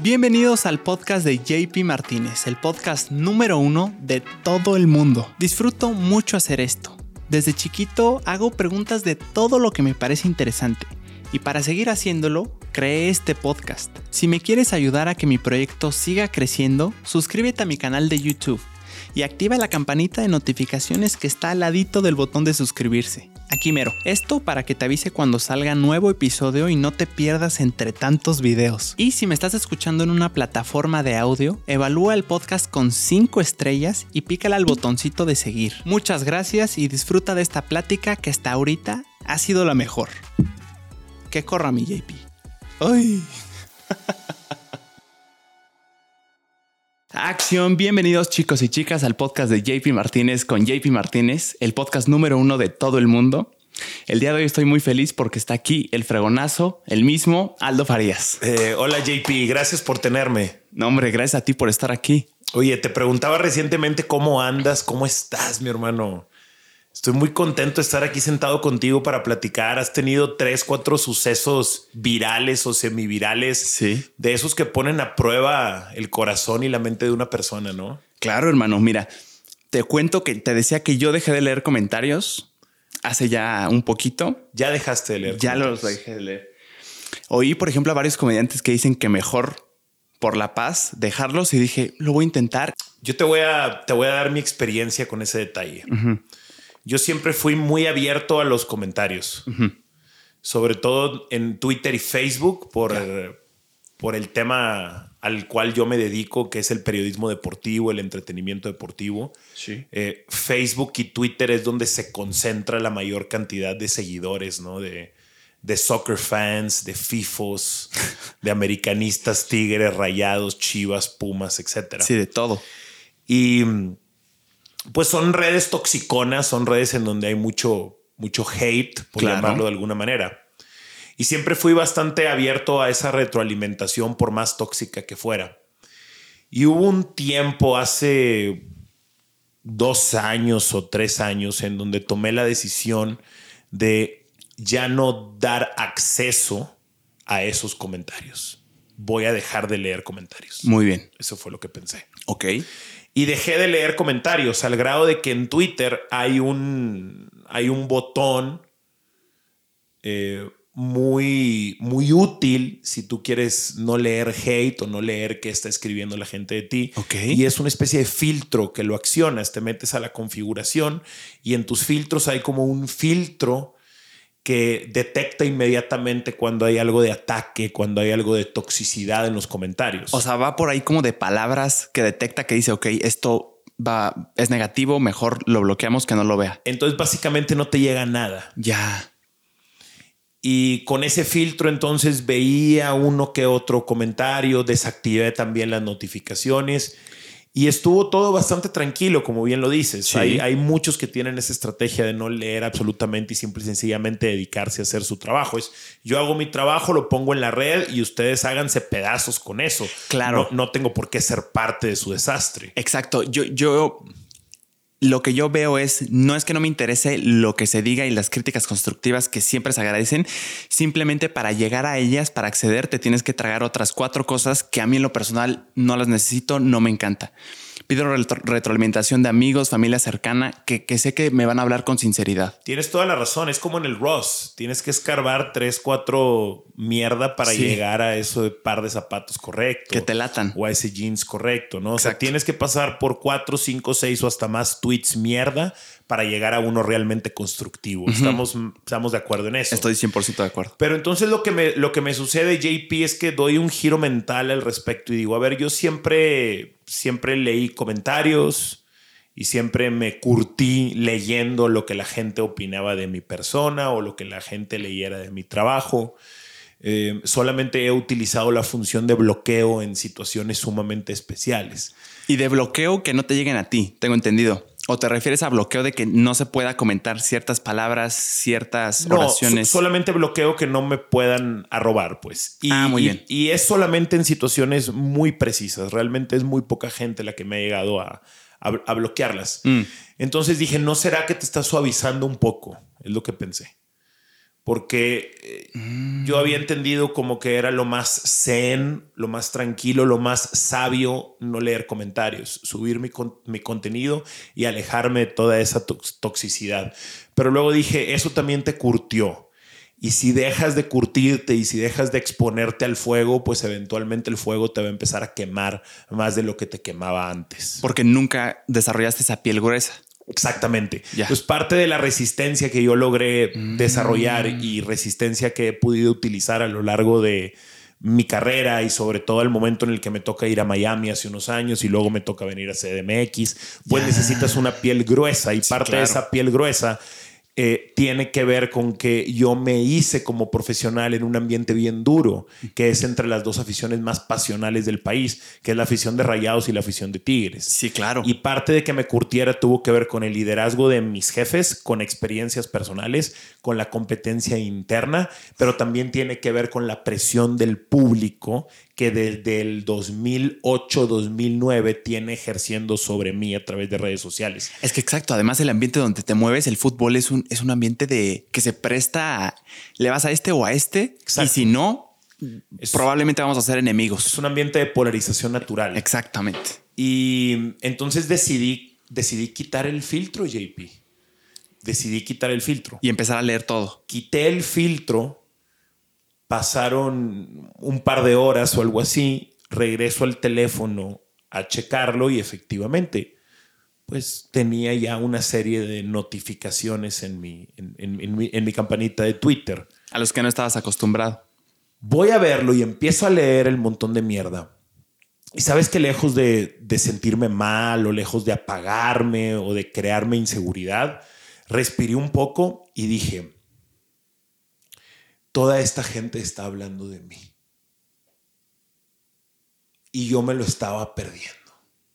Bienvenidos al podcast de JP Martínez, el podcast número 1 de todo el mundo. Disfruto mucho hacer esto. Desde chiquito hago preguntas de todo lo que me parece interesante y para seguir haciéndolo, creé este podcast. Si me quieres ayudar a que mi proyecto siga creciendo, suscríbete a mi canal de YouTube y activa la campanita de notificaciones que está al ladito del botón de suscribirse. Aquí mero. Esto para que te avise cuando salga nuevo episodio y no te pierdas entre tantos videos. Y si me estás escuchando en una plataforma de audio, evalúa el podcast con 5 estrellas y pícale al botoncito de seguir. Muchas gracias y disfruta de esta plática que hasta ahorita ha sido la mejor. Que corra mi JP. ¡Ay! Acción, bienvenidos chicos y chicas al podcast de JP Martínez con JP Martínez, el podcast número 1 de todo el mundo. El día de hoy estoy muy feliz porque está aquí el fregonazo, el mismo Aldo Farías. Hola JP, gracias por tenerme. No hombre, gracias a ti por estar aquí. Oye, te preguntaba recientemente cómo andas, cómo estás, mi hermano. Estoy muy contento de estar aquí sentado contigo para platicar. Has tenido 3, 4 sucesos virales o semivirales. Sí. De esos que ponen a prueba el corazón y la mente de una persona, ¿no? Claro, hermano. Mira, te cuento que te decía que yo dejé de leer comentarios hace ya un poquito. Ya dejaste de leer. Ya los dejé de leer. Oí, por ejemplo, a varios comediantes que dicen que mejor por la paz dejarlos y dije, lo voy a intentar. Yo te voy a dar mi experiencia con ese detalle. Uh-huh. Yo siempre fui muy abierto a los comentarios, sobre todo en Twitter y Facebook por el tema al cual yo me dedico, que es el periodismo deportivo, el entretenimiento deportivo. Sí. Facebook y Twitter es donde se concentra la mayor cantidad de seguidores, ¿no? De soccer fans, de FIFOs, de americanistas, Tigres, Rayados, Chivas, Pumas, etc. Sí, de todo. Y pues son redes toxiconas, son redes en donde hay mucho hate, por llamarlo de alguna manera. Y siempre fui bastante abierto a esa retroalimentación, por más tóxica que fuera. Y hubo un tiempo hace 2 años o 3 años en donde tomé la decisión de ya no dar acceso a esos comentarios. Voy a dejar de leer comentarios. Muy bien. Eso fue lo que pensé. Ok. Y dejé de leer comentarios al grado de que en Twitter hay un botón muy útil si tú quieres no leer hate o no leer qué está escribiendo la gente de ti. Okay. Y es una especie de filtro que lo accionas. Te metes a la configuración y en tus filtros hay como un filtro que detecta inmediatamente cuando hay algo de ataque, cuando hay algo de toxicidad en los comentarios. O sea, va por ahí como de palabras que detecta que dice, ok, esto es negativo, mejor lo bloqueamos que no lo vea. Entonces básicamente no te llega nada. Ya. Y con ese filtro entonces veía uno que otro comentario, desactivé también las notificaciones y estuvo todo bastante tranquilo, como bien lo dices. Sí. Hay muchos que tienen esa estrategia de no leer absolutamente y simple y sencillamente dedicarse a hacer su trabajo. Yo hago mi trabajo, lo pongo en la red y ustedes háganse pedazos con eso. Claro. No tengo por qué ser parte de su desastre. Exacto. Yo lo que yo veo no es que no me interese lo que se diga y las críticas constructivas que siempre se agradecen. Simplemente para llegar a ellas, para acceder, te tienes que tragar otras 4 cosas que a mí en lo personal no las necesito, no me encanta. Pido retroalimentación de amigos, familia cercana, que sé que me van a hablar con sinceridad. Tienes toda la razón. Es como en el Ross. Tienes que escarbar 3, 4 mierda para llegar a eso de par de zapatos correcto. Que te latan. O a ese jeans correcto, ¿no? Exacto. O sea, tienes que pasar por 4, 5, 6 o hasta más tweets mierda para llegar a uno realmente constructivo. Estamos de acuerdo en eso. Estoy 100% de acuerdo. Pero entonces lo que me sucede, JP, es que doy un giro mental al respecto y digo, a ver, yo siempre leí comentarios y siempre me curtí leyendo lo que la gente opinaba de mi persona o lo que la gente leyera de mi trabajo. Solamente he utilizado la función de bloqueo en situaciones sumamente especiales. Y de bloqueo que no te lleguen a ti, tengo entendido. ¿O te refieres a bloqueo de que no se pueda comentar ciertas palabras, ciertas oraciones? Solamente bloqueo que no me puedan arrobar, pues. Muy bien. Y es solamente en situaciones muy precisas. Realmente es muy poca gente la que me ha llegado a bloquearlas. Entonces dije, ¿no será que te estás suavizando un poco? Es lo que pensé. porque yo había entendido como que era lo más zen, lo más tranquilo, lo más sabio no leer comentarios, subir mi contenido y alejarme de toda esa toxicidad. Pero luego dije, eso también te curtió. Y si dejas de curtirte y si dejas de exponerte al fuego, pues eventualmente el fuego te va a empezar a quemar más de lo que te quemaba antes. Porque nunca desarrollaste esa piel gruesa. Exactamente. Pues parte de la resistencia que yo logré desarrollar y resistencia que he podido utilizar a lo largo de mi carrera y sobre todo el momento en el que me toca ir a Miami hace unos años y luego me toca venir a CDMX, pues necesitas una piel gruesa y parte de esa piel gruesa tiene que ver con que yo me hice como profesional en un ambiente bien duro, que es entre las dos aficiones más pasionales del país, que es la afición de Rayados y la afición de Tigres. Sí, claro. Y parte de que me curtiera tuvo que ver con el liderazgo de mis jefes, con experiencias personales, con la competencia interna, pero también tiene que ver con la presión del público que desde el 2008-2009 tiene ejerciendo sobre mí a través de redes sociales. Es que exacto, además el ambiente donde te mueves, el fútbol es un ambiente de que se presta a, le vas a este o a este, exacto. Y si no, probablemente vamos a ser enemigos. Es un ambiente de polarización natural. Exactamente. Y entonces decidí quitar el filtro, JP. Decidí quitar el filtro. Y empezar a leer todo. Quité el filtro. Pasaron un par de horas o algo así, regreso al teléfono a checarlo y efectivamente, pues tenía ya una serie de notificaciones en mi campanita de Twitter. A los que no estabas acostumbrado. Voy a verlo y empiezo a leer el montón de mierda. Y sabes que lejos de sentirme mal o lejos de apagarme o de crearme inseguridad, respiré un poco y dije... Toda esta gente está hablando de mí. Y yo me lo estaba perdiendo.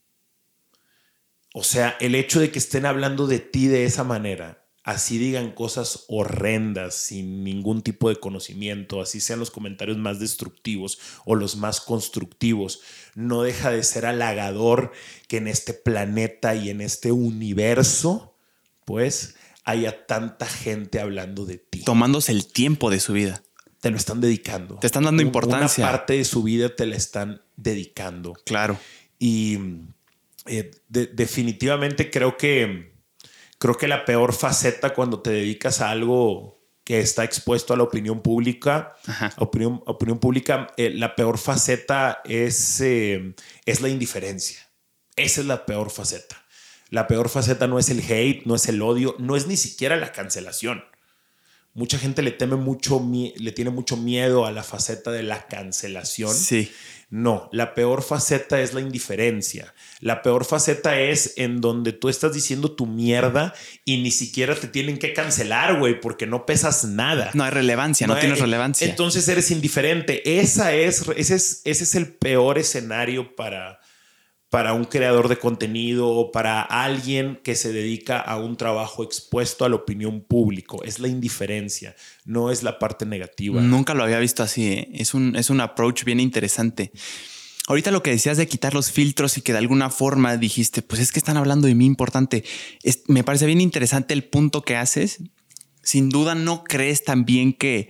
O sea, el hecho de que estén hablando de ti de esa manera, así digan cosas horrendas, sin ningún tipo de conocimiento, así sean los comentarios más destructivos o los más constructivos, no deja de ser halagador que en este planeta y en este universo, pues... haya tanta gente hablando de ti. Tomándose el tiempo de su vida. Te lo están dedicando. Te están dando importancia. Una parte de su vida te la están dedicando. Claro. Y definitivamente creo que la peor faceta cuando te dedicas a algo que está expuesto a la opinión pública, opinión pública, la peor faceta es la indiferencia. Esa es la peor faceta. La peor faceta no es el hate, no es el odio, no es ni siquiera la cancelación. Mucha gente le tiene mucho miedo a la faceta de la cancelación. Sí. No, la peor faceta es la indiferencia. La peor faceta es en donde tú estás diciendo tu mierda y ni siquiera te tienen que cancelar, güey, porque no pesas nada. No hay relevancia, no tienes relevancia. Entonces eres indiferente. Ese es el peor escenario para un creador de contenido o para alguien que se dedica a un trabajo expuesto a la opinión pública. Es la indiferencia, no es la parte negativa. Nunca lo había visto así, ¿eh? Es un approach bien interesante. Ahorita lo que decías de quitar los filtros y que de alguna forma dijiste, pues es que están hablando de mí importante. Me parece bien interesante el punto que haces. Sin duda no crees también que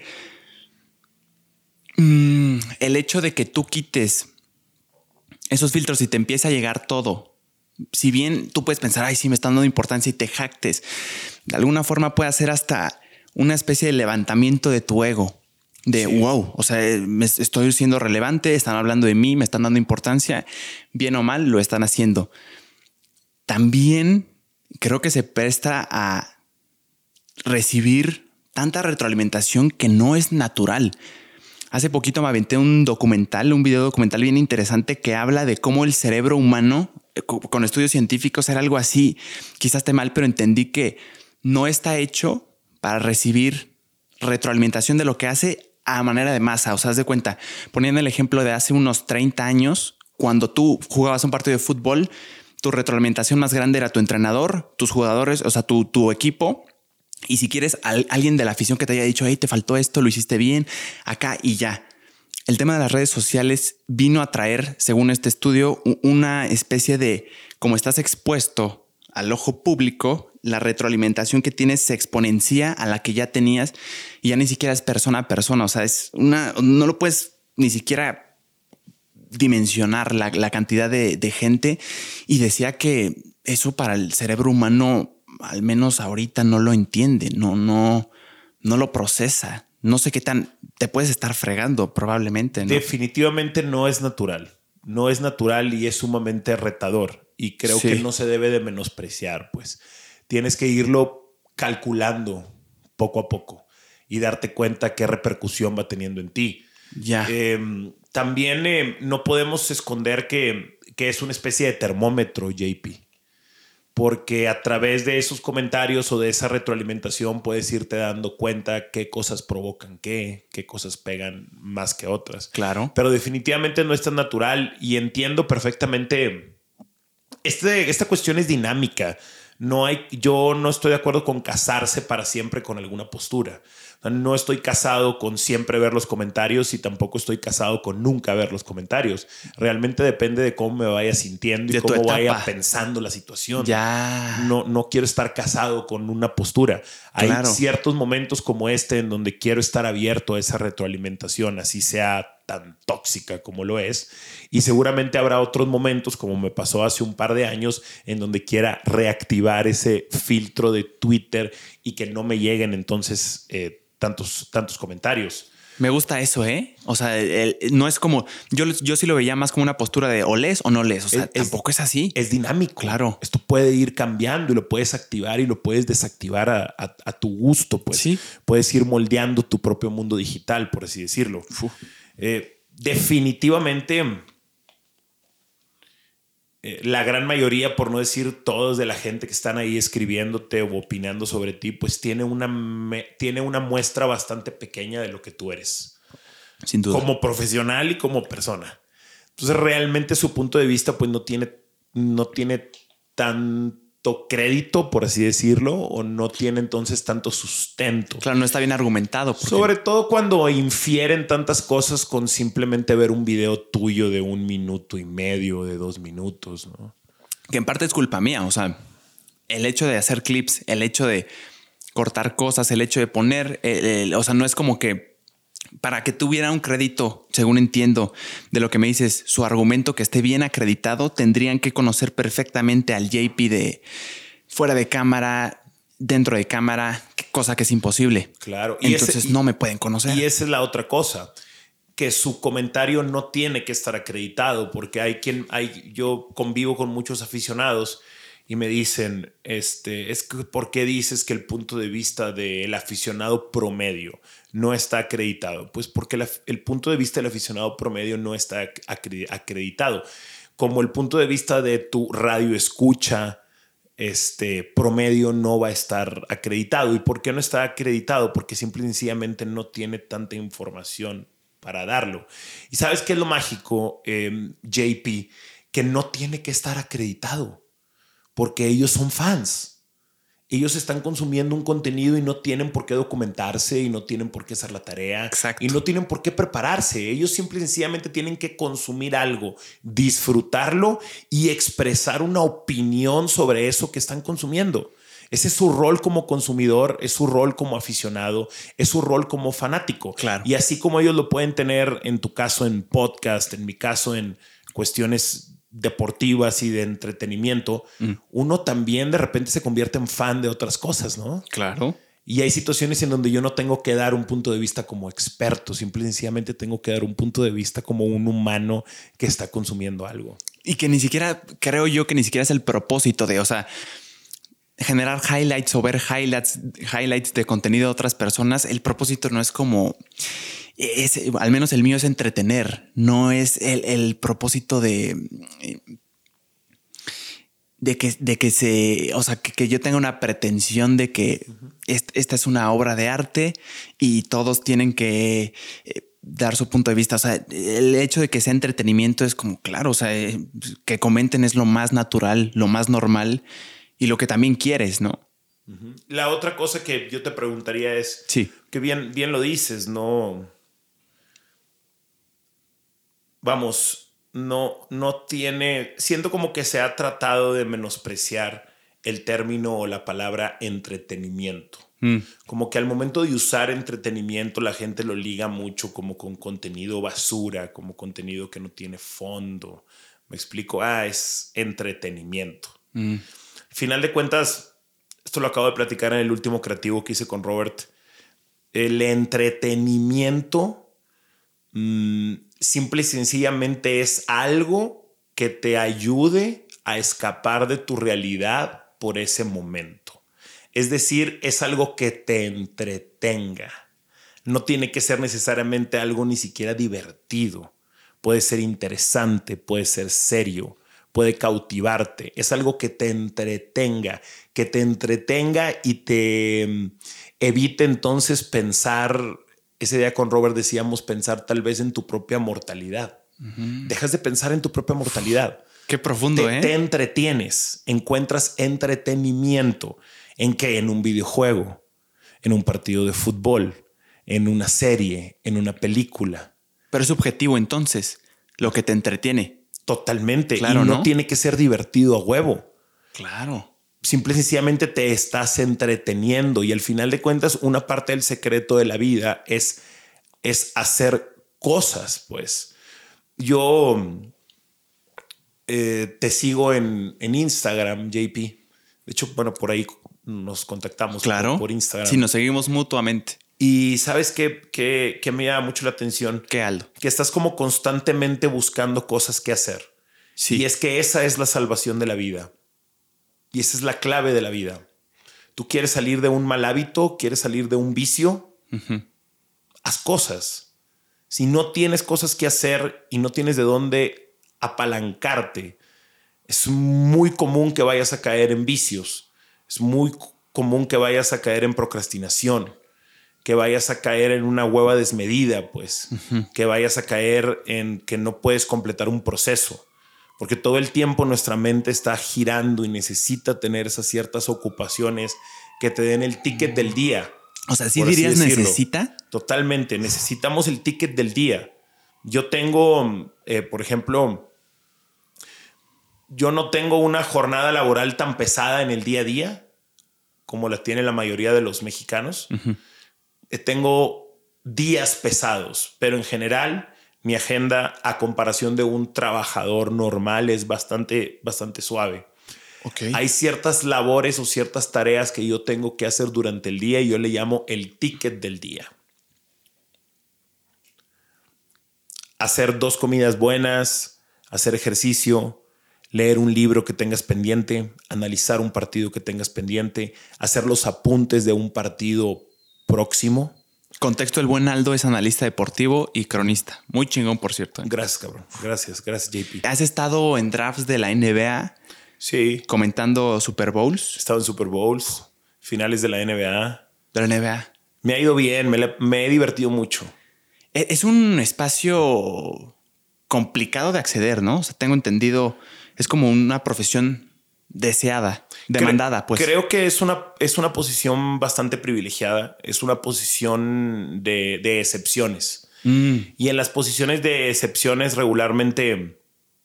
el hecho de que tú quites esos filtros y te empieza a llegar todo. Si bien tú puedes pensar, ay, sí, me están dando importancia y te jactes, de alguna forma puede hacer hasta una especie de levantamiento de tu ego. De sí. Wow, o sea, estoy siendo relevante, están hablando de mí, me están dando importancia, bien o mal, lo están haciendo. También creo que se presta a recibir tanta retroalimentación que no es natural. Hace poquito me aventé un video documental bien interesante que habla de cómo el cerebro humano, con estudios científicos, era algo así. Quizás esté mal, pero entendí que no está hecho para recibir retroalimentación de lo que hace a manera de masa. O sea, haz de cuenta, poniendo el ejemplo de hace unos 30 años, cuando tú jugabas un partido de fútbol, tu retroalimentación más grande era tu entrenador, tus jugadores, o sea, tu equipo. Y si quieres alguien de la afición que te haya dicho, hey, te faltó esto, lo hiciste bien, acá y ya. El tema de las redes sociales vino a traer, según este estudio, una especie de, como estás expuesto al ojo público, la retroalimentación que tienes se exponencia a la que ya tenías y ya ni siquiera es persona a persona. O sea, no lo puedes ni siquiera dimensionar la cantidad de gente. Y decía que eso para el cerebro humano, al menos ahorita, no lo entiende, no lo procesa. No sé qué tan te puedes estar fregando, probablemente, ¿no? Definitivamente no es natural. No es natural y es sumamente retador. Y creo que no se debe de menospreciar, pues. Tienes que irlo calculando poco a poco y darte cuenta qué repercusión va teniendo en ti. Ya. También no podemos esconder que es una especie de termómetro, JP. Porque a través de esos comentarios o de esa retroalimentación puedes irte dando cuenta qué cosas provocan qué cosas pegan más que otras. Claro. Pero definitivamente no es tan natural y entiendo perfectamente. Esta cuestión es dinámica. Yo no estoy de acuerdo con casarse para siempre con alguna postura. No estoy casado con siempre ver los comentarios y tampoco estoy casado con nunca ver los comentarios. Realmente depende de cómo me vaya sintiendo y cómo vaya pensando la situación. Ya. No quiero estar casado con una postura. Hay ciertos momentos como este en donde quiero estar abierto a esa retroalimentación, así sea tan tóxica como lo es. Y seguramente habrá otros momentos, como me pasó hace un par de años, en donde quiera reactivar ese filtro de Twitter y que no me lleguen entonces tantos comentarios. Me gusta eso, ¿eh? O sea, no es como... Yo sí lo veía más como una postura de o lees o no lees. O sea, tampoco es así. Es dinámico. Claro. Esto puede ir cambiando y lo puedes activar y lo puedes desactivar a tu gusto. Pues. Sí. Puedes ir moldeando tu propio mundo digital, por así decirlo. Definitivamente... la gran mayoría, por no decir todos, de la gente que están ahí escribiéndote o opinando sobre ti, pues tiene una muestra bastante pequeña de lo que tú eres. Sin duda. Como profesional y como persona. Entonces realmente su punto de vista pues no tiene tanto crédito, por así decirlo, o no tiene entonces tanto sustento. Claro, no está bien argumentado. Sobre todo cuando infieren tantas cosas con simplemente ver un video tuyo de 1 minuto y medio, de 2 minutos, ¿no? Que en parte es culpa mía. O sea, el hecho de hacer clips, el hecho de cortar cosas, el hecho de poner, o sea, no es como que para que tuviera un crédito, según entiendo de lo que me dices, su argumento que esté bien acreditado, tendrían que conocer perfectamente al JP de fuera de cámara, dentro de cámara, cosa que es imposible. Claro. Entonces no me pueden conocer. Y esa es la otra cosa, que su comentario no tiene que estar acreditado, porque yo convivo con muchos aficionados y me dicen, es que ¿por qué dices que el punto de vista del aficionado promedio no está acreditado? Pues porque el punto de vista del aficionado promedio no está acreditado. Como el punto de vista de tu radio escucha promedio no va a estar acreditado. ¿Y por qué no está acreditado? Porque simple y sencillamente no tiene tanta información para darlo. ¿Y sabes qué es lo mágico, JP? Que no tiene que estar acreditado. Porque ellos son fans. Ellos están consumiendo un contenido y no tienen por qué documentarse y no tienen por qué hacer la tarea. Exacto. Y no tienen por qué prepararse. Ellos simple y sencillamente tienen que consumir algo, disfrutarlo y expresar una opinión sobre eso que están consumiendo. Ese es su rol como consumidor, es su rol como aficionado, es su rol como fanático. Claro. Y así como ellos lo pueden tener en tu caso en podcast, en mi caso en cuestiones deportivas y de entretenimiento, uno también de repente se convierte en fan de otras cosas, ¿no? Claro. Y hay situaciones en donde yo no tengo que dar un punto de vista como experto, simple y sencillamente tengo que dar un punto de vista como un humano que está consumiendo algo. Y que ni siquiera, creo yo que ni siquiera es el propósito de, o sea, generar highlights o ver highlights de contenido de otras personas. El propósito no es como... al menos el mío es entretener, no es el propósito de que o sea, que yo tenga una pretensión de que esta es una obra de arte y todos tienen que dar su punto de vista. O sea, el hecho de que sea entretenimiento es como, claro, o sea, que comenten es lo más natural, lo más normal y lo que también quieres, ¿no? La otra cosa que yo te preguntaría es, sí, que bien lo dices, ¿no? Vamos, no tiene... Siento como que se ha tratado de menospreciar el término o la palabra entretenimiento. Como que al momento de usar entretenimiento la gente lo liga mucho como con contenido basura, como contenido que no tiene fondo. Me explico, es entretenimiento. Al final de cuentas, esto lo acabo de platicar en el último creativo que hice con Robert. El entretenimiento simple y sencillamente es algo que te ayude a escapar de tu realidad por ese momento. Es decir, es algo que te entretenga. No tiene que ser necesariamente algo ni siquiera divertido. Puede ser interesante, puede ser serio, puede cautivarte. Es algo que te entretenga y te evite entonces pensar. Ese día con Robert decíamos pensar tal vez en tu propia mortalidad. Dejas de pensar en tu propia mortalidad. Qué profundo, Te entretienes, encuentras entretenimiento. ¿En qué? En un videojuego, en un partido de fútbol, en una serie, en una película. Pero es subjetivo entonces, lo que te entretiene. Totalmente. Claro, y no tiene que ser divertido a huevo. Claro. Simple y sencillamente te estás entreteniendo y al final de cuentas una parte del secreto de la vida es hacer cosas, pues. Yo te sigo en Instagram, JP. De hecho, bueno, por ahí nos contactamos por Instagram. Sí, nos seguimos mutuamente. Y ¿sabes qué me llama mucho la atención? ¿Qué, Aldo? Que estás como constantemente buscando cosas que hacer. Sí. Y es que esa es la salvación de la vida. Y esa es la clave de la vida. Tú quieres salir de un mal hábito, quieres salir de un vicio. Haz cosas. Si no tienes cosas que hacer y no tienes de dónde apalancarte, es muy común que vayas a caer en vicios. Es muy común que vayas a caer en procrastinación, que vayas a caer en una hueva desmedida, pues, que vayas a caer en que no puedes completar un proceso, porque todo el tiempo nuestra mente está girando y necesita tener esas ciertas ocupaciones que te den el ticket del día. O sea, ¿sí dirías necesita? Totalmente, necesitamos el ticket del día. Yo tengo, por ejemplo, yo no tengo una jornada laboral tan pesada en el día a día como la tiene la mayoría de los mexicanos. Tengo días pesados, pero en general mi agenda a comparación de un trabajador normal es bastante suave. Okay. Hay ciertas labores o ciertas tareas que yo tengo que hacer durante el día y yo le llamo el ticket del día. Hacer 2 comidas buenas, hacer ejercicio, leer un libro que tengas pendiente, analizar un partido que tengas pendiente, hacer los apuntes de un partido próximo. Contexto, el buen Aldo es analista deportivo y cronista. Muy chingón, por cierto. Gracias, cabrón. Gracias, JP. ¿Has estado en drafts de la NBA? Sí. Comentando Super Bowls. He estado en Super Bowls, finales de la NBA. De la NBA. Me ha ido bien, me he divertido mucho. Es un espacio complicado de acceder, ¿no? O sea, tengo entendido, es como una profesión deseada, demandada, pues. Creo que es una posición bastante privilegiada. Es una posición de excepciones. Y en las posiciones de excepciones regularmente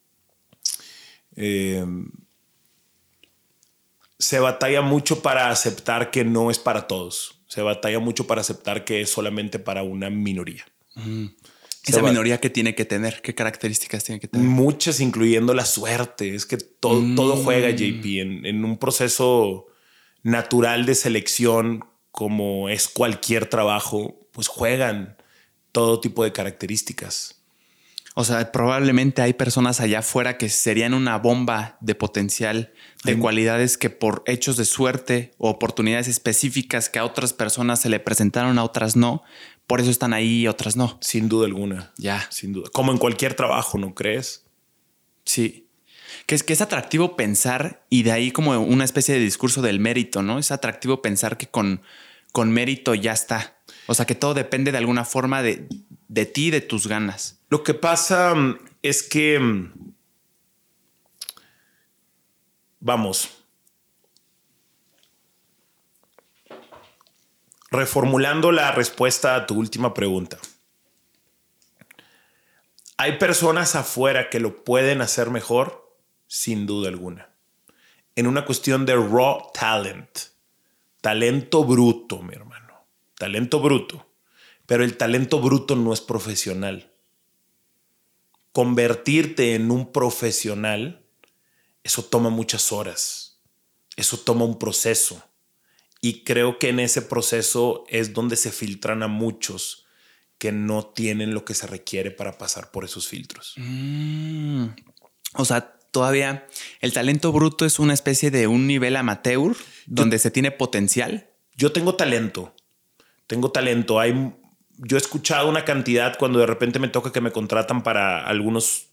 se batalla mucho para aceptar que no es para todos. Se batalla mucho para aceptar que es solamente para una minoría. ¿Esa minoría qué tiene que tener? ¿Qué características tiene que tener? Muchas, incluyendo la suerte. Es que todo juega, JP, en un proceso natural de selección, como es cualquier trabajo, pues juegan todo tipo de características. O sea, probablemente hay personas allá afuera que serían una bomba de potencial, de cualidades que por hechos de suerte o oportunidades específicas que a otras personas se le presentaron, a otras no. Por eso están ahí y otras no. Sin duda alguna. Ya. Sin duda. Como en cualquier trabajo, ¿no crees? Sí. Que es atractivo pensar, y de ahí como una especie de discurso del mérito, ¿no? Es atractivo pensar que con mérito ya está. O sea, que todo depende de alguna forma de ti, de tus ganas. Lo que pasa es que, vamos, reformulando la respuesta a tu última pregunta. ¿Hay personas afuera que lo pueden hacer mejor? Sin duda alguna. en una cuestión de raw talent. Talento bruto, mi hermano. Talento bruto. Pero el talento bruto no es profesional. Convertirte en un profesional, eso toma muchas horas. Eso toma un proceso. Y creo que en ese proceso es donde se filtran a muchos que no tienen lo que se requiere para pasar por esos filtros. O sea, todavía el talento bruto es una especie de un nivel amateur donde se tiene potencial. Yo tengo talento. Yo he escuchado una cantidad cuando de repente me toca que me contratan para algunos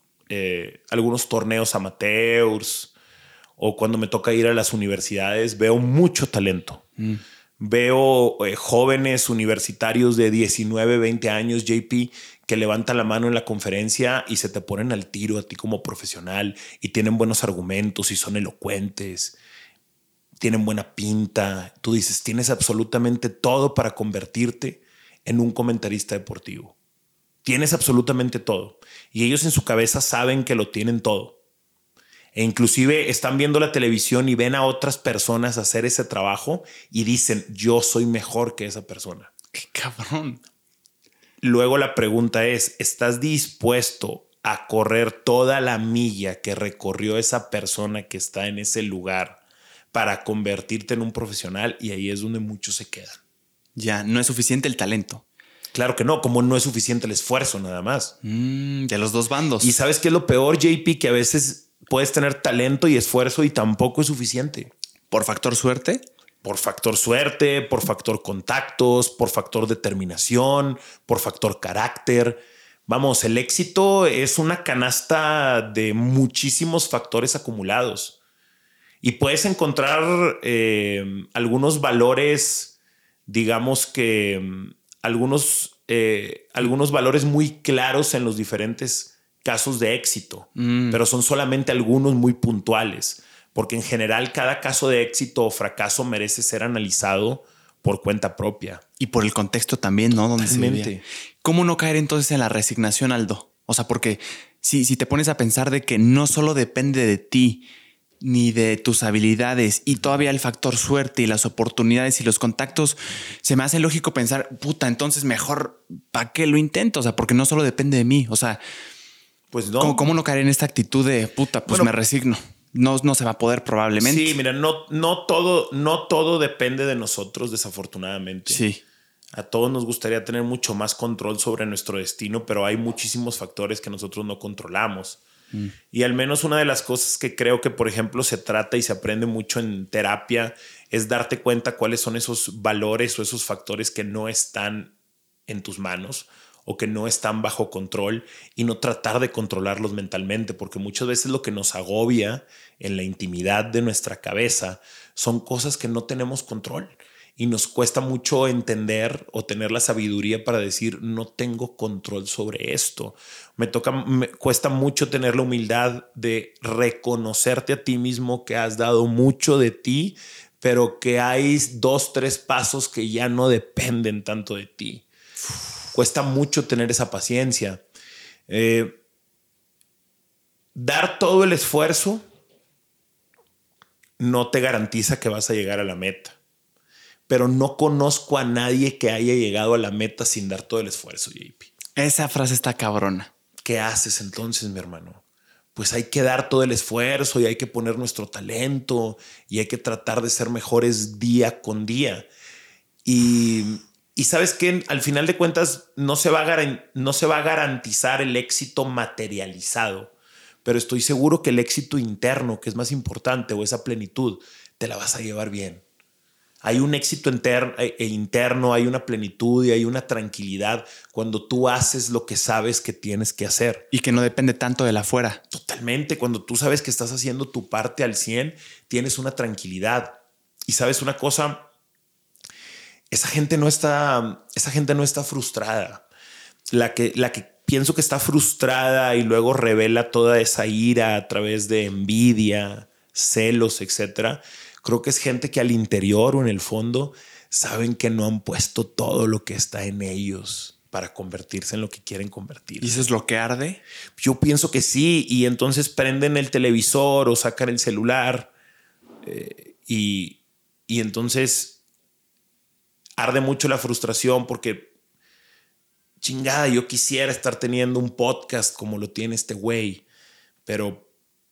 torneos amateurs o cuando me toca ir a las universidades. Veo mucho talento. Veo jóvenes universitarios de 19, 20 años, JP, que levantan la mano en la conferencia y se te ponen al tiro a ti como profesional y tienen buenos argumentos y son elocuentes, tienen buena pinta. Tú dices, tienes absolutamente todo para convertirte en un comentarista deportivo. Tienes absolutamente todo. Y ellos en su cabeza saben que lo tienen todo. E inclusive están viendo la televisión y ven a otras personas hacer ese trabajo y dicen, yo soy mejor que esa persona. ¡Qué cabrón! Luego la pregunta es, ¿estás dispuesto a correr toda la milla que recorrió esa persona que está en ese lugar para convertirte en un profesional? Y ahí es donde muchos se quedan. Ya, no es suficiente el talento. Claro que no, como no es suficiente el esfuerzo nada más. De los dos bandos. ¿Y sabes qué es lo peor, JP? Que a veces puedes tener talento y esfuerzo y tampoco es suficiente. ¿Por factor suerte? Por factor suerte, por factor contactos, por factor determinación, por factor carácter. Vamos, el éxito es una canasta de muchísimos factores acumulados. Y puedes encontrar algunos valores, digamos que algunos valores muy claros en los diferentes casos de éxito, pero son solamente algunos muy puntuales, porque en general cada caso de éxito o fracaso merece ser analizado por cuenta propia. Y por el contexto también, ¿no? Donde se vivía. ¿Cómo no caer entonces en la resignación, Aldo? O sea, porque si te pones a pensar de que no solo depende de ti, ni de tus habilidades y todavía el factor suerte y las oportunidades y los contactos, se me hace lógico pensar, puta, entonces mejor, ¿para qué lo intento? O sea, porque no solo depende de mí. O sea, pues no. ¿Cómo no caer en esta actitud de puta? Pues bueno, me resigno. No se va a poder probablemente. Sí, mira, no todo depende de nosotros, desafortunadamente. Sí. A todos nos gustaría tener mucho más control sobre nuestro destino, pero hay muchísimos factores que nosotros no controlamos. Y al menos una de las cosas que creo que, por ejemplo, se trata y se aprende mucho en terapia es darte cuenta cuáles son esos valores o esos factores que no están en tus manos o que no están bajo control y no tratar de controlarlos mentalmente, porque muchas veces lo que nos agobia en la intimidad de nuestra cabeza son cosas que no tenemos control y nos cuesta mucho entender o tener la sabiduría para decir no tengo control sobre esto. Me cuesta mucho tener la humildad de reconocerte a ti mismo que has dado mucho de ti, pero que hay 2, 3 pasos que ya no dependen tanto de ti. Cuesta mucho tener esa paciencia. Dar todo el esfuerzo no te garantiza que vas a llegar a la meta. Pero no conozco a nadie que haya llegado a la meta sin dar todo el esfuerzo, JP. Esa frase está cabrona. ¿Qué haces entonces, mi hermano? Pues hay que dar todo el esfuerzo y hay que poner nuestro talento y hay que tratar de ser mejores día con día. Y sabes que al final de cuentas no se va a garantizar el éxito materializado, pero estoy seguro que el éxito interno, que es más importante, o esa plenitud, te la vas a llevar bien. Hay un éxito interno, hay una plenitud y hay una tranquilidad cuando tú haces lo que sabes que tienes que hacer. Y que no depende tanto de la afuera. Totalmente. Cuando tú sabes que estás haciendo tu parte al 100, tienes una tranquilidad. Y sabes una cosa, esa gente no está frustrada. La que pienso que está frustrada y luego revela toda esa ira a través de envidia, celos, etcétera. Creo que es gente que al interior o en el fondo saben que no han puesto todo lo que está en ellos para convertirse en lo que quieren convertir. ¿Y eso es lo que arde? Yo pienso que sí. Y entonces prenden el televisor o sacan el celular Y entonces arde mucho la frustración porque chingada, yo quisiera estar teniendo un podcast como lo tiene este güey, pero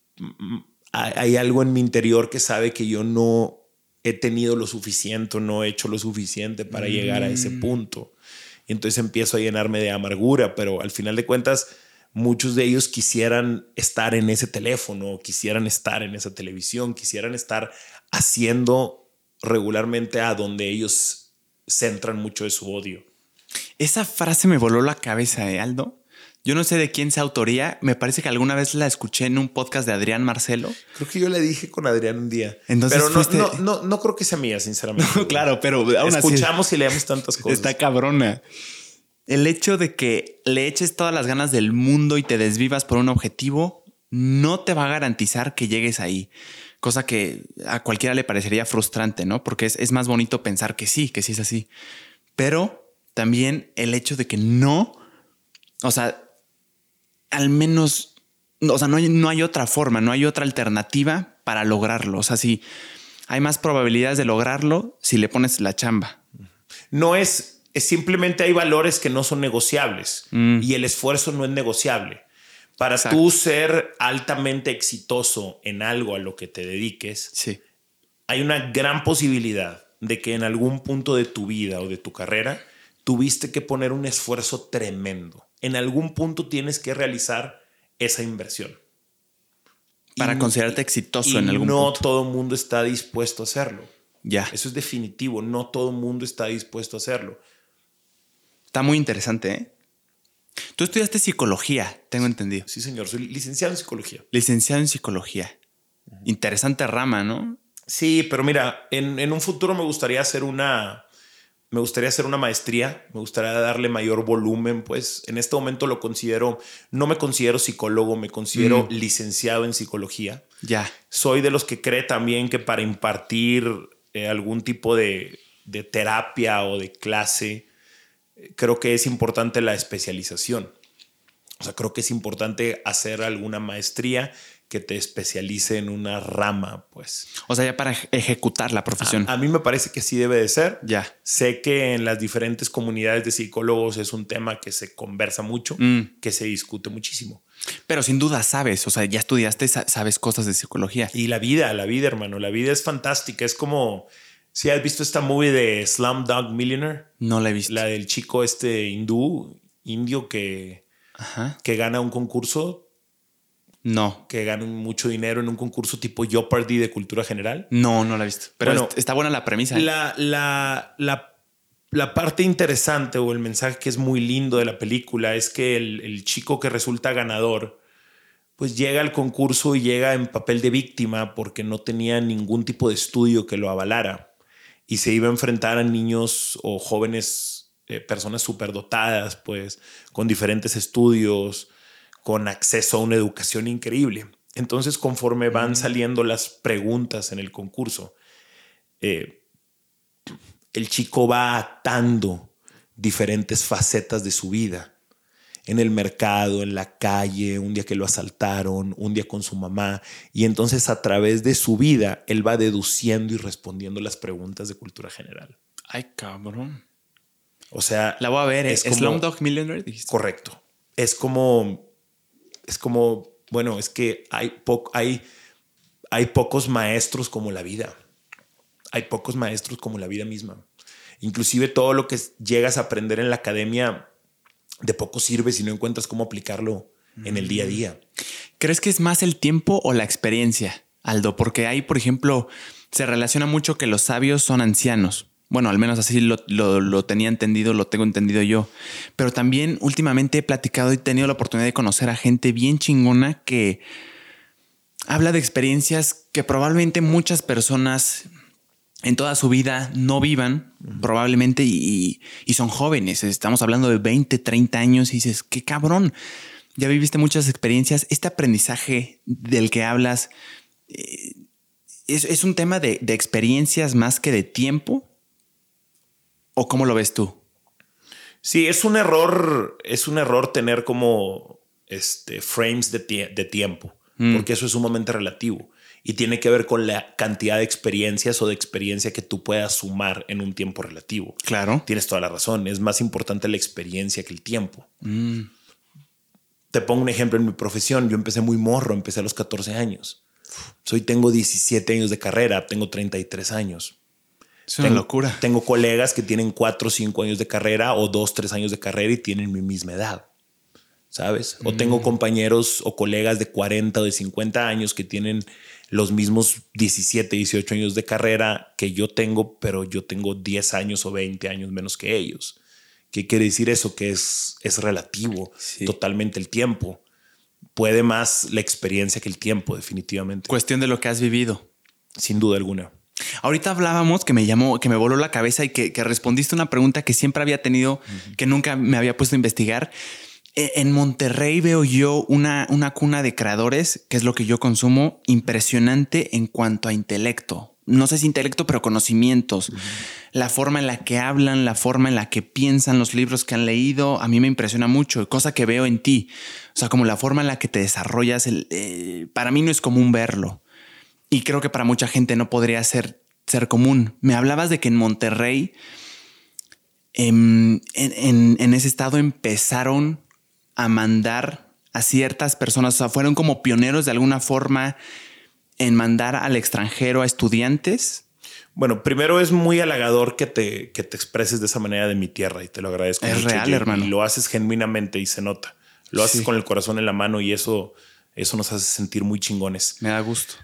hay algo en mi interior que sabe que yo no he tenido lo suficiente, no he hecho lo suficiente para llegar a ese punto. Y entonces empiezo a llenarme de amargura, pero al final de cuentas, muchos de ellos quisieran estar en ese teléfono, quisieran estar en esa televisión, quisieran estar haciendo regularmente a donde ellos centran mucho de su odio. Esa frase me voló la cabeza, Aldo. Yo no sé de quién es autoría. Me parece que alguna vez la escuché en un podcast de Adrián Marcelo. Creo que yo le dije con Adrián un día. Entonces pero no creo que sea mía, sinceramente. No, claro, pero aún escuchamos así, y leemos tantas cosas. Está cabrona. El hecho de que le eches todas las ganas del mundo y te desvivas por un objetivo no te va a garantizar que llegues ahí. Cosa que a cualquiera le parecería frustrante, ¿no? Porque es más bonito pensar que sí es así. Pero también el hecho de que no, o sea, al menos, o sea, no hay otra forma, no hay otra alternativa para lograrlo. O sea, sí, hay más probabilidades de lograrlo si le pones la chamba. No es simplemente hay valores que no son negociables y el esfuerzo no es negociable. Para Exacto. tú ser altamente exitoso en algo a lo que te dediques, sí, hay una gran posibilidad de que en algún punto de tu vida o de tu carrera tuviste que poner un esfuerzo tremendo. En algún punto tienes que realizar esa inversión. Para considerarte exitoso en algún punto. punto. No todo el mundo está dispuesto a hacerlo. Ya. Eso es definitivo. No todo el mundo está dispuesto a hacerlo. Está muy interesante, ¿eh? Tú estudiaste psicología, tengo entendido. Sí, señor. Soy licenciado en psicología. Licenciado en psicología. Interesante rama, ¿no? Sí, pero mira, en un futuro me gustaría hacer una maestría, me gustaría darle mayor volumen, pues en este momento no me considero psicólogo, me considero licenciado en psicología. Ya. Soy de los que cree también que para impartir algún tipo de terapia o de clase, creo que es importante la especialización. O sea, creo que es importante hacer alguna maestría que te especialice en una rama, pues. O sea, ya para ejecutar la profesión. A mí me parece que sí debe de ser. Ya. Sé que en las diferentes comunidades de psicólogos es un tema que se conversa mucho, que se discute muchísimo. Pero sin duda sabes, o sea, ya estudiaste, sabes cosas de psicología. Y la vida, hermano, la vida es fantástica. Es como, si has visto esta movie de Slumdog Millionaire. No la he visto. La del chico indio que gana un concurso. No. Que gana mucho dinero en un concurso tipo Jeopardy de cultura general. No la he visto. Pero bueno, está buena la premisa. La parte interesante o el mensaje que es muy lindo de la película es que el chico que resulta ganador pues llega al concurso y llega en papel de víctima porque no tenía ningún tipo de estudio que lo avalara y se iba a enfrentar a niños o jóvenes, personas superdotadas, pues con diferentes estudios, con acceso a una educación increíble. Entonces, conforme van saliendo las preguntas en el concurso, el chico va atando diferentes facetas de su vida. En el mercado, en la calle, un día que lo asaltaron, un día con su mamá. Y entonces a través de su vida, él va deduciendo y respondiendo las preguntas de cultura general. Ay, cabrón. O sea... La voy a ver, es como, Slumdog Millionaire, dijiste. Correcto. Es como, bueno, es que hay pocos maestros como la vida. Hay pocos maestros como la vida misma. Inclusive todo lo que llegas a aprender en la academia de poco sirve si no encuentras cómo aplicarlo en el día a día. ¿Crees que es más el tiempo o la experiencia, Aldo? Porque ahí, por ejemplo, se relaciona mucho que los sabios son ancianos. Bueno, al menos así lo tenía entendido, lo tengo entendido yo. Pero también últimamente he platicado y he tenido la oportunidad de conocer a gente bien chingona que habla de experiencias que probablemente muchas personas en toda su vida no vivan, probablemente, y son jóvenes. Estamos hablando de 20, 30 años y dices, qué cabrón, ya viviste muchas experiencias. Este aprendizaje del que hablas es un tema de experiencias más que de tiempo. ¿O cómo lo ves tú? Sí, es un error tener como frames de tiempo, porque eso es sumamente relativo. Y tiene que ver con la cantidad de experiencias o de experiencia que tú puedas sumar en un tiempo relativo. Claro. Tienes toda la razón. Es más importante la experiencia que el tiempo. Te pongo un ejemplo en mi profesión. Yo empecé muy morro, empecé a los 14 años. Tengo 17 años de carrera, tengo 33 años. Es una locura. Tengo colegas que tienen 4 o 5 años de carrera o 2, 3 años de carrera y tienen mi misma edad. ¿Sabes? O tengo compañeros o colegas de 40 o de 50 años que tienen los mismos 17, 18 años de carrera que yo tengo, pero yo tengo 10 años o 20 años menos que ellos. ¿Qué quiere decir eso? Que es relativo totalmente el tiempo. Puede más la experiencia que el tiempo, definitivamente. Cuestión de lo que has vivido. Sin duda alguna. Ahorita hablábamos que me voló la cabeza y que respondiste una pregunta que siempre había tenido, que nunca me había puesto a investigar. En Monterrey veo yo una cuna de creadores, que es lo que yo consumo, impresionante en cuanto a intelecto. No sé si intelecto, pero conocimientos. La forma en la que hablan, la forma en la que piensan, los libros que han leído, a mí me impresiona mucho, cosa que veo en ti. O sea, como la forma en la que te desarrollas, para mí no es común verlo. Y creo que para mucha gente no podría ser común. Me hablabas de que en Monterrey, en ese estado empezaron a mandar a ciertas personas, o sea, fueron como pioneros de alguna forma en mandar al extranjero a estudiantes. Bueno, primero es muy halagador que te expreses de esa manera de mi tierra y te lo agradezco. Es mucho, real, Jay, hermano. Y lo haces genuinamente y se nota. Lo haces con el corazón en la mano y eso nos hace sentir muy chingones. Me da gusto.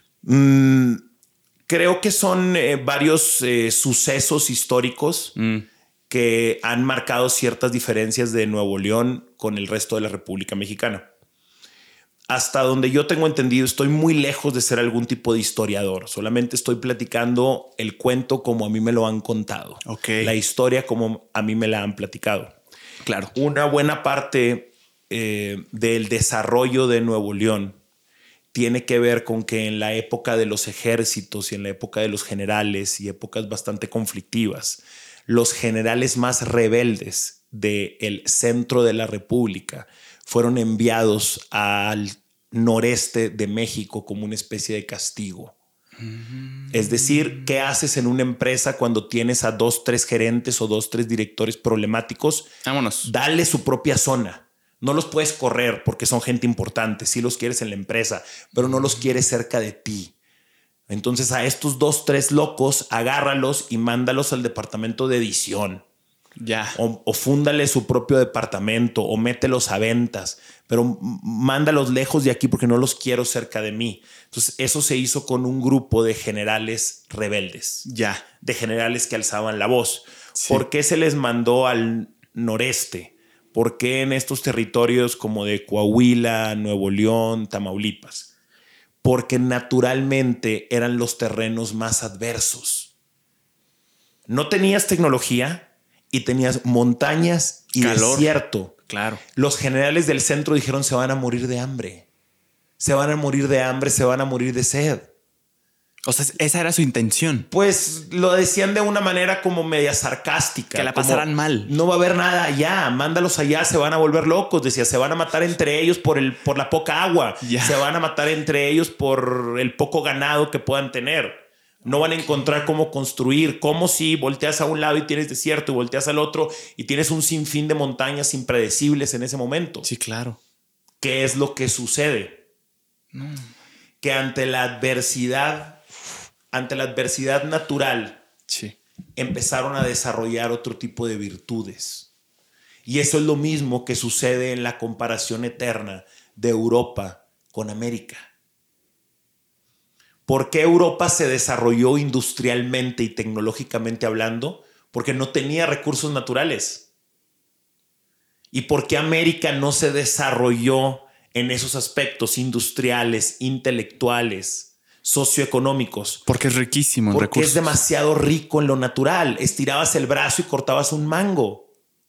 Creo que son varios sucesos históricos que han marcado ciertas diferencias de Nuevo León con el resto de la República Mexicana. Hasta donde yo tengo entendido, estoy muy lejos de ser algún tipo de historiador. Solamente estoy platicando el cuento como a mí me lo han contado. Okay. La historia como a mí me la han platicado. Claro. Una buena parte del desarrollo de Nuevo León tiene que ver con que en la época de los ejércitos y en la época de los generales y épocas bastante conflictivas, los generales más rebeldes del centro de la República fueron enviados al noreste de México como una especie de castigo. Es decir, ¿qué haces en una empresa cuando tienes a 2, 3 gerentes o 2, 3 directores problemáticos? Vámonos. Dale su propia zona. No los puedes correr porque son gente importante. Sí los quieres en la empresa, pero no los quieres cerca de ti. Entonces a estos 2, 3 locos, agárralos y mándalos al departamento de edición. Ya. O fúndale su propio departamento o mételos a ventas, pero mándalos lejos de aquí porque no los quiero cerca de mí. Entonces eso se hizo con un grupo de generales rebeldes. Ya. De generales que alzaban la voz. Sí. ¿Por qué se les mandó al noreste? ¿Por qué en estos territorios como de Coahuila, Nuevo León, Tamaulipas? Porque naturalmente eran los terrenos más adversos. No tenías tecnología y tenías montañas y calor. desierto. Claro. Los generales del centro dijeron: se van a morir de hambre. Se van a morir de hambre, se van a morir de sed. O sea, esa era su intención. Pues lo decían de una manera como media sarcástica. Que la pasaran mal. No va a haber nada allá, mándalos allá, se van a volver locos. Decía, se van a matar entre ellos por la poca agua. Ya. Se van a matar entre ellos por el poco ganado que puedan tener. No van a encontrar cómo construir. Como si volteas a un lado y tienes desierto y volteas al otro y tienes un sinfín de montañas impredecibles en ese momento. Sí, claro. ¿Qué es lo que sucede? No. Que ante la adversidad natural, Sí. empezaron a desarrollar otro tipo de virtudes. Y eso es lo mismo que sucede en la comparación eterna de Europa con América. ¿Por qué Europa se desarrolló industrialmente y tecnológicamente hablando? Porque no tenía recursos naturales. ¿Y por qué América no se desarrolló en esos aspectos industriales, intelectuales, socioeconómicos? Porque es riquísimo en Porque recursos. es demasiado rico en lo natural. Estirabas el brazo y cortabas un mango.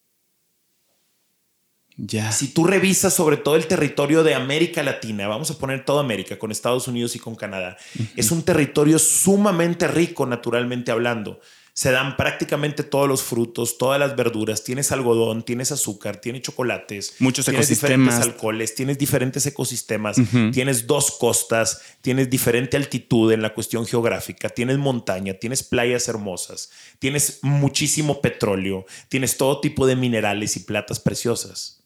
Ya. Si tú revisas sobre todo el territorio de América Latina, vamos a poner toda América con Estados Unidos y con Canadá, es un territorio sumamente rico naturalmente hablando. se dan prácticamente todos los frutos, todas las verduras, tienes algodón, tienes azúcar, tienes chocolates, muchos tienes ecosistemas, diferentes alcoholes, tienes diferentes ecosistemas, tienes 2 costas, tienes diferente altitud en la cuestión geográfica, tienes montaña, tienes playas hermosas, tienes muchísimo petróleo, tienes todo tipo de minerales y platas preciosas.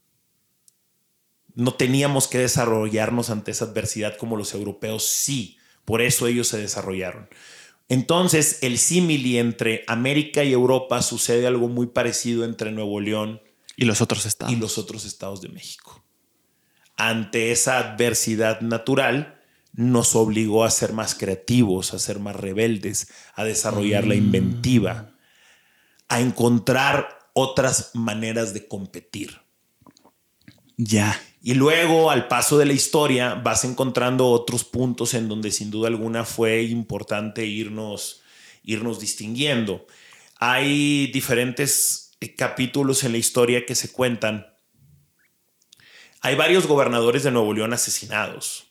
No teníamos que desarrollarnos ante esa adversidad como los europeos, sí, por eso ellos se desarrollaron. Entonces, el símil entre América y Europa sucede algo muy parecido entre Nuevo León y los otros estados de México. Ante esa adversidad natural, nos obligó a ser más creativos, a ser más rebeldes, a desarrollar la inventiva, a encontrar otras maneras de competir. Ya. Y luego, al paso de la historia, vas encontrando otros puntos en donde sin duda alguna fue importante irnos distinguiendo. Hay diferentes capítulos en la historia que se cuentan. Hay varios gobernadores de Nuevo León asesinados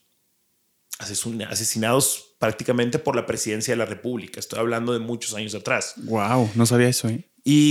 prácticamente por la presidencia de la República. Estoy hablando de muchos años atrás. Wow, no sabía eso, ¿eh?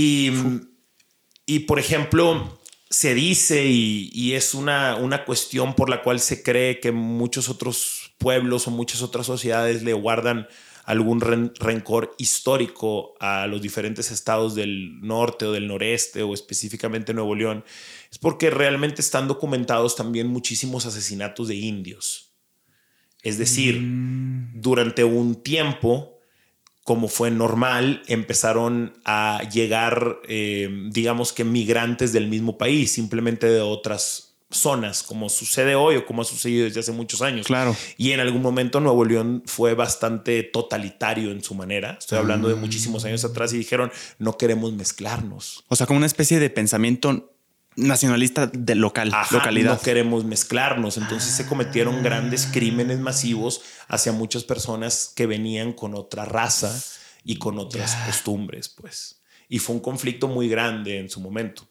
Y por ejemplo, se dice y es una cuestión por la cual se cree que muchos otros pueblos o muchas otras sociedades le guardan algún rencor histórico a los diferentes estados del norte o del noreste o específicamente Nuevo León. Es porque realmente están documentados también muchísimos asesinatos de indios. Es decir, durante un tiempo, como fue normal, empezaron a llegar, digamos que migrantes del mismo país, simplemente de otras zonas, como sucede hoy o como ha sucedido desde hace muchos años. Claro. Y en algún momento Nuevo León fue bastante totalitario en su manera. Estoy hablando de muchísimos años atrás y dijeron, no queremos mezclarnos. O sea, como una especie de pensamiento nacionalista de localidad. No queremos mezclarnos. Entonces se cometieron grandes crímenes masivos hacia muchas personas que venían con otra raza y con otras costumbres, pues. Y fue un conflicto muy grande en su momento.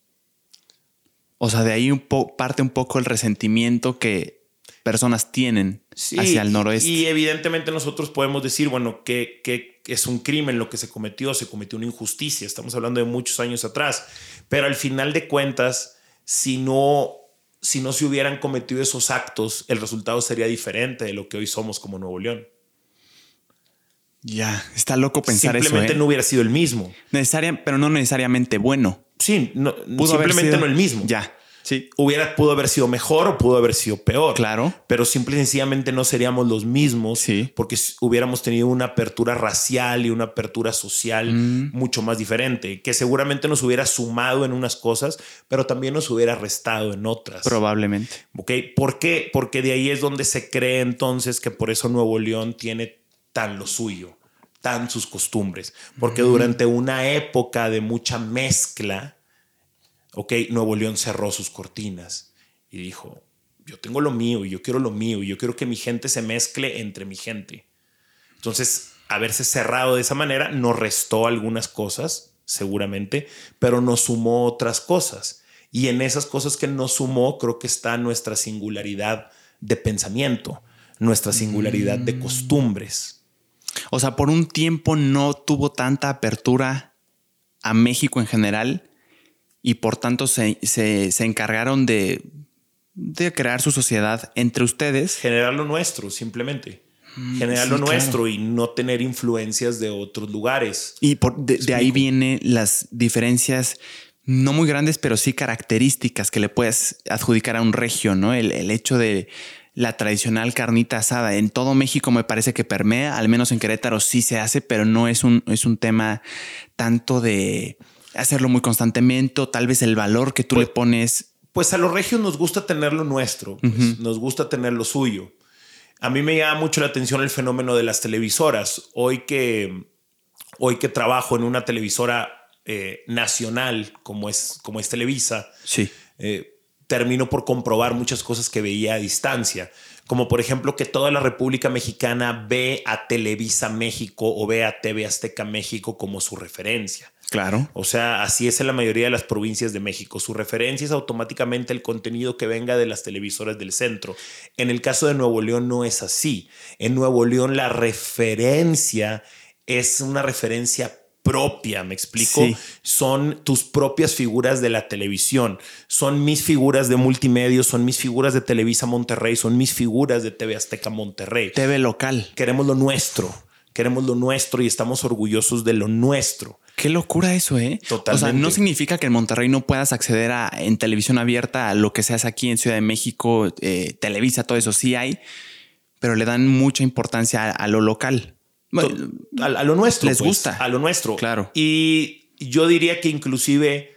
O sea, de ahí parte un poco el resentimiento que personas tienen hacia el noroeste. Y evidentemente nosotros podemos decir, bueno, que es un crimen lo que se cometió una injusticia. Estamos hablando de muchos años atrás. Pero al final de cuentas, si no se hubieran cometido esos actos, el resultado sería diferente de lo que hoy somos como Nuevo León. Ya, está loco pensar eso. Simplemente no hubiera sido el mismo. Pero no necesariamente bueno. Sí, simplemente no el mismo. Ya. Sí. Pudo haber sido mejor o pudo haber sido peor. Claro. Pero simple y sencillamente no seríamos los mismos. Sí. Porque hubiéramos tenido una apertura racial y una apertura social mucho más diferente, que seguramente nos hubiera sumado en unas cosas, pero también nos hubiera restado en otras. Probablemente. ¿Ok? ¿Por qué? Porque de ahí es donde se cree entonces que por eso Nuevo León tiene tan lo suyo, tan sus costumbres. Porque durante una época de mucha mezcla, Nuevo León cerró sus cortinas y dijo, yo tengo lo mío y yo quiero lo mío y yo quiero que mi gente se mezcle entre mi gente. Entonces, haberse cerrado de esa manera nos restó algunas cosas, seguramente, pero nos sumó otras cosas. Y en esas cosas que nos sumó, creo que está nuestra singularidad de pensamiento, nuestra singularidad de costumbres. O sea, por un tiempo no tuvo tanta apertura a México en general. Y por tanto se encargaron de crear su sociedad entre ustedes. Generar lo nuestro, simplemente. Generar lo nuestro y no tener influencias de otros lugares. Y de ahí vienen las diferencias no muy grandes, pero sí características que le puedes adjudicar a un regio, ¿no? El hecho de la tradicional carnita asada. En todo México me parece que permea, al menos en Querétaro sí se hace, pero no es un tema tanto de hacerlo muy constantemente, o tal vez el valor que tú le pones. Pues a los regios nos gusta tener lo nuestro, pues, nos gusta tener lo suyo. A mí me llama mucho la atención el fenómeno de las televisoras. Hoy que trabajo en una televisora nacional como es Televisa, sí. Termino por comprobar muchas cosas que veía a distancia. Como por ejemplo que toda la República Mexicana ve a Televisa México o ve a TV Azteca México como su referencia. Claro. O sea, así es en la mayoría de las provincias de México. Su referencia es automáticamente el contenido que venga de las televisoras del centro. En el caso de Nuevo León no es así. En Nuevo León la referencia es una referencia propia, ¿me explico? Sí. Son tus propias figuras de la televisión, son mis figuras de multimedios, son mis figuras de Televisa Monterrey, son mis figuras de TV Azteca Monterrey. TV local. Queremos lo nuestro y estamos orgullosos de lo nuestro. Qué locura eso, ¿eh? Totalmente. O sea, no significa que en Monterrey no puedas acceder en televisión abierta a lo que se hace aquí en Ciudad de México, Televisa, todo eso sí hay, pero le dan mucha importancia a lo local. Bueno, a lo nuestro. Les gusta. A lo nuestro. Claro. Y yo diría que inclusive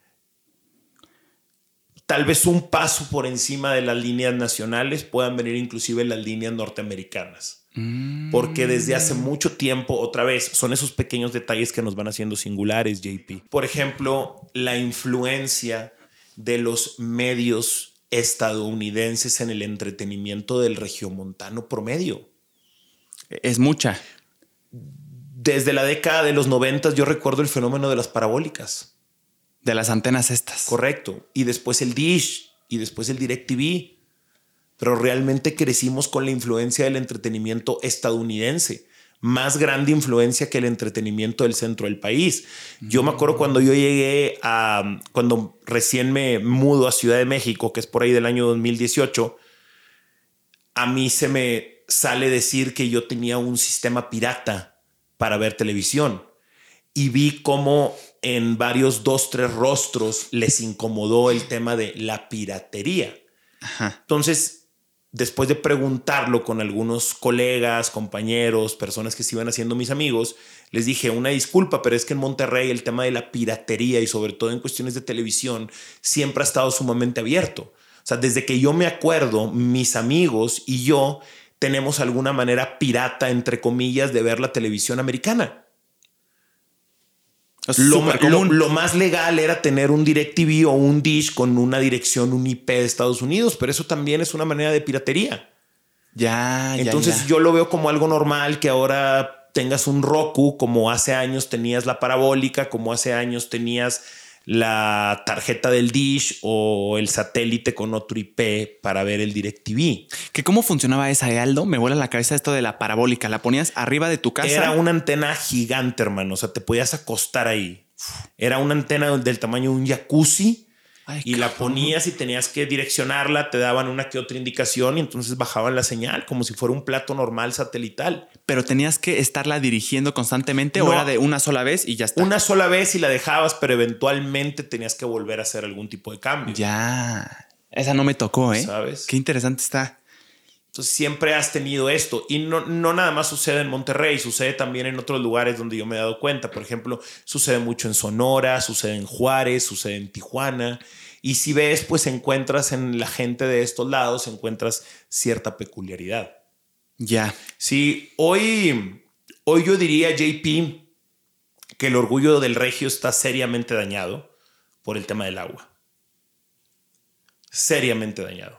tal vez un paso por encima de las líneas nacionales puedan venir inclusive las líneas norteamericanas. Porque desde hace mucho tiempo, otra vez, son esos pequeños detalles que nos van haciendo singulares, JP. Por ejemplo, la influencia de los medios estadounidenses en el entretenimiento del regiomontano promedio. Es mucha. Desde la década de los 90 yo recuerdo el fenómeno de las parabólicas. De las antenas estas. Correcto. Y después el Dish y después el DirecTV. Pero realmente crecimos con la influencia del entretenimiento estadounidense. Más grande influencia que el entretenimiento del centro del país. Yo me acuerdo cuando yo llegué cuando recién me mudo a Ciudad de México, que es por ahí del año 2018, a mí se me sale decir que yo tenía un sistema pirata para ver televisión y vi cómo en varios 2-3 rostros les incomodó el tema de la piratería. Ajá. Entonces, después de preguntarlo con algunos colegas, compañeros, personas que se iban haciendo mis amigos, les dije una disculpa, pero es que en Monterrey el tema de la piratería y sobre todo en cuestiones de televisión siempre ha estado sumamente abierto. O sea, desde que yo me acuerdo, mis amigos y yo tenemos alguna manera pirata, entre comillas, de ver la televisión americana. Lo más legal era tener un DirecTV o un Dish con una dirección, un IP de Estados Unidos, pero eso también es una manera de piratería. Entonces yo lo veo como algo normal que ahora tengas un Roku, como hace años tenías la parabólica, como hace años tenías la tarjeta del Dish o el satélite con otro IP para ver el DirecTV. ¿Que cómo funcionaba esa, Aldo? Me vuela la cabeza esto de la parabólica. ¿La ponías arriba de tu casa? Era una antena gigante, hermano. O sea, te podías acostar ahí. Era una antena del tamaño de un jacuzzi. Ay, y la ponías y tenías que direccionarla, te daban una que otra indicación y entonces bajaban la señal como si fuera un plato normal satelital. ¿Pero tenías que estarla dirigiendo constantemente o era de una sola vez y ya está? Una sola vez y la dejabas, pero eventualmente tenías que volver a hacer algún tipo de cambio. Ya. Esa no me tocó, ¿eh? ¿Sabes? Qué interesante está. Entonces siempre has tenido esto y no nada más sucede en Monterrey, sucede también en otros lugares donde yo me he dado cuenta. Por ejemplo, sucede mucho en Sonora, sucede en Juárez, sucede en Tijuana. Y si ves, pues encuentras en la gente de estos lados, encuentras cierta peculiaridad. Ya. Sí, hoy yo diría, JP, que el orgullo del regio está seriamente dañado por el tema del agua. Seriamente dañado.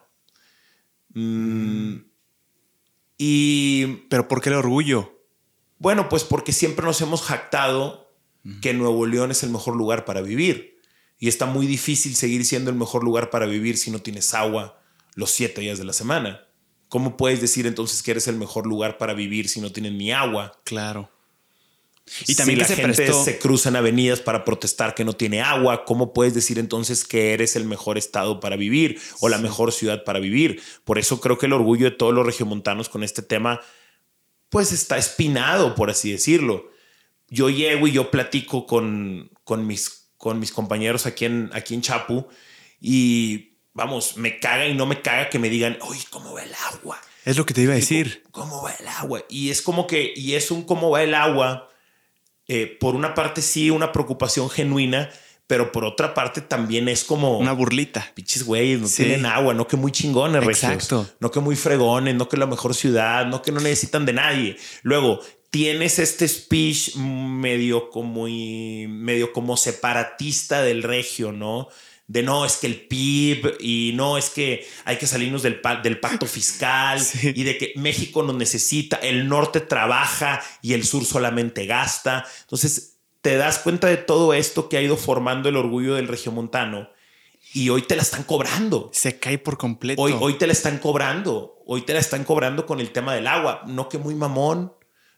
¿Pero por qué el orgullo? Bueno, pues porque siempre nos hemos jactado que Nuevo León es el mejor lugar para vivir. Y está muy difícil seguir siendo el mejor lugar para vivir si no tienes agua los 7 días de la semana. ¿Cómo puedes decir entonces que eres el mejor lugar para vivir si no tienes ni agua? Claro. Y también si la gente se cruza en avenidas para protestar que no tiene agua, ¿cómo puedes decir entonces que eres el mejor estado para vivir o la mejor ciudad para vivir? Por eso creo que el orgullo de todos los regiomontanos con este tema pues está espinado, por así decirlo. Yo llego y yo platico con mis compañeros aquí en Chapu y vamos, me caga y no me caga que me digan, oye, ¿cómo va el agua? Es lo que te iba a decir. ¿Cómo va el agua? Y es como que, y es un cómo va el agua. Por una parte sí, una preocupación genuina, pero por otra parte también es como una burlita. Pinches güeyes, no tienen agua, no que muy chingones, exacto, regios, no que muy fregones, no que la mejor ciudad, no que no necesitan de nadie. Luego tienes este speech medio como separatista del regio, ¿no? De no, es que el PIB y no, es que hay que salirnos del pacto fiscal sí. Y de que México nos necesita, el norte trabaja y el sur solamente gasta. Entonces te das cuenta de todo esto que ha ido formando el orgullo del regiomontano y hoy te la están cobrando. Se cae por completo. Hoy te la están cobrando. Hoy te la están cobrando con el tema del agua. No que muy mamón,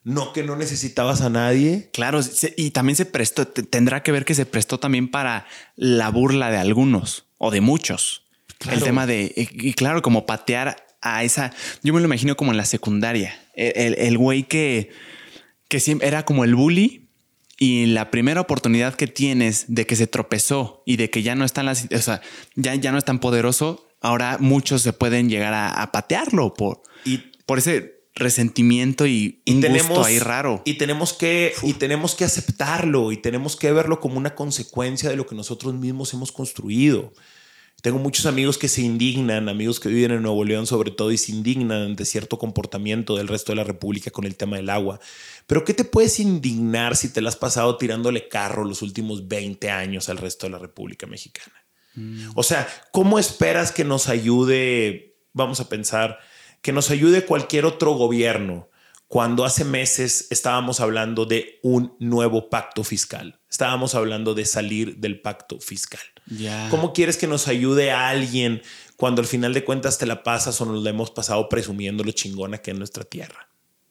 no que no necesitabas a nadie. Claro, y también se prestó, tendrá que ver que se prestó también para la burla de algunos o de muchos. Claro. El tema de, y claro, como patear a esa, yo me lo imagino como en la secundaria, el güey que siempre era como el bully. Y la primera oportunidad que tienes de que se tropezó y de que ya no están o sea, ya no es tan poderoso, ahora muchos se pueden llegar a patearlo por ese resentimiento y un gusto ahí raro. Y tenemos que aceptarlo y tenemos que verlo como una consecuencia de lo que nosotros mismos hemos construido. Tengo muchos amigos que se indignan, amigos que viven en Nuevo León sobre todo, y se indignan ante cierto comportamiento del resto de la República con el tema del agua. Pero ¿qué te puedes indignar si te la has pasado tirándole carro los últimos 20 años al resto de la República Mexicana? O sea, ¿cómo esperas que nos ayude, vamos a pensar, que nos ayude cualquier otro gobierno cuando hace meses estábamos hablando de un nuevo pacto fiscal? Estábamos hablando de salir del pacto fiscal. Yeah. ¿Cómo quieres que nos ayude a alguien cuando al final de cuentas te la pasas o nos la hemos pasado presumiendo lo chingona que es nuestra tierra?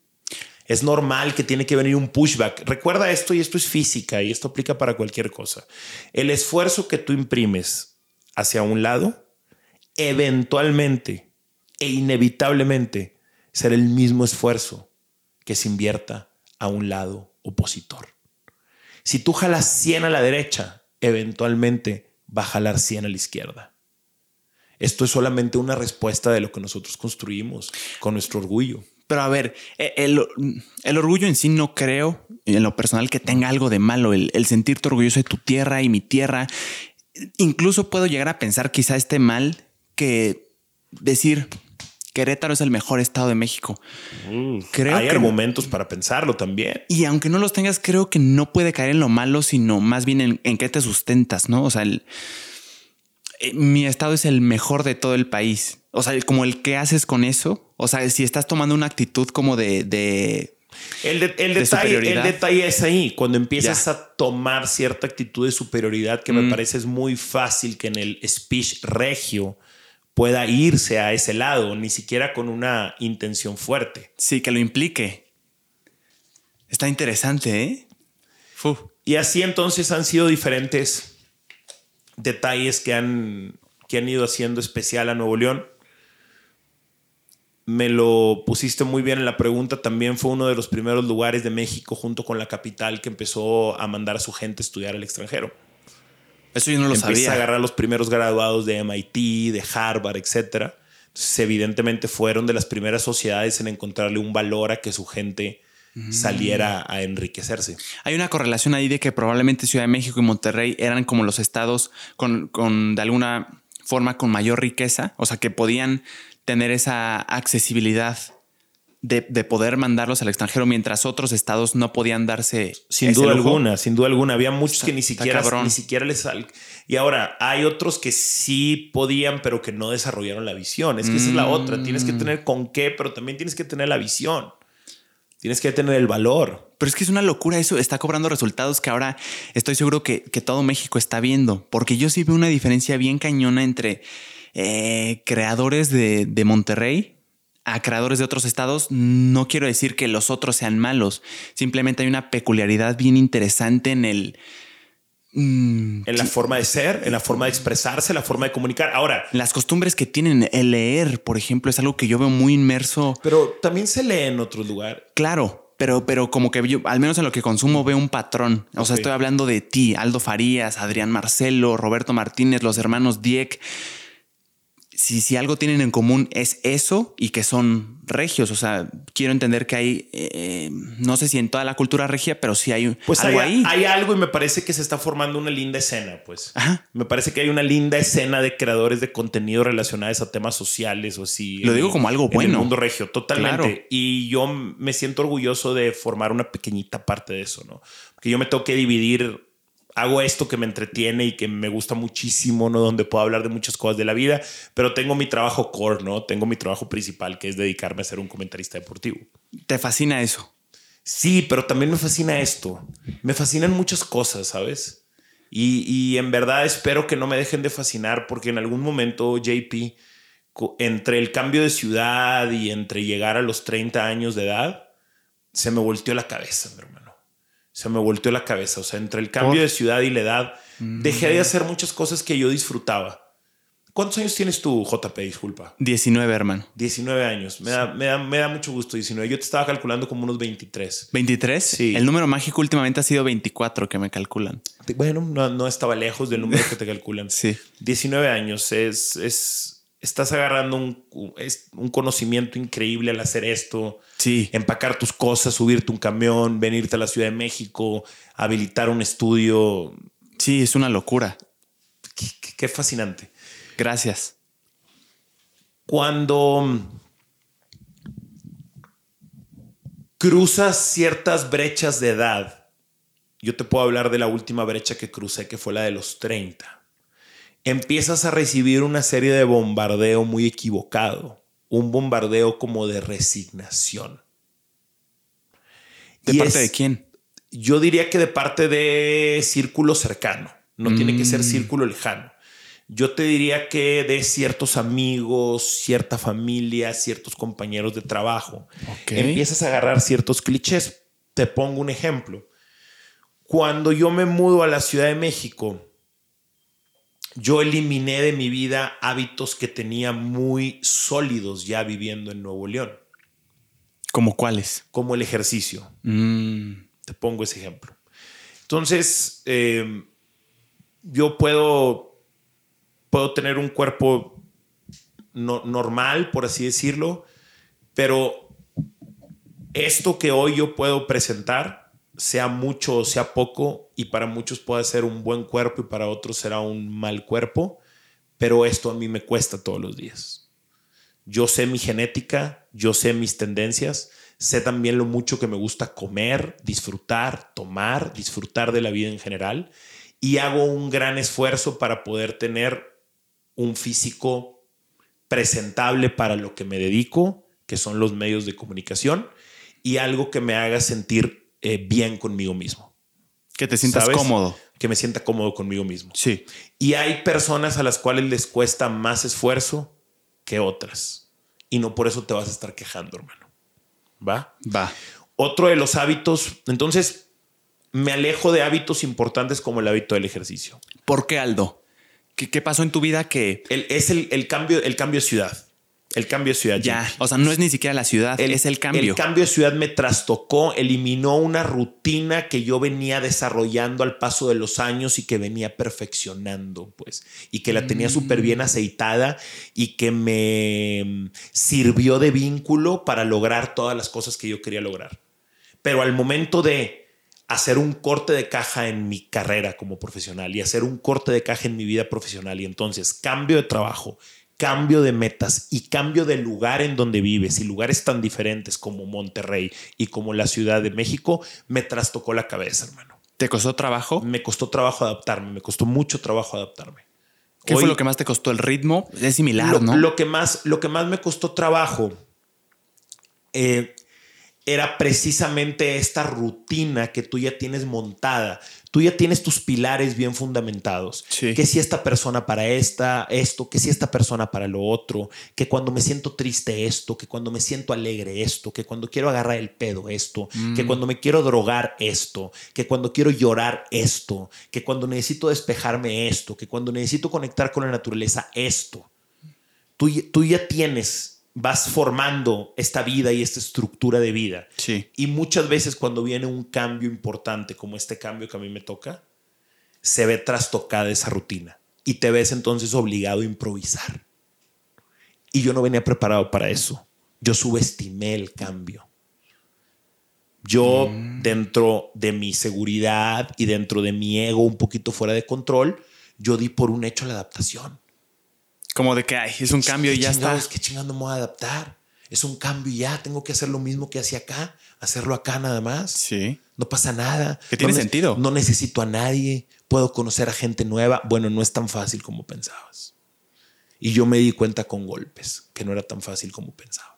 Es normal que tiene que venir un pushback. Recuerda esto, y esto es física y esto aplica para cualquier cosa. El esfuerzo que tú imprimes hacia un lado, eventualmente e inevitablemente será el mismo esfuerzo que se invierta a un lado opositor. Si tú jalas 100 a la derecha, eventualmente va a jalar 100 a la izquierda. Esto es solamente una respuesta de lo que nosotros construimos con nuestro orgullo. Pero a ver, el orgullo en sí no creo, en lo personal, que tenga algo de malo. El sentirte orgulloso de tu tierra y mi tierra. Incluso puedo llegar a pensar quizá esté mal que decir Querétaro es el mejor estado de México. Hay argumentos para pensarlo también. Y aunque no los tengas, creo que no puede caer en lo malo, sino más bien en qué te sustentas, ¿no? O sea, mi estado es el mejor de todo el país. O sea, como el qué haces con eso. O sea, si estás tomando una actitud como el detalle es ahí. Cuando empiezas a tomar cierta actitud de superioridad, que me parece es muy fácil que en el speech regio pueda irse a ese lado, ni siquiera con una intención fuerte. Sí, que lo implique. Está interesante, ¿eh? Y así entonces han sido diferentes detalles que han ido haciendo especial a Nuevo León. Me lo pusiste muy bien en la pregunta. También fue uno de los primeros lugares de México, junto con la capital, que empezó a mandar a su gente a estudiar al extranjero. Eso yo no lo sabía. Empieza a agarrar los primeros graduados de MIT, de Harvard, etc. Entonces, evidentemente fueron de las primeras sociedades en encontrarle un valor a que su gente saliera a enriquecerse. Hay una correlación ahí de que probablemente Ciudad de México y Monterrey eran como los estados con de alguna forma con mayor riqueza, o sea, que podían tener esa accesibilidad de poder mandarlos al extranjero, mientras otros estados no podían darse sin duda alguna. Había muchos que ni siquiera les sal. Y ahora hay otros que sí podían, pero que no desarrollaron la visión. Es que esa es la otra. Tienes que tener con qué, pero también tienes que tener la visión. Tienes que tener el valor. Pero es que es una locura eso. Está cobrando resultados que ahora estoy seguro que todo México está viendo. Porque yo sí veo una diferencia bien cañona entre creadores de Monterrey a creadores de otros estados. No quiero decir que los otros sean malos. Simplemente hay una peculiaridad bien interesante en la forma de ser, en la forma de expresarse, la forma de comunicar. Ahora, las costumbres que tienen, el leer, por ejemplo, es algo que yo veo muy inmerso. Pero también se lee en otros lugares. Claro, pero como que yo, al menos en lo que consumo, veo un patrón. O sea, estoy hablando de ti, Aldo Farías, Adrián Marcelo, Roberto Martínez, los hermanos Dieck. Si algo tienen en común es eso y que son regios. O sea, quiero entender que hay, no sé si en toda la cultura regia, pero sí hay algo ahí. Hay algo, y me parece que se está formando una linda escena, pues. Ajá. Me parece que hay una linda escena de creadores de contenido relacionados a temas sociales o así. Lo digo como algo bueno. En el mundo regio, totalmente. Claro. Y yo me siento orgulloso de formar una pequeñita parte de eso, ¿no? Porque yo me tengo que dividir. Hago esto que me entretiene y que me gusta muchísimo, ¿no? Donde puedo hablar de muchas cosas de la vida, pero tengo mi trabajo core, ¿no? Tengo mi trabajo principal, que es dedicarme a ser un comentarista deportivo. ¿Te fascina eso? Sí, pero también me fascina esto. Me fascinan muchas cosas, ¿sabes? Y en verdad espero que no me dejen de fascinar, porque en algún momento, JP, entre el cambio de ciudad y entre llegar a los 30 años de edad, se me volteó la cabeza, mi hermano. Se me volteó la cabeza. O sea, entre el cambio de ciudad y la edad, dejé de hacer muchas cosas que yo disfrutaba. ¿Cuántos años tienes tú, JP? Disculpa. 19, hermano. 19 años. Me da mucho gusto 19. Yo te estaba calculando como unos 23. ¿23? Sí. El número mágico últimamente ha sido 24 que me calculan. Bueno, no estaba lejos del número que te calculan. Sí. 19 años. Estás agarrando un conocimiento increíble al hacer esto. Sí. Empacar tus cosas, subirte un camión, venirte a la Ciudad de México, habilitar un estudio. Sí, es una locura. Qué fascinante. Gracias. Cuando cruzas ciertas brechas de edad, yo te puedo hablar de la última brecha que crucé, que fue la de los 30. Empiezas a recibir una serie de bombardeo muy equivocado. Un bombardeo como de resignación. ¿De parte de quién? Yo diría que de parte de círculo cercano. No tiene que ser círculo lejano. Yo te diría que de ciertos amigos, cierta familia, ciertos compañeros de trabajo. Okay. Empiezas a agarrar ciertos clichés. Te pongo un ejemplo. Cuando yo me mudo a la Ciudad de México, yo eliminé de mi vida hábitos que tenía muy sólidos ya viviendo en Nuevo León. ¿Cómo cuáles? Como el ejercicio. Te pongo ese ejemplo. Entonces, yo puedo tener un cuerpo normal, por así decirlo, pero esto que hoy yo puedo presentar, sea mucho o sea poco, y para muchos puede ser un buen cuerpo y para otros será un mal cuerpo, pero esto a mí me cuesta todos los días. Yo sé mi genética, yo sé mis tendencias, sé también lo mucho que me gusta comer, disfrutar, tomar, disfrutar de la vida en general, y hago un gran esfuerzo para poder tener un físico presentable para lo que me dedico, que son los medios de comunicación, y algo que me haga sentir bien conmigo mismo. Que te sientas cómodo. Que me sienta cómodo conmigo mismo. Sí. Y hay personas a las cuales les cuesta más esfuerzo que otras. Y no por eso te vas a estar quejando, hermano. ¿Va? Va. Otro de los hábitos, entonces me alejo de hábitos importantes como el hábito del ejercicio. ¿Por qué, Aldo? ¿Qué pasó en tu vida que...? Es el cambio de ciudad. El cambio de ciudad. Ya, o sea, no es ni siquiera la ciudad, es el cambio. El cambio de ciudad me trastocó, eliminó una rutina que yo venía desarrollando al paso de los años y que venía perfeccionando, pues, y que la tenía súper bien aceitada y que me sirvió de vínculo para lograr todas las cosas que yo quería lograr. Pero al momento de hacer un corte de caja en mi carrera como profesional y hacer un corte de caja en mi vida profesional, y entonces cambio de trabajo, cambio de metas y cambio de lugar en donde vives, y lugares tan diferentes como Monterrey y como la Ciudad de México, me trastocó la cabeza, hermano. ¿Te costó trabajo? Me costó trabajo adaptarme, me costó mucho trabajo adaptarme. ¿Qué fue lo que más te costó? ¿El ritmo? Es similar, ¿no? Lo que más me costó trabajo era precisamente esta rutina que tú ya tienes montada. Tú ya tienes tus pilares bien fundamentados. Sí. Que si esta persona para esto, que si esta persona para lo otro, que cuando me siento triste esto, que cuando me siento alegre esto, que cuando quiero agarrar el pedo esto, que cuando me quiero drogar esto, que cuando quiero llorar esto, que cuando necesito despejarme esto, que cuando necesito conectar con la naturaleza esto. Tú ya tienes... Vas formando esta vida y esta estructura de vida. Sí. Y muchas veces cuando viene un cambio importante como este cambio que a mí me toca, se ve trastocada esa rutina y te ves entonces obligado a improvisar. Y yo no venía preparado para eso. Yo subestimé el cambio. Yo, dentro de mi seguridad y dentro de mi ego un poquito fuera de control, yo di por un hecho la adaptación. Como de que es un cambio y ya está. ¿Qué chingados me voy a adaptar? Es un cambio y ya tengo que hacer lo mismo que hacía acá, hacerlo acá nada más. Sí. No pasa nada. Que tiene sentido. No necesito a nadie. Puedo conocer a gente nueva. Bueno, no es tan fácil como pensabas. Y yo me di cuenta con golpes que no era tan fácil como pensaba.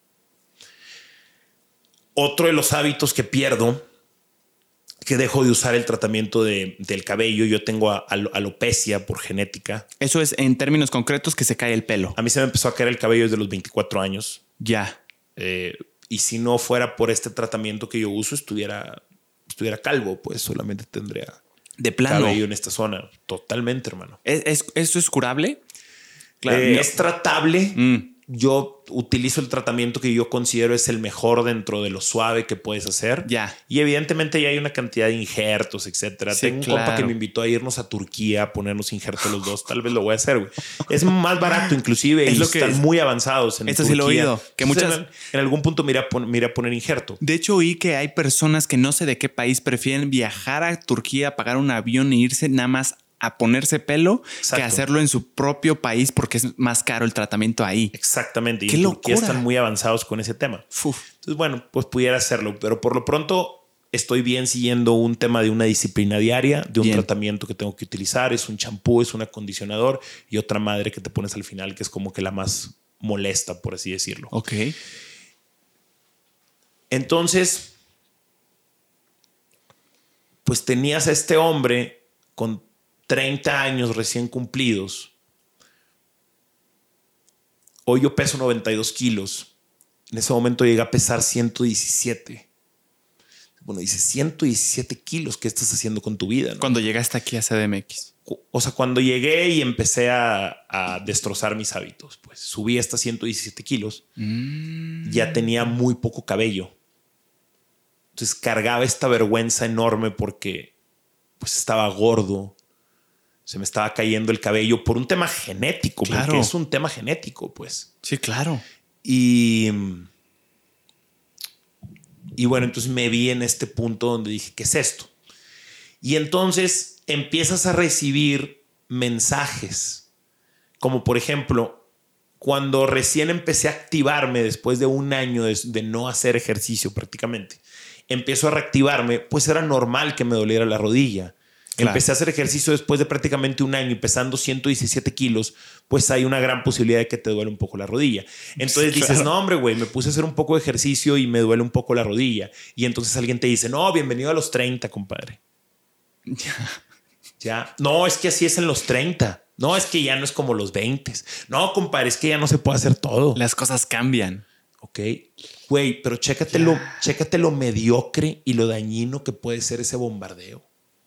Otro de los hábitos que pierdo, que dejo de usar el tratamiento del cabello. Yo tengo alopecia por genética. Eso es en términos concretos que se cae el pelo. A mí se me empezó a caer el cabello desde los 24 años. Ya. Y si no fuera por este tratamiento que yo uso, estuviera calvo, pues solamente tendría de plano cabello en esta zona. Totalmente, hermano. ¿Eso es curable? Claro, es tratable. Yo utilizo el tratamiento que yo considero es el mejor dentro de lo suave que puedes hacer. Ya. Y evidentemente ya hay una cantidad de injertos, etcétera. Sí, Tengo un compa que me invitó a irnos a Turquía a ponernos injertos los dos. Tal vez lo voy a hacer, güey. Es más barato inclusive y están muy avanzados en Esto Turquía. Sí lo he oído. Que entonces, en algún punto me iré a poner injerto. De hecho, oí que hay personas que no sé de qué país prefieren viajar a Turquía, pagar un avión e irse nada más a ponerse pelo. Exacto. Que hacerlo en su propio país porque es más caro el tratamiento ahí. Exactamente. Y en Turquía están muy avanzados con ese tema. Uf. Entonces, bueno, pues pudiera hacerlo. Pero por lo pronto estoy bien siguiendo un tema de una disciplina diaria, de un tratamiento que tengo que utilizar. Es un champú, es un acondicionador y otra madre que te pones al final, que es como que la más molesta, por así decirlo. Ok. Entonces, pues tenías a este hombre con 30 años recién cumplidos. Hoy yo peso 92 kilos. En ese momento llegué a pesar 117. Bueno, dice 117 kilos. ¿Qué estás haciendo con tu vida? ¿No? Cuando llegaste aquí a CDMX. O sea, cuando llegué y empecé a destrozar mis hábitos, pues subí hasta 117 kilos. Ya tenía muy poco cabello. Entonces cargaba esta vergüenza enorme porque pues estaba gordo. Se me estaba cayendo el cabello por un tema genético, claro. Porque es un tema genético, pues. Sí, claro. Y bueno, entonces me vi en este punto donde dije, ¿qué es esto? Y entonces empiezas a recibir mensajes, como por ejemplo, cuando recién empecé a activarme después de un año de no hacer ejercicio prácticamente, empiezo a reactivarme, pues era normal que me doliera la rodilla. Claro. Empecé a hacer ejercicio después de prácticamente un año y pesando 117 kilos, pues hay una gran posibilidad de que te duele un poco la rodilla. Entonces dices, no, hombre, güey, me puse a hacer un poco de ejercicio y me duele un poco la rodilla. Y entonces alguien te dice, no, bienvenido a los 30, compadre. Ya. No, es que así es en los 30. No, es que ya no es como los 20. No, compadre, es que ya no se puede hacer todo. Las cosas cambian. Ok. Güey, pero chécate lo mediocre y lo dañino que puede ser ese bombardeo.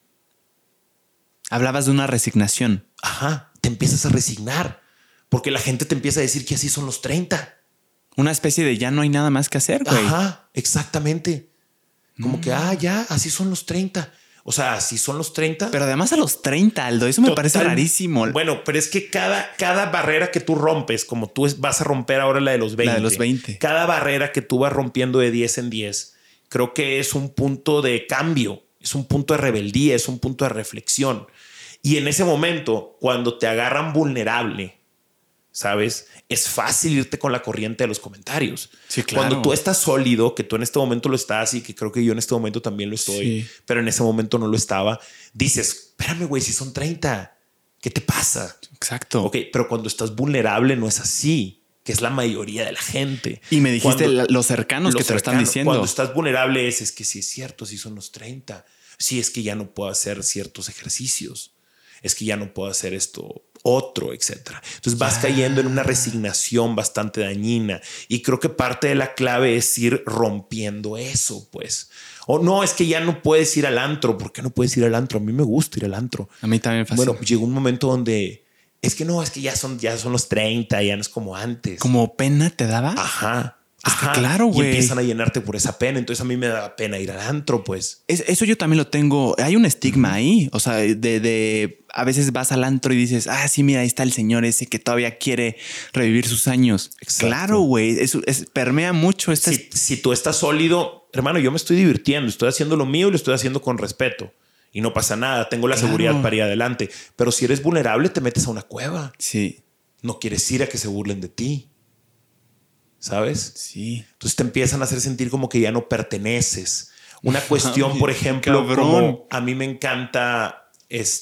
Hablabas de una resignación. Ajá, te empiezas a resignar porque la gente te empieza a decir que así son los 30. Una especie de ya no hay nada más que hacer, güey. Ajá, exactamente. Como que, ya, así son los 30. O sea, así son los 30. Pero además a los 30, Aldo, eso me parece rarísimo. Bueno, pero es que cada barrera que tú rompes, como tú vas a romper ahora la de los 20. La de los 20. Cada barrera que tú vas rompiendo de 10 en 10, creo que es un punto de cambio, es un punto de rebeldía, es un punto de reflexión. Y en ese momento, cuando te agarran vulnerable, ¿sabes? Es fácil irte con la corriente de los comentarios. Sí, claro. Cuando tú estás sólido, que tú en este momento lo estás y que creo que yo en este momento también lo estoy, sí. Pero en ese momento no lo estaba, dices, espérame, güey, si son 30, ¿qué te pasa? Exacto. Ok, pero cuando estás vulnerable no es así, que es la mayoría de la gente. Y me dijiste los cercanos que te lo están diciendo. Cuando estás vulnerable es que sí es cierto, sí son los 30. Sí, es que ya no puedo hacer ciertos ejercicios. Es que ya no puedo hacer esto otro, etcétera. Entonces vas cayendo en una resignación bastante dañina y creo que parte de la clave es ir rompiendo eso, pues. O no, es que ya no puedes ir al antro. ¿Por qué no puedes ir al antro? A mí me gusta ir al antro. A mí también me fascina. Bueno, llegó un momento donde es que no, es que ya son los 30, ya no es como antes. ¿Como pena te daba? Ajá. Es que claro, güey. Y empiezan a llenarte por esa pena. Entonces a mí me da pena ir al antro, pues. Eso yo también lo tengo. Hay un estigma ahí. O sea, a veces vas al antro y dices, sí, mira, ahí está el señor ese que todavía quiere revivir sus años. Exacto. Claro, güey. Permea mucho. Si tú estás sólido, hermano, yo me estoy divirtiendo. Estoy haciendo lo mío y lo estoy haciendo con respeto. Y no pasa nada. Tengo la seguridad para ir adelante. Pero si eres vulnerable, te metes a una cueva. Sí. No quieres ir a que se burlen de ti. ¿Sabes? Sí. Entonces te empiezan a hacer sentir como que ya no perteneces. Una cuestión, por ejemplo, como a mí me encanta,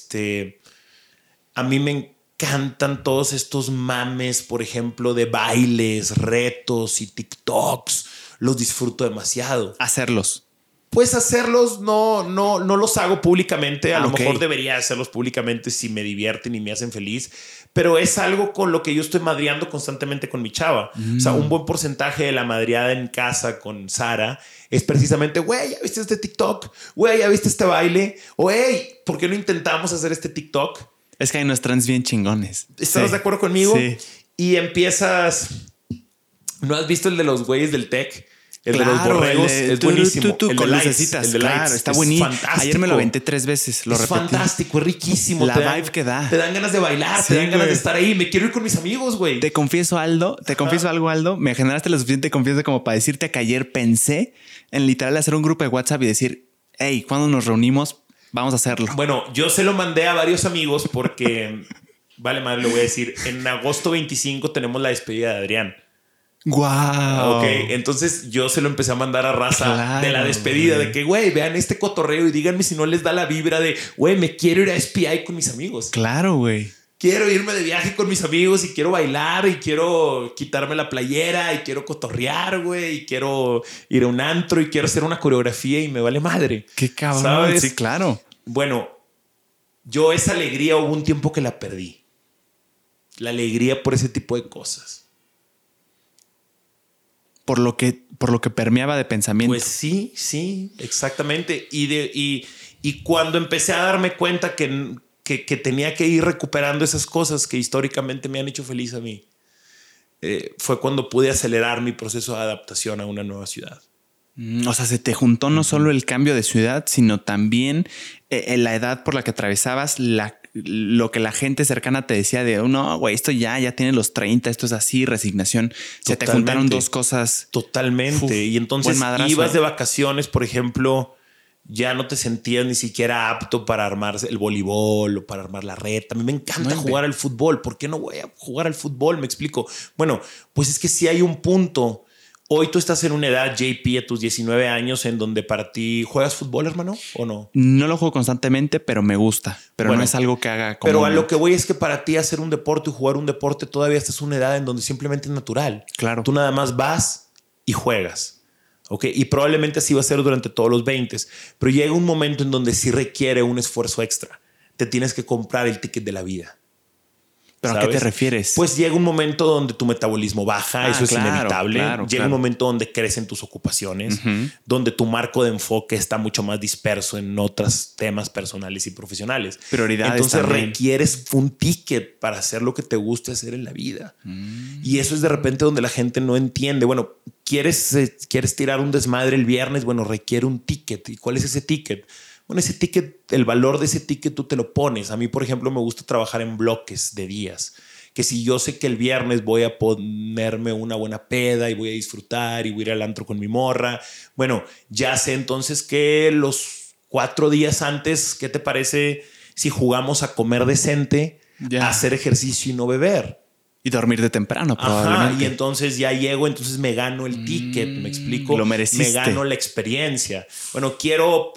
a mí me encantan todos estos mames, por ejemplo, de bailes, retos y TikToks. Los disfruto demasiado. Hacerlos. Pues hacerlos no los hago públicamente. A lo ok. mejor debería hacerlos públicamente si me divierten y me hacen feliz. Pero es algo con lo que yo estoy madreando constantemente con mi chava. O sea, un buen porcentaje de la madreada en casa con Sara es precisamente, güey, ¿ya viste este TikTok? Güey, ¿ya viste este baile? O, hey, ¿por qué no intentamos hacer este TikTok? Es que hay unos trends bien chingones. ¿Estás de acuerdo conmigo? Sí. Y empiezas... ¿No has visto el de los güeyes del tech? El claro, de los borregos es buenísimo. El con de lucecitas. El de claro, lights. está buenísimo. Fantástico. Ayer me lo aventé 3 veces. Lo repetí. Fantástico, es riquísimo. La vibe que da. Te dan ganas de bailar, sí, te dan ganas güey. de estar ahí. Me quiero ir con mis amigos, güey. Te confieso algo, Aldo. Me generaste lo suficiente confianza como para decirte que ayer pensé en literal hacer un grupo de WhatsApp y decir, hey, cuando nos reunimos, vamos a hacerlo. Bueno, yo se lo mandé a varios amigos porque, vale madre, lo voy a decir. En agosto 25 tenemos la despedida de Adrián. Wow. Ok, entonces yo se lo empecé a mandar a raza claro, de la despedida, güey. de que, güey, vean este cotorreo y díganme si no les da la vibra de, güey, me quiero ir a SPI con mis amigos. Claro, güey. Quiero irme de viaje con mis amigos y quiero bailar y quiero quitarme la playera y quiero cotorrear, güey, y quiero ir a un antro y quiero hacer una coreografía y me vale madre. Qué cabrón. ¿Sabes? Sí, claro. Bueno, yo esa alegría hubo un tiempo que la perdí. La alegría por ese tipo de cosas. Por lo que permeaba de pensamiento. Pues sí, exactamente. Y cuando empecé a darme cuenta que tenía que ir recuperando esas cosas que históricamente me han hecho feliz a mí, fue cuando pude acelerar mi proceso de adaptación a una nueva ciudad. O sea, se te juntó no solo el cambio de ciudad, sino también la edad por la que atravesabas, lo que la gente cercana te decía de, no, güey, esto ya tiene los 30, esto es así, resignación. Se te juntaron 2 cosas. Totalmente. Uf, y entonces madrazo, ibas de vacaciones, por ejemplo, ya no te sentías ni siquiera apto para armar el voleibol o para armar la reta. A mí me encanta jugar al fútbol. ¿Por qué no voy a jugar al fútbol? Me explico. Bueno, pues es que sí hay un punto. Hoy tú estás en una edad, JP, a tus 19 años, en donde para ti juegas fútbol, hermano, ¿o no? No lo juego constantemente, pero me gusta. Pero bueno, no es algo que haga como... Pero a lo que voy es que para ti hacer un deporte y jugar un deporte todavía estás en una edad en donde simplemente es natural. Claro. Tú nada más vas y juegas. ¿Ok? Y probablemente así va a ser durante todos los 20. Pero llega un momento en donde sí requiere un esfuerzo extra. Te tienes que comprar el ticket de la vida. ¿Pero ¿sabes? a qué te refieres? Pues llega un momento donde tu metabolismo baja, eso es inevitable. Llega un momento donde crecen tus ocupaciones, donde tu marco de enfoque está mucho más disperso en otros temas personales y profesionales. Prioridades. Entonces también. requieres un ticket para hacer lo que te guste hacer en la vida. Y eso es de repente donde la gente no entiende. Bueno, ¿quieres tirar un desmadre el viernes? Bueno, requiere un ticket. ¿Y cuál es ese ticket? Bueno, ese ticket, el valor de ese ticket tú te lo pones. A mí, por ejemplo, me gusta trabajar en bloques de días. Que si yo sé que el viernes voy a ponerme una buena peda y voy a disfrutar y voy a ir al antro con mi morra, bueno, ya sé entonces que los 4 días antes, ¿qué te parece si jugamos a comer decente, a hacer ejercicio y no beber? Y dormir de temprano, probablemente. Ajá, y entonces ya llego, entonces me gano el ticket, ¿me explico? Lo mereciste. Me gano la experiencia. Bueno, quiero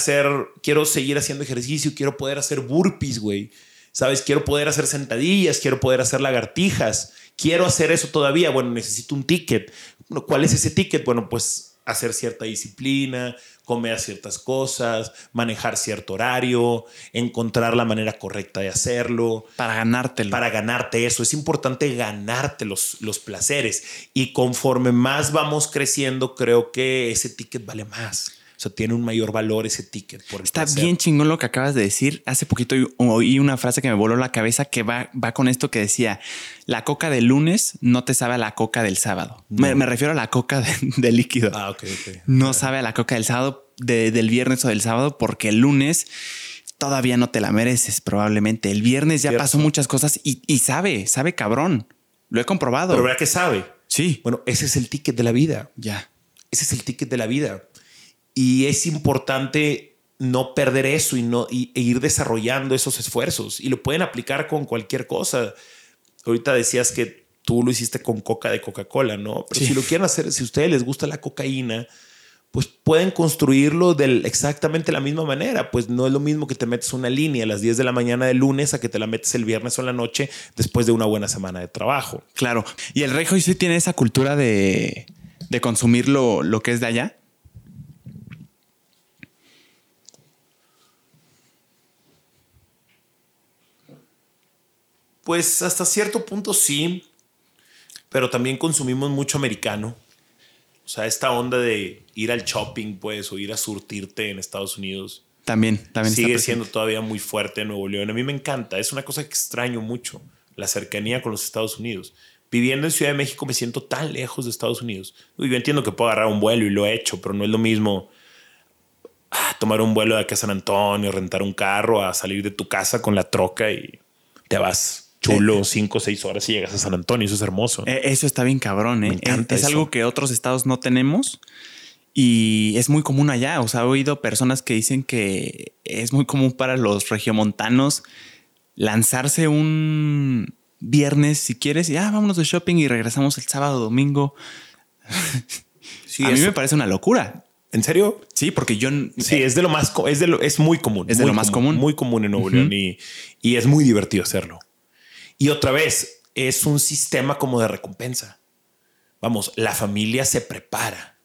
seguir haciendo ejercicio, quiero poder hacer burpees, güey. ¿Sabes? Quiero poder hacer sentadillas, quiero poder hacer lagartijas. Quiero hacer eso todavía. Bueno, necesito un ticket. Bueno, ¿cuál es ese ticket? Bueno, pues hacer cierta disciplina, comer ciertas cosas, manejar cierto horario, encontrar la manera correcta de hacerlo. Para ganártelo. Para ganarte eso. Es importante ganarte los placeres. Y conforme más vamos creciendo, creo que ese ticket vale más. O sea, tiene un mayor valor ese ticket. Está bien chingón lo que acabas de decir. Hace poquito oí una frase que me voló la cabeza que va con esto que decía: la coca del lunes no te sabe a la coca del sábado. No. Me refiero a la coca de líquido. Ok. No sabe a la coca del sábado, del viernes o del sábado, porque el lunes todavía no te la mereces probablemente. El viernes ya pasó muchas cosas y sabe cabrón. Lo he comprobado. Pero ¿verdad que sabe? Sí. Bueno, ese es el ticket de la vida. Ya. Ese es el ticket de la vida. Y es importante no perder eso e ir desarrollando esos esfuerzos. Y lo pueden aplicar con cualquier cosa. Ahorita decías que tú lo hiciste con coca de Coca-Cola, ¿no? Pero si lo quieren hacer, si a ustedes les gusta la cocaína, pues pueden construirlo de exactamente la misma manera. Pues no es lo mismo que te metes una línea a las 10 de la mañana del lunes a que te la metes el viernes o en la noche después de una buena semana de trabajo. Claro. ¿Y el Rey Hoy sí tiene esa cultura de consumir lo que es de allá? Pues hasta cierto punto sí, pero también consumimos mucho americano. O sea, esta onda de ir al shopping, pues, o ir a surtirte en Estados Unidos. También sigue siendo todavía muy fuerte en Nuevo León. A mí me encanta. Es una cosa que extraño mucho, la cercanía con los Estados Unidos. Viviendo en Ciudad de México me siento tan lejos de Estados Unidos. Yo entiendo que puedo agarrar un vuelo y lo he hecho, pero no es lo mismo tomar un vuelo de aquí a San Antonio, rentar un carro, a salir de tu casa con la troca y te vas chulo 5 o 6 horas y llegas a San Antonio. Eso es hermoso. Eso está bien cabrón. Me encanta es eso. algo que otros estados no tenemos y es muy común allá. O sea, he oído personas que dicen que es muy común para los regiomontanos lanzarse un viernes si quieres y vámonos de shopping y regresamos el sábado, domingo. Sí, a mí me parece una locura. ¿En serio? Sí, porque yo... Sí, es muy común. Es de lo más común. Muy común en Nuevo León y es muy divertido hacerlo. Y otra vez, es un sistema como de recompensa. Vamos, la familia se prepara.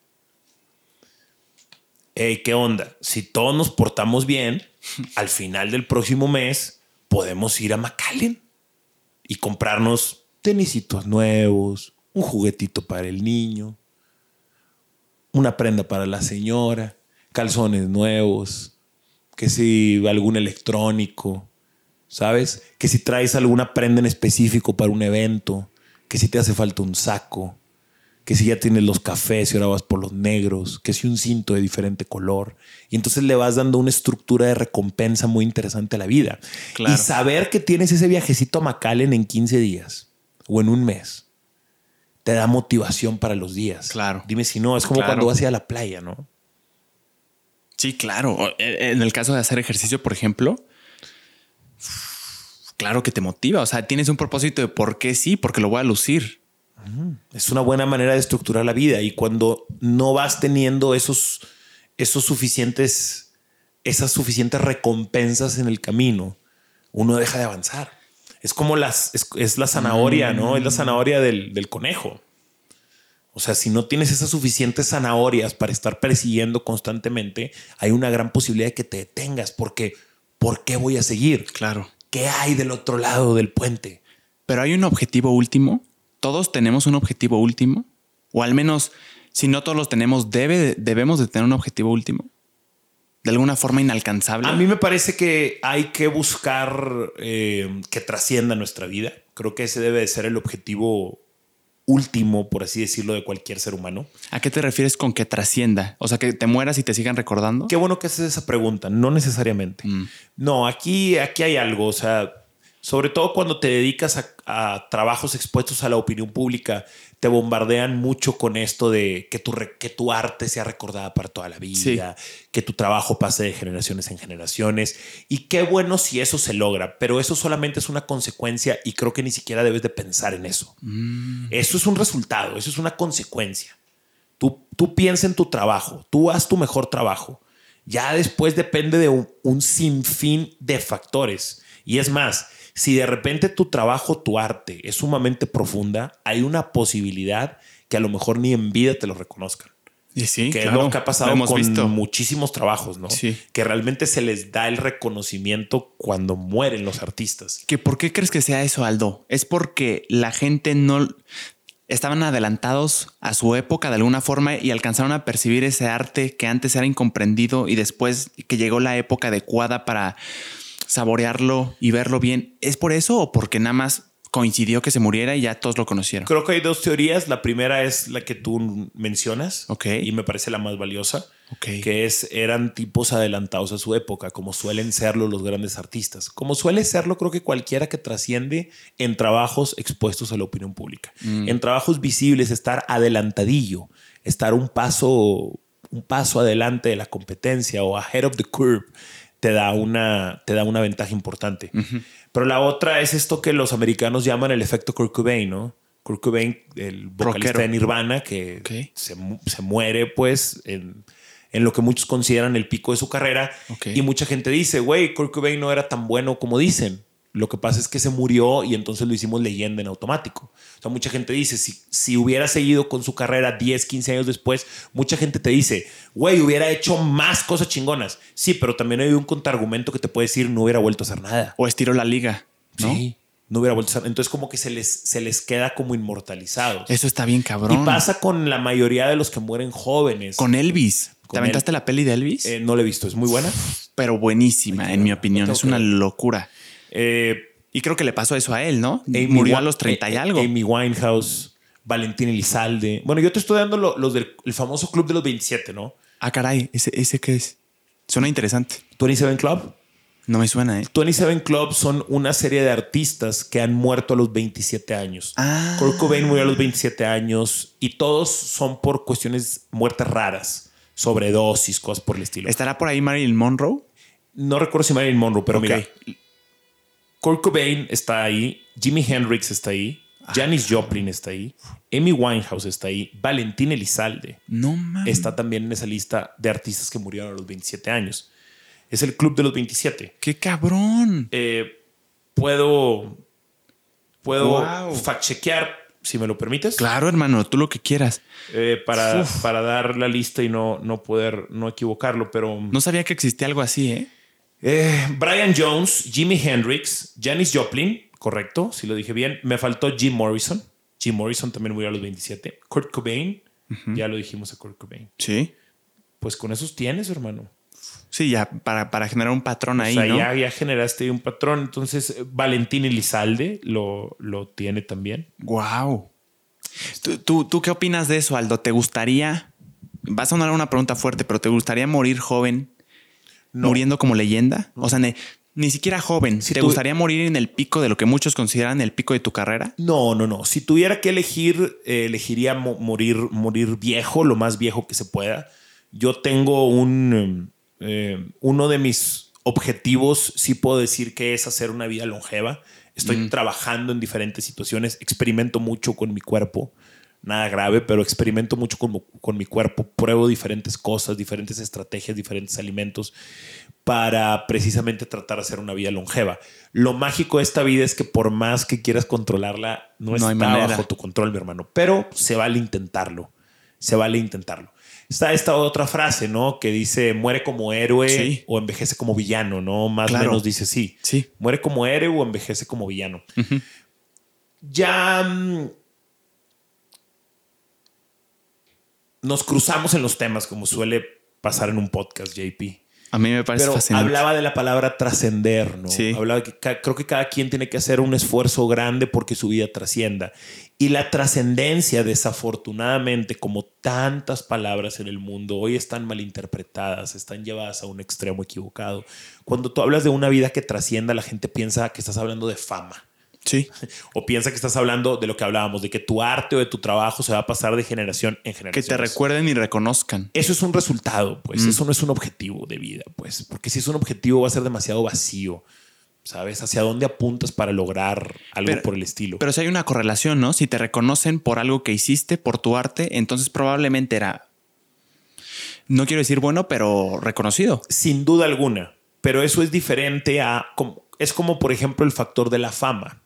Hey, ¿qué onda? Si todos nos portamos bien, al final del próximo mes podemos ir a McAllen y comprarnos tenisitos nuevos, un juguetito para el niño, una prenda para la señora, calzones nuevos, que si algún electrónico, ¿sabes? Que si traes alguna prenda en específico para un evento, que si te hace falta un saco, que si ya tienes los cafés y ahora vas por los negros, que si un cinto de diferente color. Y entonces le vas dando una estructura de recompensa muy interesante a la vida. Claro. Y saber que tienes ese viajecito a McAllen en 15 días o en un mes te da motivación para los días. Claro. Dime si no, es como cuando vas a ir a la playa, ¿no? Sí, claro. En el caso de hacer ejercicio, por ejemplo, claro que te motiva. O sea, tienes un propósito de por qué sí, porque lo voy a lucir. Es una buena manera de estructurar la vida. Y cuando no vas teniendo esas suficientes recompensas en el camino, uno deja de avanzar. Es como es la zanahoria, ¿no? Es la zanahoria del conejo. O sea, si no tienes esas suficientes zanahorias para estar persiguiendo constantemente, hay una gran posibilidad de que te detengas. Porque, ¿por qué voy a seguir? Claro. ¿Qué hay del otro lado del puente? Pero hay un objetivo último. Todos tenemos un objetivo último. O al menos, si no todos los tenemos, debemos de tener un objetivo último. De alguna forma inalcanzable. A mí me parece que hay que buscar que trascienda nuestra vida. Creo que ese debe de ser el objetivo último, por así decirlo, de cualquier ser humano. ¿A qué te refieres con que trascienda? O sea, que te mueras y te sigan recordando. Qué bueno que haces esa pregunta. No necesariamente. No, aquí hay algo. O sea, sobre todo cuando te dedicas a trabajos expuestos a la opinión pública, te bombardean mucho con esto de que tu arte sea recordada para toda la vida, que tu trabajo pase de generaciones en generaciones. Y qué bueno si eso se logra, pero eso solamente es una consecuencia y creo que ni siquiera debes de pensar en eso. Eso es un resultado, eso es una consecuencia. Tú piensa en tu trabajo, tú haz tu mejor trabajo. Ya después depende de un sinfín de factores. Y es más, si de repente tu trabajo, tu arte es sumamente profunda, hay una posibilidad que a lo mejor ni en vida te lo reconozcan. Y sí, que claro, es lo que ha pasado con visto. Muchísimos trabajos, ¿no? Sí. Que realmente se les da el reconocimiento cuando mueren los artistas. ¿Por qué crees que sea eso, Aldo? ¿Es porque la gente no estaban adelantados a su época de alguna forma y alcanzaron a percibir ese arte que antes era incomprendido y después que llegó la época adecuada para saborearlo y verlo bien? ¿Es por eso o porque nada más coincidió que se muriera y ya todos lo conocieron? Creo que hay dos teorías. La primera es la que tú mencionas, Okay. Y me parece la más valiosa, Okay. que eran tipos adelantados a su época, como suelen serlo los grandes artistas. Como suele serlo, creo que cualquiera que trasciende en trabajos expuestos a la opinión pública. En trabajos visibles, estar adelantadillo, estar un paso adelante de la competencia o ahead of the curve, te da una ventaja importante. Pero la otra es esto que los americanos llaman el efecto Kurt Cobain, ¿no? Kurt Cobain, el vocalista de Nirvana, que se muere pues en lo que muchos consideran el pico de su carrera. Y mucha gente dice, güey, Kurt Cobain no era tan bueno como dicen. Lo que pasa es que se murió y entonces lo hicimos leyenda en automático. O sea, mucha gente dice, si hubiera seguido con su carrera 10, 15 años después, mucha gente te dice, güey, hubiera hecho más cosas chingonas. Sí, pero también hay un contraargumento que te puede decir, no hubiera vuelto a hacer nada. O estiró la liga, ¿no? Sí. No hubiera vuelto a ser. Entonces como que se les queda como inmortalizados. Eso está bien cabrón. Y pasa con la mayoría de los que mueren jóvenes. Con Elvis. ¿Te aventaste la peli de Elvis? No la he visto. ¿Es muy buena? Pero buenísima, en mi opinión. Es una locura. Y creo que le pasó eso a él, ¿no? Murió a los 30 y algo. Amy Winehouse, Valentín Elizalde. Bueno, yo te estoy dando los del famoso Club de los 27, ¿no? Ah, caray. ¿Ese qué es? Suena interesante. 27 Club. No me suena, 27 Club son una serie de artistas que han muerto a los 27 años. Kurt Cobain murió a los 27 años y todos son por cuestiones, muertes raras, sobredosis, cosas por el estilo. ¿Estará por ahí Marilyn Monroe? No recuerdo si Marilyn Monroe, pero mira, Kurt Cobain está ahí, Jimi Hendrix está ahí, Janis Joplin está ahí, Amy Winehouse está ahí, Valentín Elizalde está también en esa lista de artistas que murieron a los 27 años. Es el Club de los 27. ¡Qué cabrón! Puedo fact-chequear, si me lo permites. Claro, hermano, tú lo que quieras. Para dar la lista y no equivocarlo, pero... No sabía que existía algo así, Brian Jones, Jimi Hendrix, Janis Joplin, correcto, si lo dije bien. Me faltó Jim Morrison. Jim Morrison también murió a los 27. Kurt Cobain, ya lo dijimos a Kurt Cobain. Sí. Pues con esos tienes, hermano. Sí, ya para generar un patrón ahí, o sea, ¿no? ya generaste un patrón. Entonces, Valentín Elizalde lo tiene también. Wow. ¿Tú qué opinas de eso, Aldo? ¿Te gustaría? Va a sonar una pregunta fuerte, pero ¿te gustaría morir joven? No. ¿Muriendo como leyenda? O sea, ni siquiera joven. ¿Te gustaría morir en el pico de lo que muchos consideran el pico de tu carrera? No. Si tuviera que elegir, elegiría morir viejo, lo más viejo que se pueda. Yo tengo uno de mis objetivos, sí puedo decir que es hacer una vida longeva. Estoy trabajando en diferentes situaciones, experimento mucho con mi cuerpo, nada grave, pero experimento mucho con mi cuerpo, pruebo diferentes cosas, diferentes estrategias, diferentes alimentos para precisamente tratar de hacer una vida longeva. Lo mágico de esta vida es que por más que quieras controlarla, no está bajo tu control, mi hermano, pero se vale intentarlo. Está esta otra frase, ¿no? Que dice, muere como héroe o envejece como villano, ¿no? Más o menos dice sí. Muere como héroe o envejece como villano. Ya nos cruzamos en los temas, como suele pasar en un podcast, JP. A mí me parece fascinante. Hablaba de la palabra trascender, ¿no? Sí. Hablaba de que creo que cada quien tiene que hacer un esfuerzo grande porque su vida trascienda. Y la trascendencia, desafortunadamente, como tantas palabras en el mundo, hoy están malinterpretadas, están llevadas a un extremo equivocado. Cuando tú hablas de una vida que trascienda, la gente piensa que estás hablando de fama. Sí. O piensa que estás hablando de lo que hablábamos, de que tu arte o de tu trabajo se va a pasar de generación en generación. Que te recuerden y reconozcan. Eso es un resultado, pues. Eso no es un objetivo de vida, pues. Porque si es un objetivo va a ser demasiado vacío, ¿sabes? ¿Hacia dónde apuntas para lograr algo por el estilo? Pero si hay una correlación, ¿no? Si te reconocen por algo que hiciste, por tu arte, entonces probablemente era, no quiero decir bueno, pero reconocido. Sin duda alguna. Pero eso es diferente a... Es como, por ejemplo, el factor de la fama.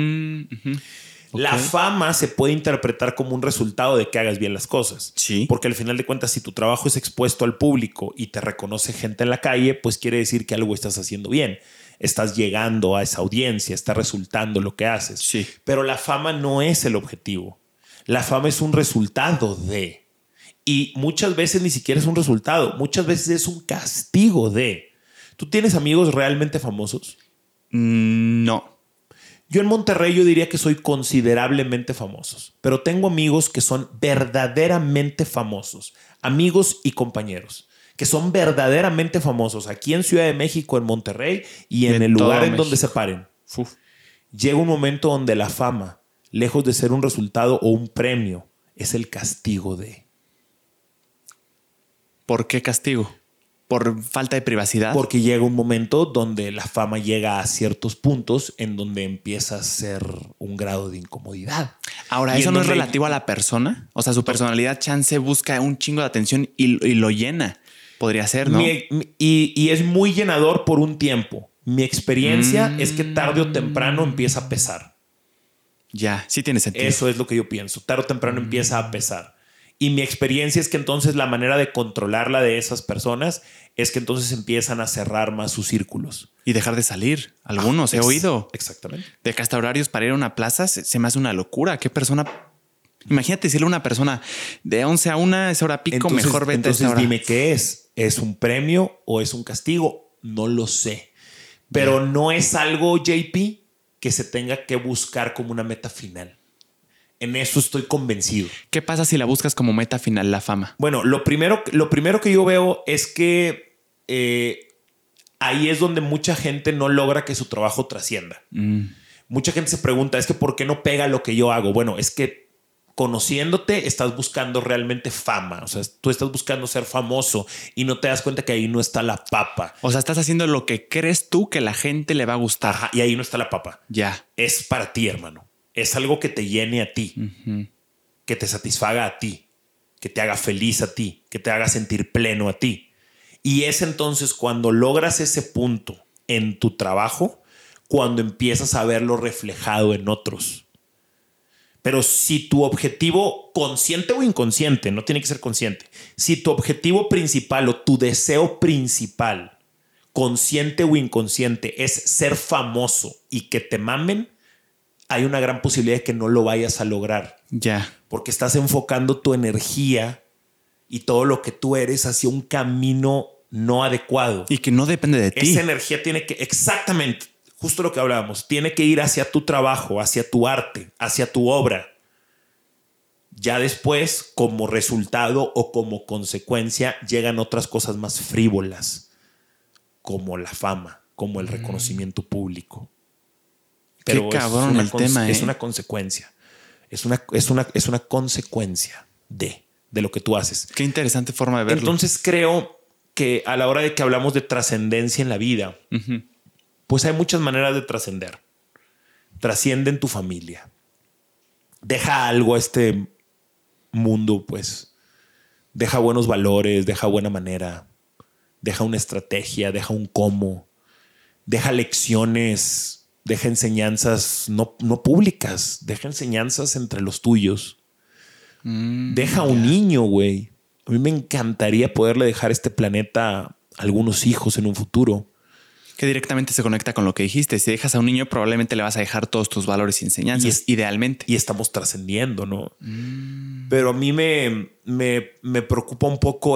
La fama se puede interpretar como un resultado de que hagas bien las cosas. Sí. Porque al final de cuentas, si tu trabajo es expuesto al público y te reconoce gente en la calle, pues quiere decir que algo estás haciendo bien. Estás llegando a esa audiencia, está resultando lo que haces. Sí. Pero la fama no es el objetivo. La fama es un resultado de. Y muchas veces ni siquiera es un resultado. Muchas veces es un castigo de. ¿Tú tienes amigos realmente famosos? No. Yo en Monterrey yo diría que soy considerablemente famosos, pero tengo amigos que son verdaderamente famosos, amigos y compañeros, que son verdaderamente famosos aquí en Ciudad de México, en Monterrey y en el lugar en donde se paren. Llega un momento donde la fama, lejos de ser un resultado o un premio, es el castigo de. ¿Por qué castigo? ¿Por falta de privacidad? Porque llega un momento donde la fama llega a ciertos puntos en donde empieza a ser un grado de incomodidad. Ahora, ¿eso no es relativo a la persona? O sea, su personalidad chance busca un chingo de atención y lo llena. Podría ser, ¿no? Y es muy llenador por un tiempo. Mi experiencia es que tarde o temprano empieza a pesar. Ya, sí tiene sentido. Eso es lo que yo pienso. Tarde o temprano empieza a pesar. Y mi experiencia es que entonces la manera de controlarla de esas personas es que entonces empiezan a cerrar más sus círculos. Y dejar de salir. Algunos he oído. Exactamente. De que hasta horarios para ir a una plaza se me hace una locura. ¿Qué persona? Imagínate decirle a una persona de 11 a 1 es hora pico, entonces, mejor vete a esta hora. Dime qué es. ¿Es un premio o es un castigo? No lo sé. Pero no es algo, JP, que se tenga que buscar como una meta final. En eso estoy convencido. ¿Qué pasa si la buscas como meta final, la fama? Bueno, lo primero que yo veo es que ahí es donde mucha gente no logra que su trabajo trascienda. Mucha gente se pregunta, es que ¿por qué no pega lo que yo hago? Bueno, es que conociéndote estás buscando realmente fama. O sea, tú estás buscando ser famoso y no te das cuenta que ahí no está la papa. O sea, estás haciendo lo que crees tú que la gente le va a gustar. Ajá, y ahí no está la papa. Ya. Es para ti, hermano. Es algo que te llene a ti, que te satisfaga a ti, que te haga feliz a ti, que te haga sentir pleno a ti. Y es entonces cuando logras ese punto en tu trabajo, cuando empiezas a verlo reflejado en otros. Pero si tu objetivo, consciente o inconsciente, no tiene que ser consciente, si tu objetivo principal o tu deseo principal, consciente o inconsciente, es ser famoso y que te mamen, hay una gran posibilidad de que no lo vayas a lograr. Ya. Porque estás enfocando tu energía y todo lo que tú eres hacia un camino no adecuado. Y que no depende de ti. Esa energía tiene que, exactamente, justo lo que hablábamos, tiene que ir hacia tu trabajo, hacia tu arte, hacia tu obra. Ya después, como resultado o como consecuencia, llegan otras cosas más frívolas, como la fama, como el reconocimiento público. Pero qué cabrón el tema, es una consecuencia. Es una consecuencia de lo que tú haces. Qué interesante forma de verlo. Entonces creo que a la hora de que hablamos de trascendencia en la vida, pues hay muchas maneras de trascender. Trasciende en tu familia. Deja algo a este mundo, pues. Deja buenos valores, deja buena manera, deja una estrategia, deja un cómo, deja lecciones. Deja enseñanzas no públicas, deja enseñanzas entre los tuyos. Deja un niño, güey. A mí me encantaría poderle dejar este planeta a algunos hijos en un futuro. Que directamente se conecta con lo que dijiste. Si dejas a un niño, probablemente le vas a dejar todos tus valores y enseñanzas, idealmente. Y estamos trascendiendo, ¿no? Pero a mí me preocupa un poco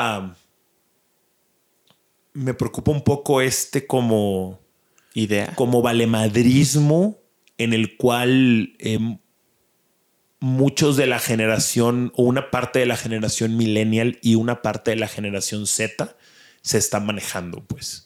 Me preocupa un poco como... idea. Como valemadrismo en el cual muchos de la generación o una parte de la generación millennial y una parte de la generación Z se están manejando, pues.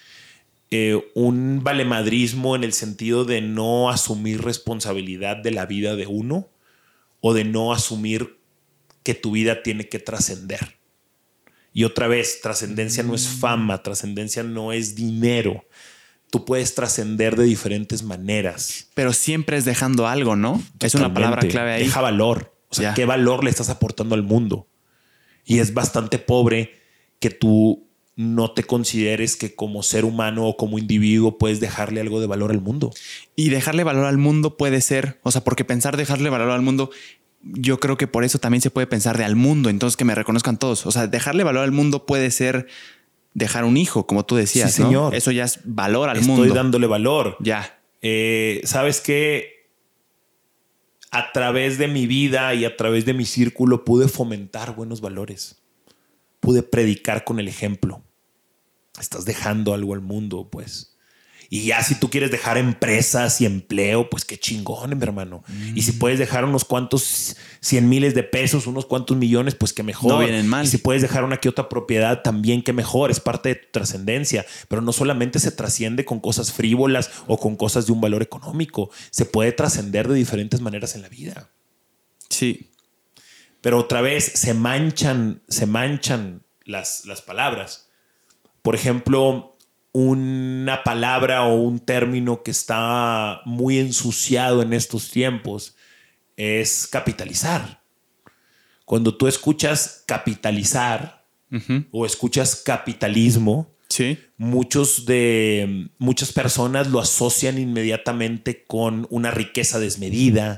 Un valemadrismo en el sentido de no asumir responsabilidad de la vida de uno o de no asumir que tu vida tiene que trascender. Y otra vez, trascendencia no es fama, trascendencia no es dinero. Tú puedes trascender de diferentes maneras. Pero siempre es dejando algo, ¿no? Totalmente. Es una palabra clave ahí. Deja valor. O sea, ¿qué valor le estás aportando al mundo? Y es bastante pobre que tú no te consideres que como ser humano o como individuo puedes dejarle algo de valor al mundo. Y dejarle valor al mundo puede ser, o sea, porque pensar dejarle valor al mundo, yo creo que por eso también se puede pensar de al mundo. Entonces que me reconozcan todos. O sea, dejarle valor al mundo puede ser... dejar un hijo, como tú decías, sí, señor. ¿no? Eso ya es valor al mundo. Estoy dándole valor. Ya. ¿Sabes qué? A través de mi vida y a través de mi círculo pude fomentar buenos valores. Pude predicar con el ejemplo. Estás dejando algo al mundo, pues. Y ya si tú quieres dejar empresas y empleo, pues qué chingón, mi hermano. Y si puedes dejar unos cuantos 100 miles de pesos, unos cuantos millones, pues qué mejor. No vienen mal. Y si puedes dejar una que otra propiedad, también qué mejor. Es parte de tu trascendencia. Pero no solamente se trasciende con cosas frívolas o con cosas de un valor económico. Se puede trascender de diferentes maneras en la vida. Sí. Pero otra vez se manchan las palabras. Por ejemplo, una palabra o un término que está muy ensuciado en estos tiempos es capitalizar. Cuando tú escuchas capitalizar o escuchas capitalismo, sí, muchas personas lo asocian inmediatamente con una riqueza desmedida,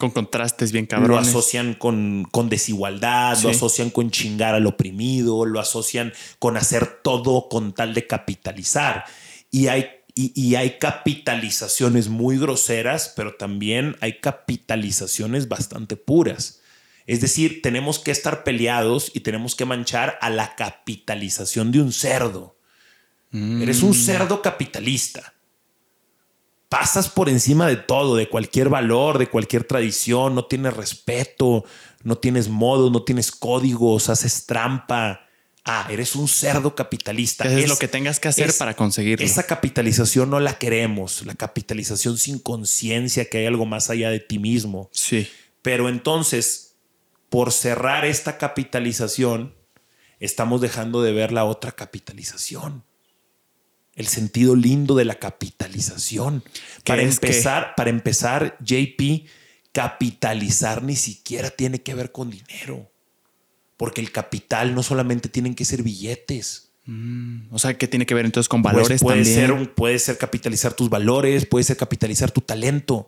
Con contrastes bien cabrones. Lo asocian con desigualdad, lo asocian con chingar al oprimido, lo asocian con hacer todo con tal de capitalizar. Y hay capitalizaciones muy groseras, pero también hay capitalizaciones bastante puras. Es decir, tenemos que estar peleados y tenemos que manchar a la capitalización de un cerdo. Eres un cerdo capitalista. Pasas por encima de todo, de cualquier valor, de cualquier tradición. No tienes respeto, no tienes modos, no tienes códigos, haces trampa. Eres un cerdo capitalista. Es lo que tengas que hacer para conseguirlo. Esa capitalización no la queremos. La capitalización sin conciencia, que hay algo más allá de ti mismo. Sí. Pero entonces, por cerrar esta capitalización, estamos dejando de ver la otra capitalización. El sentido lindo de la capitalización. Para empezar, JP, capitalizar ni siquiera tiene que ver con dinero. Porque el capital no solamente tienen que ser billetes. O sea, ¿qué tiene que ver entonces con valores también? Puede ser capitalizar tus valores, puede ser capitalizar tu talento.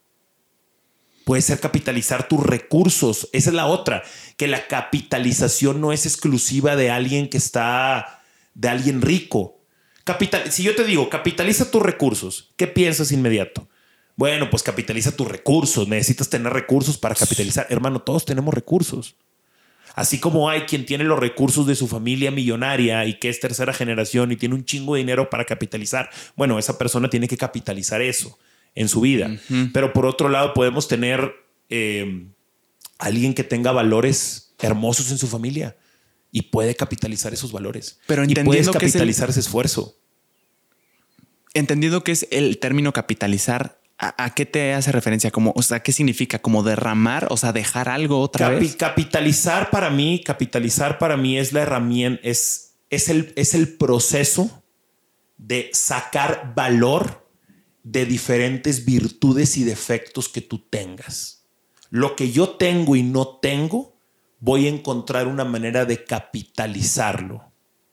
Puede ser capitalizar tus recursos. Esa es la otra. Que la capitalización no es exclusiva de alguien de alguien rico. Si yo te digo, capitaliza tus recursos, ¿qué piensas inmediato? Bueno, pues capitaliza tus recursos. Necesitas tener recursos para capitalizar. Hermano, todos tenemos recursos. Así como hay quien tiene los recursos de su familia millonaria y que es tercera generación y tiene un chingo de dinero para capitalizar. Bueno, esa persona tiene que capitalizar eso en su vida. Pero por otro lado podemos tener alguien que tenga valores hermosos en su familia y puede capitalizar esos valores. Pero y puedes capitalizar ese esfuerzo. Entendiendo que es el término capitalizar, ¿a qué te hace referencia? O sea, ¿qué significa? ¿Como derramar? O sea, dejar algo otra vez. Capitalizar para mí es la herramienta, es el proceso de sacar valor de diferentes virtudes y defectos que tú tengas. Lo que yo tengo y no tengo, voy a encontrar una manera de capitalizarlo.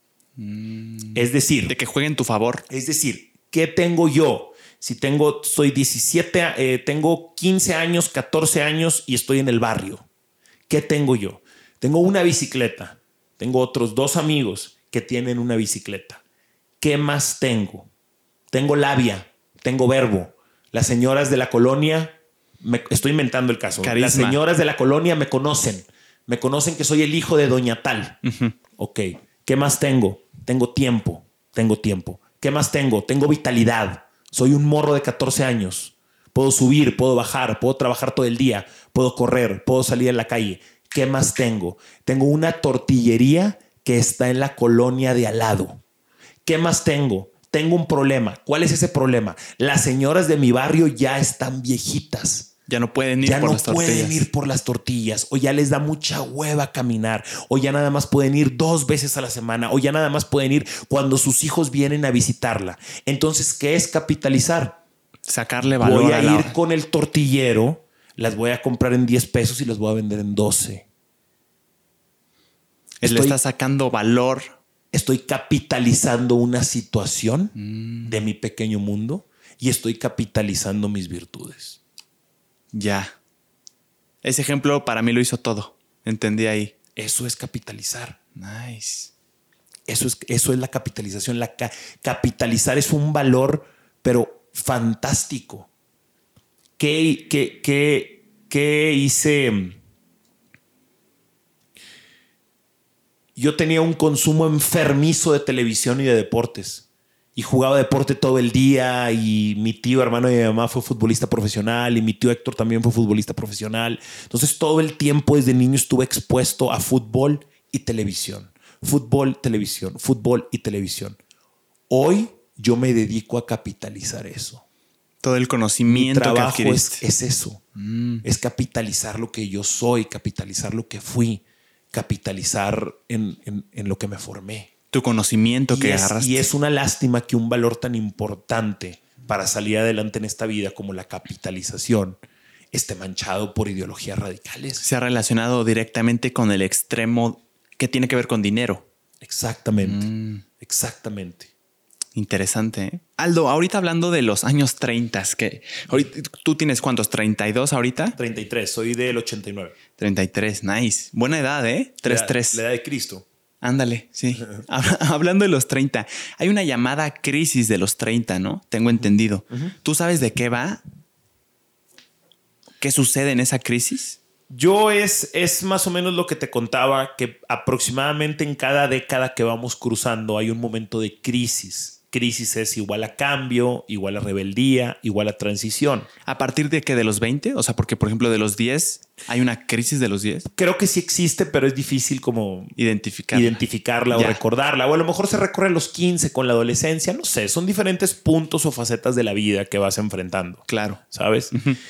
Es decir, de que juegue en tu favor. Es decir, ¿qué tengo yo? Si soy 17, tengo 15 años, 14 años y estoy en el barrio. ¿Qué tengo yo? Tengo una bicicleta. Tengo otros 2 amigos que tienen una bicicleta. ¿Qué más tengo? Tengo labia, tengo verbo. Las señoras de la colonia, estoy inventando el caso. Carisma. Las señoras de la colonia me conocen. Me conocen que soy el hijo de doña tal. Ok. ¿Qué más tengo? Tengo tiempo. ¿Qué más tengo? Tengo vitalidad. Soy un morro de 14 años. Puedo subir, puedo bajar, puedo trabajar todo el día, puedo correr, puedo salir a la calle. ¿Qué más tengo? Tengo una tortillería que está en la colonia de al lado. ¿Qué más tengo? Tengo un problema. ¿Cuál es ese problema? Las señoras de mi barrio ya están viejitas. Ya no pueden ir por las tortillas. Ya no pueden ir por las tortillas. O ya les da mucha hueva caminar. O ya nada más pueden ir 2 veces a la semana. O ya nada más pueden ir cuando sus hijos vienen a visitarla. Entonces, ¿qué es capitalizar? Sacarle valor. Voy a ir con el tortillero, las voy a comprar en 10 pesos y las voy a vender en 12. Le está sacando valor. Estoy capitalizando una situación de mi pequeño mundo y estoy capitalizando mis virtudes. Ya. Ese ejemplo para mí lo hizo todo. Entendí ahí. Eso es capitalizar. Nice. Eso es la capitalización. Capitalizar es un valor, pero fantástico. ¿Qué hice? Yo tenía un consumo enfermizo de televisión y de deportes. Y jugaba deporte todo el día. Y mi tío, hermano de mi mamá, fue futbolista profesional. Y mi tío Héctor también fue futbolista profesional. Entonces todo el tiempo desde niño estuve expuesto a fútbol y televisión. Fútbol, televisión, fútbol y televisión. Hoy yo me dedico a capitalizar eso. Todo el conocimiento mi trabajo que adquiriste. es eso. Es capitalizar lo que yo soy, capitalizar lo que fui, capitalizar en lo que me formé. Tu conocimiento que agarraste. Y es una lástima que un valor tan importante para salir adelante en esta vida como la capitalización esté manchado por ideologías radicales. Se ha relacionado directamente con el extremo que tiene que ver con dinero. Exactamente. Exactamente. Interesante, ¿eh? Aldo, ahorita hablando de los años 30, que ahorita, ¿tú tienes cuántos? ¿32 ahorita? 33, soy del 89. 33, nice. Buena edad, ¿eh? 3-3. La edad de Cristo. Ándale, sí. Hablando de los 30, hay una llamada crisis de los 30, ¿no? Tengo entendido. ¿Tú sabes de qué va? ¿Qué sucede en esa crisis? Yo es más o menos lo que te contaba, que aproximadamente en cada década que vamos cruzando hay un momento de crisis. Crisis es igual a cambio, igual a rebeldía, igual a transición. ¿A partir de qué? ¿De los 20? O sea, porque por ejemplo de los 10 hay una crisis de los 10. Creo que sí existe, pero es difícil como identificarla o recordarla. O a lo mejor se recorre a los 15 con la adolescencia. No sé, son diferentes puntos o facetas de la vida que vas enfrentando. Claro. ¿Sabes?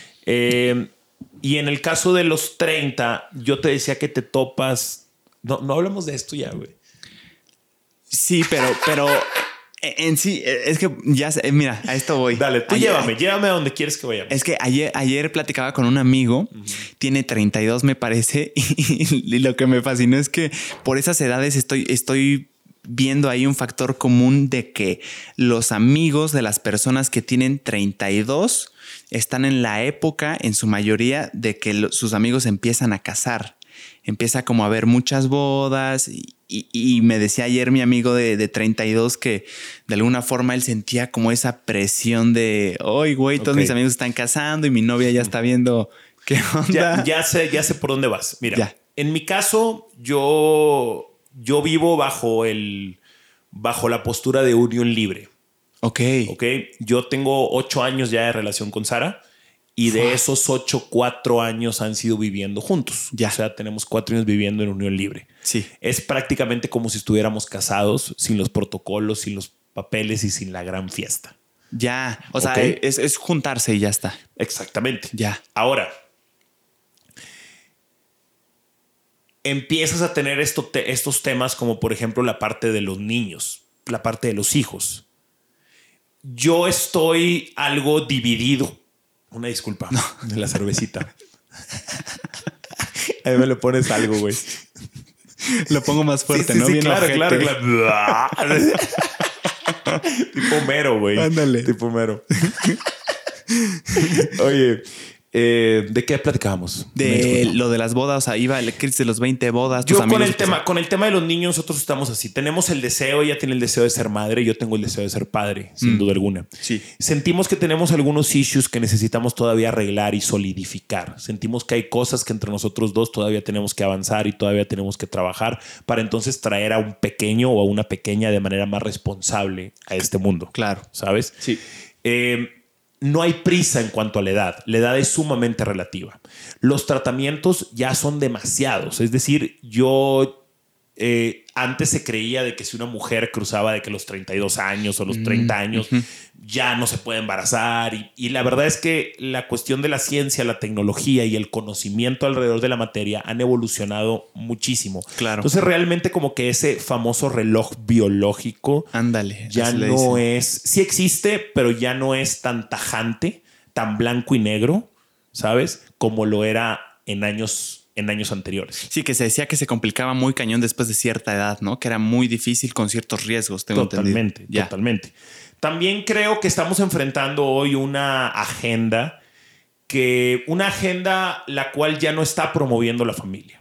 Y en el caso de los 30, yo te decía que te topas... No hablamos de esto ya, güey. Sí, pero en sí, es que ya sé, mira, a esto voy. Dale, tú llévame a donde quieres que vayamos. Es que ayer platicaba con un amigo, tiene 32 me parece, y lo que me fascinó es que por esas edades estoy viendo ahí un factor común de que los amigos de las personas que tienen 32 están en la época, en su mayoría, de que sus amigos empiezan a casar. Empieza como a haber muchas bodas y me decía ayer mi amigo de 32 que de alguna forma él sentía como esa presión de, oye, güey, todos mis amigos están casando y mi novia ya está viendo qué onda. Ya sé por dónde vas. Mira, en mi caso, yo vivo bajo la postura de unión libre. Ok. Yo tengo 8 años ya de relación con Sara. Y de esos 8, 4 años han sido viviendo juntos. O sea, tenemos 4 años viviendo en unión libre. Sí. Es prácticamente como si estuviéramos casados, sin los protocolos, sin los papeles y sin la gran fiesta. Ya. O sea, es juntarse y ya está. Exactamente. Ya. Ahora, empiezas a tener estos temas como, por ejemplo, la parte de los niños, la parte de los hijos. Yo estoy algo dividido. Una disculpa de la cervecita. Ahí me le pones algo, güey. Lo pongo más fuerte, sí, ¿no? Sí, bien claro. Tipo mero, güey. Ándale. Tipo mero. Oye, ¿de qué platicábamos? De lo de las bodas, o sea, iba el crisis de los 20 bodas. Yo con el tema de los niños, nosotros estamos así. Tenemos el deseo, ella tiene el deseo de ser madre, yo tengo el deseo de ser padre, sin duda alguna. Sí. Sentimos que tenemos algunos issues que necesitamos todavía arreglar y solidificar. Sentimos que hay cosas que entre nosotros dos todavía tenemos que avanzar y todavía tenemos que trabajar para entonces traer a un pequeño o a una pequeña de manera más responsable a este mundo. Claro. ¿Sabes? Sí. No hay prisa en cuanto a la edad. La edad es sumamente relativa. Los tratamientos ya son demasiados. Es decir, antes se creía de que si una mujer cruzaba de que los 32 años o los 30 años ya no se puede embarazar. Y la verdad es que la cuestión de la ciencia, la tecnología y el conocimiento alrededor de la materia han evolucionado muchísimo. Claro. Entonces realmente como que ese famoso reloj biológico ya no es... Sí existe, pero ya no es tan tajante, tan blanco y negro, ¿sabes? Como lo era en años anteriores. Sí, que se decía que se complicaba muy cañón después de cierta edad, ¿no? Que era muy difícil con ciertos riesgos. Totalmente. También creo que estamos enfrentando hoy una agenda la cual ya no está promoviendo la familia.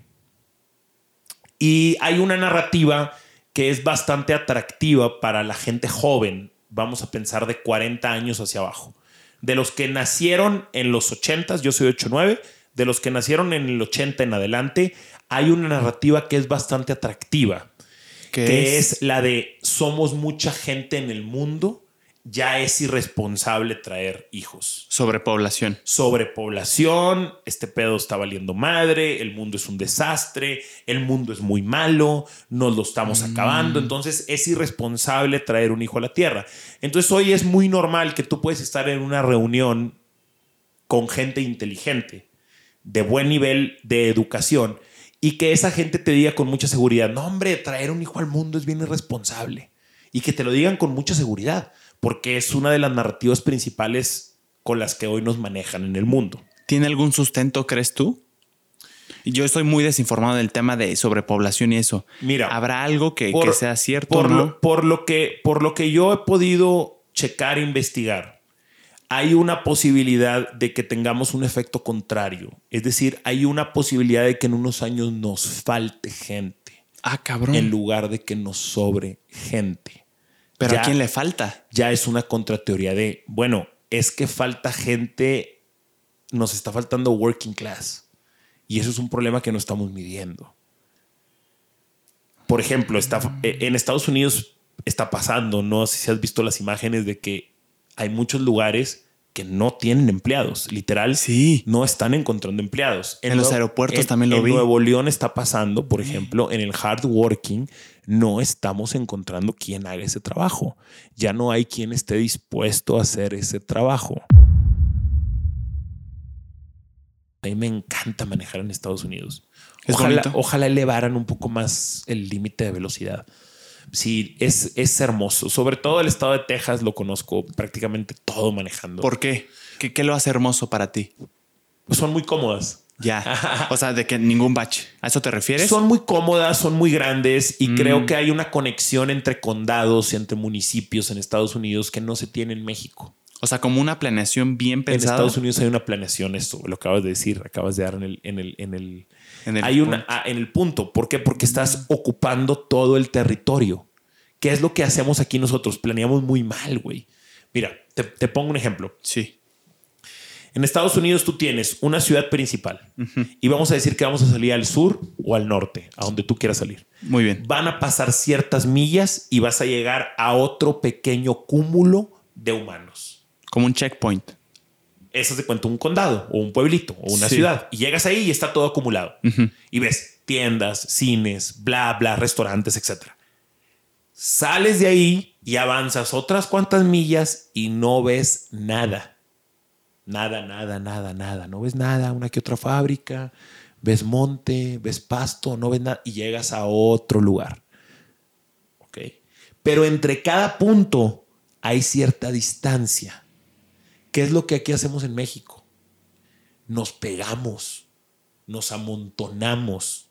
Y hay una narrativa que es bastante atractiva para la gente joven. Vamos a pensar de 40 años hacia abajo. De los que nacieron en los 80s, yo soy 89, de los que nacieron en el 80 en adelante, hay una narrativa que es bastante atractiva, que es la de somos mucha gente en el mundo, ya es irresponsable traer hijos. Sobrepoblación, este pedo está valiendo madre, el mundo es un desastre, el mundo es muy malo, nos lo estamos acabando, entonces es irresponsable traer un hijo a la tierra. Entonces hoy es muy normal que tú puedes estar en una reunión con gente inteligente, de buen nivel de educación, y que esa gente te diga con mucha seguridad, no hombre, traer un hijo al mundo es bien irresponsable, y que te lo digan con mucha seguridad, porque es una de las narrativas principales con las que hoy nos manejan en el mundo. ¿Tiene algún sustento, crees tú? Yo estoy muy desinformado del tema de sobrepoblación y eso. Mira, ¿habrá algo que sea cierto? Por lo que yo he podido checar e investigar, hay una posibilidad de que tengamos un efecto contrario. Es decir, hay una posibilidad de que en unos años nos falte gente. Ah, cabrón. En lugar de que nos sobre gente. ¿Pero a quién le falta? Ya es una contrateoría de, bueno, es que falta gente, nos está faltando working class. Y eso es un problema que no estamos midiendo. Por ejemplo, en Estados Unidos está pasando, no sé si has visto las imágenes de que hay muchos lugares que no tienen empleados. Literal, sí, no están encontrando empleados. En los aeropuertos también lo vi. En Nuevo León está pasando, por ejemplo, en el hard working, no estamos encontrando quién haga ese trabajo. Ya no hay quien esté dispuesto a hacer ese trabajo. A mí me encanta manejar en Estados Unidos. Ojalá elevaran un poco más el límite de velocidad. Sí, es hermoso. Sobre todo el estado de Texas lo conozco prácticamente todo manejando. ¿Por qué? ¿Qué lo hace hermoso para ti? Son muy cómodas. Ya. O sea, de que ningún bache. ¿A eso te refieres? Son muy cómodas, son muy grandes y creo que hay una conexión entre condados y entre municipios en Estados Unidos que no se tiene en México. O sea, como una planeación bien pensada. En Estados Unidos hay una planeación, eso lo acabas de decir, acabas de dar en el punto. ¿Por qué? Porque estás ocupando todo el territorio. ¿Qué es lo que hacemos aquí nosotros? Planeamos muy mal, güey. Mira, te pongo un ejemplo. Sí. En Estados Unidos tú tienes una ciudad principal y vamos a decir que vamos a salir al sur o al norte, a donde tú quieras salir. Muy bien. Van a pasar ciertas millas y vas a llegar a otro pequeño cúmulo de humanos. Como un checkpoint. Eso te cuenta un condado o un pueblito o una ciudad. Y llegas ahí y está todo acumulado. Y ves tiendas, cines, bla, bla, restaurantes, etc. Sales de ahí y avanzas otras cuantas millas y no ves nada. Nada. No ves nada. Una que otra fábrica. Ves monte, ves pasto, no ves nada. Y llegas a otro lugar. ¿Ok? Pero entre cada punto hay cierta distancia. ¿Qué es lo que aquí hacemos en México? Nos pegamos, nos amontonamos.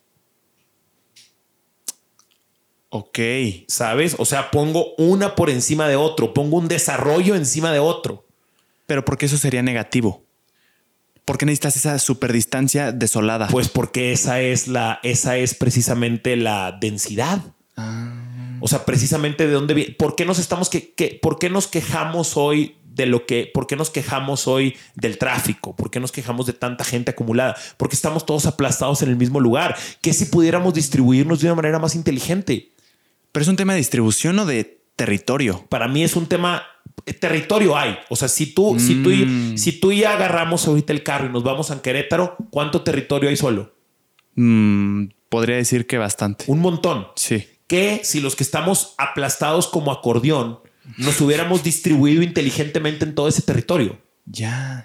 Ok. ¿Sabes? O sea, pongo una por encima de otro, pongo un desarrollo encima de otro. Pero ¿por qué eso sería negativo? ¿Por qué necesitas esa superdistancia desolada? Pues porque esa es precisamente la densidad. O sea, precisamente de dónde viene. ¿Por qué por qué nos quejamos hoy ¿por qué nos quejamos hoy del tráfico? ¿Por qué nos quejamos de tanta gente acumulada? Porque estamos todos aplastados en el mismo lugar. ¿Qué si pudiéramos distribuirnos de una manera más inteligente? ¿Pero es un tema de distribución o de territorio? Para mí es un tema... Territorio hay. O sea, si tú y yo agarramos ahorita el carro y nos vamos a Querétaro, ¿cuánto territorio hay solo? Podría decir que bastante. Un montón. Sí. Que si los que estamos aplastados como acordeón nos hubiéramos distribuido inteligentemente en todo ese territorio. Ya.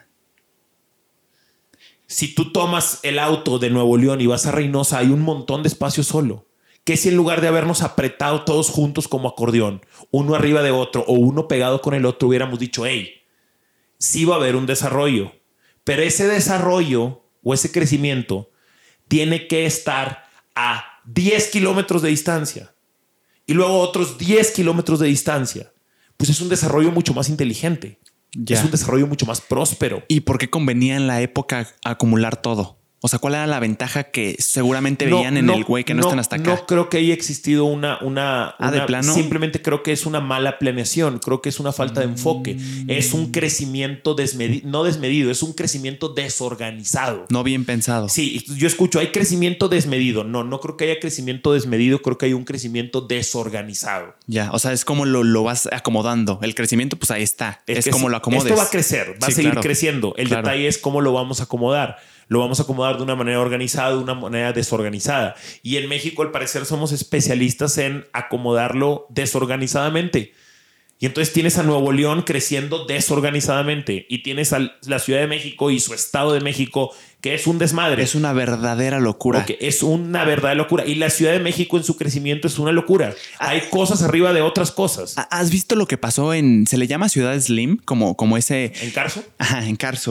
Si tú tomas el auto de Nuevo León y vas a Reynosa, hay un montón de espacio solo. ¿Qué si en lugar de habernos apretado todos juntos como acordeón, uno arriba de otro o uno pegado con el otro, hubiéramos dicho, hey, sí va a haber un desarrollo, pero ese desarrollo o ese crecimiento tiene que estar a 10 kilómetros de distancia y luego otros 10 kilómetros de distancia? Pues es un desarrollo mucho más inteligente. Ya. Es un desarrollo mucho más próspero. ¿Y por qué convenía en la época acumular todo? O sea, ¿cuál era la ventaja que seguramente veían en el güey que no están hasta acá? No creo que haya existido una ¿de plano? Simplemente creo que es una mala planeación. Creo que es una falta de enfoque. Es un crecimiento no desmedido, es un crecimiento desorganizado. No bien pensado. Sí, yo escucho, hay crecimiento desmedido. No creo que haya crecimiento desmedido. Creo que hay un crecimiento desorganizado. Ya, o sea, es como lo vas acomodando. El crecimiento, pues ahí está. Es como lo acomodes. Esto va a crecer, va a seguir creciendo. El detalle es cómo lo vamos a acomodar. Lo vamos a acomodar de una manera organizada, de una manera desorganizada. Y en México, al parecer, somos especialistas en acomodarlo desorganizadamente. Y entonces tienes a Nuevo León creciendo desorganizadamente y tienes a la Ciudad de México y su Estado de México, que es un desmadre. Es una verdadera locura. Okay, es una verdadera locura. Y la Ciudad de México en su crecimiento es una locura. Hay cosas arriba de otras cosas. ¿Has visto lo que pasó se le llama Ciudad Slim? Como ese... ¿En Carso? Ajá, en Carso.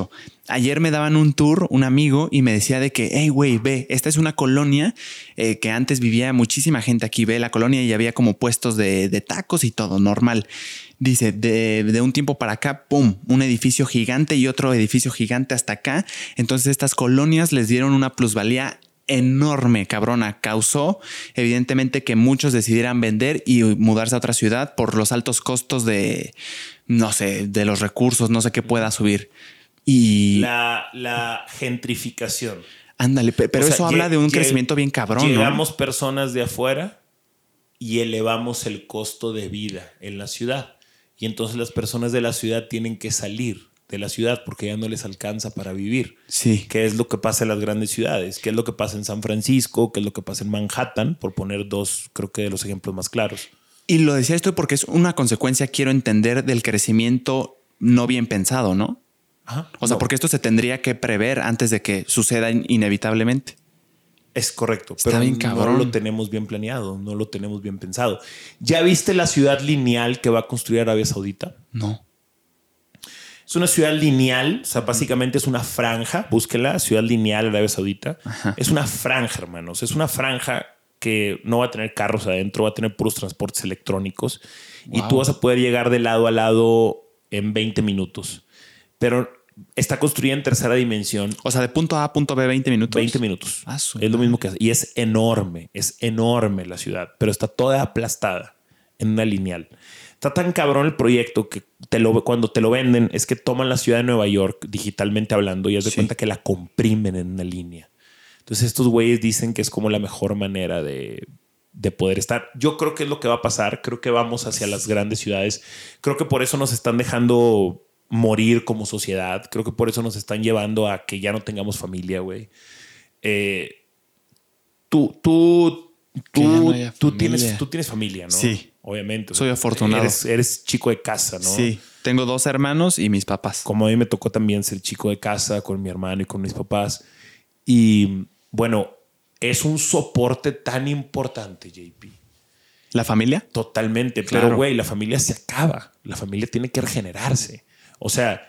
Ayer me daban un tour, un amigo, y me decía de que, hey, güey, ve, esta es una colonia que antes vivía muchísima gente aquí. Ve la colonia y había como puestos de tacos y todo, normal. Dice, de un tiempo para acá, pum, un edificio gigante y otro edificio gigante hasta acá. Entonces estas colonias les dieron una plusvalía enorme, cabrona. Causó evidentemente que muchos decidieran vender y mudarse a otra ciudad por los altos costos de, no sé, de los recursos, no sé qué pueda subir. Y la gentrificación. Ándale, pero o sea, eso habla de un crecimiento bien cabrón. Llegamos personas de afuera y elevamos el costo de vida en la ciudad. Y entonces las personas de la ciudad tienen que salir de la ciudad porque ya no les alcanza para vivir. Sí. ¿Qué es lo que pasa en las grandes ciudades? ¿Qué es lo que pasa en San Francisco? ¿Qué es lo que pasa en Manhattan? Por poner dos, creo que de los ejemplos más claros. Y lo decía esto porque es una consecuencia, quiero entender, del crecimiento no bien pensado, ¿no? Ajá, o sea, no. Porque esto se tendría que prever antes de que suceda inevitablemente. Es correcto, Está pero bien cabrón. No lo tenemos bien planeado, no lo tenemos bien pensado. ¿Ya viste la ciudad lineal que va a construir Arabia Saudita? No. Es una ciudad lineal, o sea, básicamente es una franja, búsquela, ciudad lineal Arabia Saudita. Ajá. Es una franja, hermanos, es una franja que no va a tener carros adentro, va a tener puros transportes electrónicos. Wow. Y tú vas a poder llegar de lado a lado en 20 minutos. Pero está construida en tercera dimensión. O sea, de punto A a punto B, 20 minutos. 20 minutos. Es lo mismo que hace. Y es enorme la ciudad, pero está toda aplastada en una lineal. Está tan cabrón el proyecto que cuando te lo venden es que toman la ciudad de Nueva York digitalmente hablando y haz de cuenta que la comprimen en una línea. Entonces estos güeyes dicen que es como la mejor manera de poder estar. Yo creo que es lo que va a pasar. Creo que vamos hacia las grandes ciudades. Creo que por eso nos están dejando morir como sociedad. Creo que por eso nos están llevando a que ya no tengamos familia, güey. Tú tienes familia, ¿no? Sí. Obviamente. Soy afortunado. Eres chico de casa, ¿no? Sí. Tengo 2 hermanos y mis papás. Como a mí me tocó también ser chico de casa con mi hermano y con mis papás. Y bueno, es un soporte tan importante, JP. ¿La familia? Totalmente. Claro. Pero, güey, la familia se acaba. La familia tiene que regenerarse. O sea,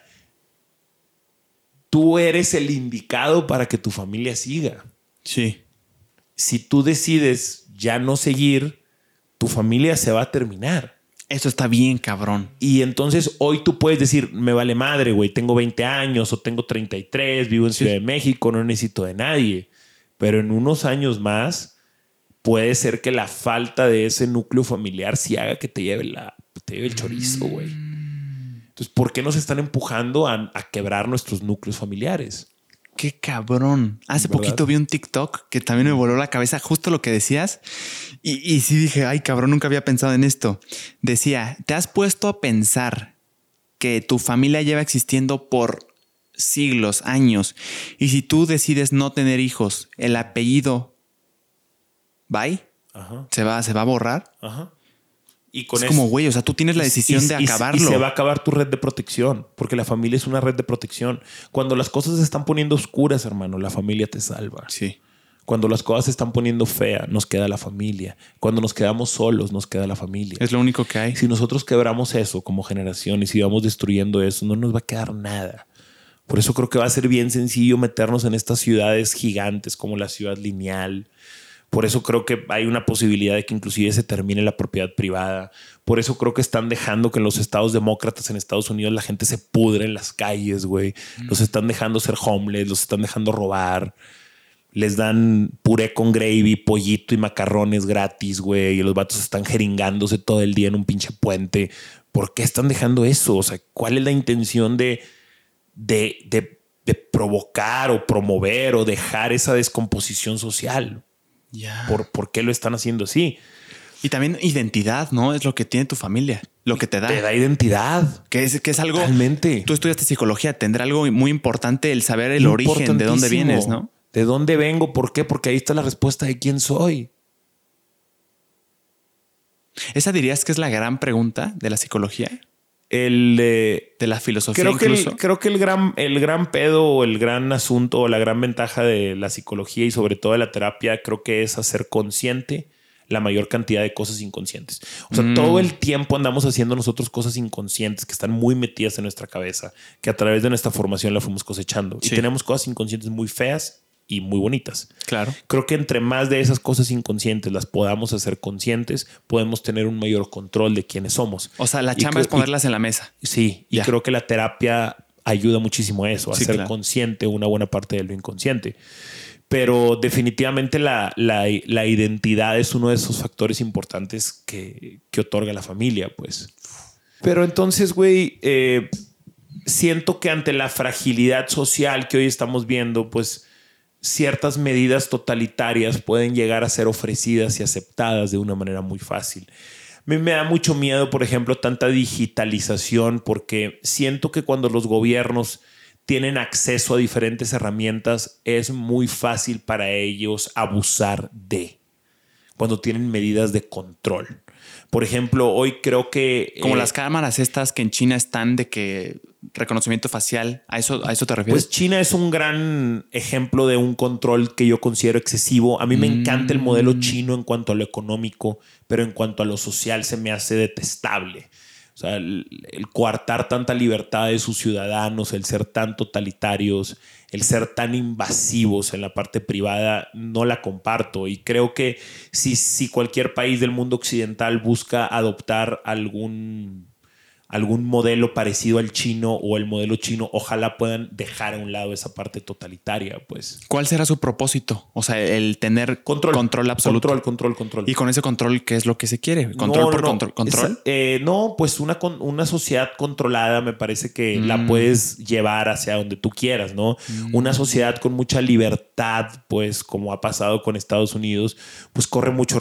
tú eres el indicado para que tu familia siga. Sí. Si tú decides ya no seguir, tu familia se va a terminar. Eso está bien, cabrón. Y entonces hoy tú puedes decir, me vale madre, güey, tengo 20 años o tengo 33, vivo en Ciudad de México, no necesito de nadie. Pero en unos años más puede ser que la falta de ese núcleo familiar sí haga que te lleve el chorizo, güey. Entonces, ¿por qué nos están empujando a quebrar nuestros núcleos familiares? Qué cabrón. Hace poquito vi un TikTok que también me voló la cabeza justo lo que decías. Y sí dije, ay, cabrón, nunca había pensado en esto. Decía, ¿te has puesto a pensar que tu familia lleva existiendo por siglos, años? Y si tú decides no tener hijos, el apellido, ¿bye? Ajá. ¿Se va a borrar? Ajá. Y con es como, güey, o sea, tú tienes la decisión de acabarlo. Y se va a acabar tu red de protección, porque la familia es una red de protección. Cuando las cosas se están poniendo oscuras, hermano, la familia te salva. Sí. Cuando las cosas se están poniendo feas, nos queda la familia. Cuando nos quedamos solos, nos queda la familia. Es lo único que hay. Si nosotros quebramos eso como generación y si vamos destruyendo eso, no nos va a quedar nada. Por eso creo que va a ser bien sencillo meternos en estas ciudades gigantes como la ciudad lineal. Por eso creo que hay una posibilidad de que inclusive se termine la propiedad privada. Por eso creo que están dejando que en los estados demócratas en Estados Unidos la gente se pudre en las calles, güey. Los están dejando ser homeless, los están dejando robar. Les dan puré con gravy, pollito y macarrones gratis, güey. Y los vatos están jeringándose todo el día en un pinche puente. ¿Por qué están dejando eso? O sea, ¿cuál es la intención de provocar o promover o dejar esa descomposición social? Yeah. ¿Por qué lo están haciendo así? Y también identidad, ¿no? Es lo que tiene tu familia, lo que te da. Te da identidad. Que es algo... Realmente. Tú estudiaste psicología, tendrá algo muy importante el saber el origen, de dónde vienes, ¿no? ¿De dónde vengo? ¿Por qué? Porque ahí está la respuesta de quién soy. ¿Esa dirías que es la gran pregunta de la psicología? De la filosofía creo que el gran pedo o el gran asunto o la gran ventaja de la psicología y sobre todo de la terapia creo que es hacer consciente la mayor cantidad de cosas inconscientes. O sea, todo el tiempo andamos haciendo nosotros cosas inconscientes que están muy metidas en nuestra cabeza, que a través de nuestra formación la fuimos cosechando. Sí. Y tenemos cosas inconscientes muy feas y muy bonitas. Claro. Creo que entre más de esas cosas inconscientes las podamos hacer conscientes, podemos tener un mayor control de quiénes somos. O sea, la chamba es ponerlas en la mesa. Sí, y creo que la terapia ayuda muchísimo a eso, a ser consciente una buena parte de lo inconsciente. Pero definitivamente la identidad es uno de esos factores importantes que otorga la familia, pues. Pero entonces, güey, siento que ante la fragilidad social que hoy estamos viendo, pues ciertas medidas totalitarias pueden llegar a ser ofrecidas y aceptadas de una manera muy fácil. A mí me da mucho miedo, por ejemplo, tanta digitalización, porque siento que cuando los gobiernos tienen acceso a diferentes herramientas, es muy fácil para ellos abusar cuando tienen medidas de control. Por ejemplo, hoy creo que... Como las cámaras estas que en China están de que reconocimiento facial, ¿a eso te refieres? Pues China es un gran ejemplo de un control que yo considero excesivo. A mí me encanta el modelo chino en cuanto a lo económico, pero en cuanto a lo social se me hace detestable. O sea, el coartar tanta libertad de sus ciudadanos, el ser tan totalitarios, el ser tan invasivos en la parte privada, no la comparto. Y creo que si cualquier país del mundo occidental busca adoptar algún modelo parecido al chino o el modelo chino, ojalá puedan dejar a un lado esa parte totalitaria, pues. ¿Cuál será su propósito? O sea, el tener control absoluto. Control. Y con ese control, ¿qué es lo que se quiere? ¿Control? No, pues una sociedad controlada me parece que la puedes llevar hacia donde tú quieras, ¿no? Una sociedad con mucha libertad, pues como ha pasado con Estados Unidos, pues corre muchos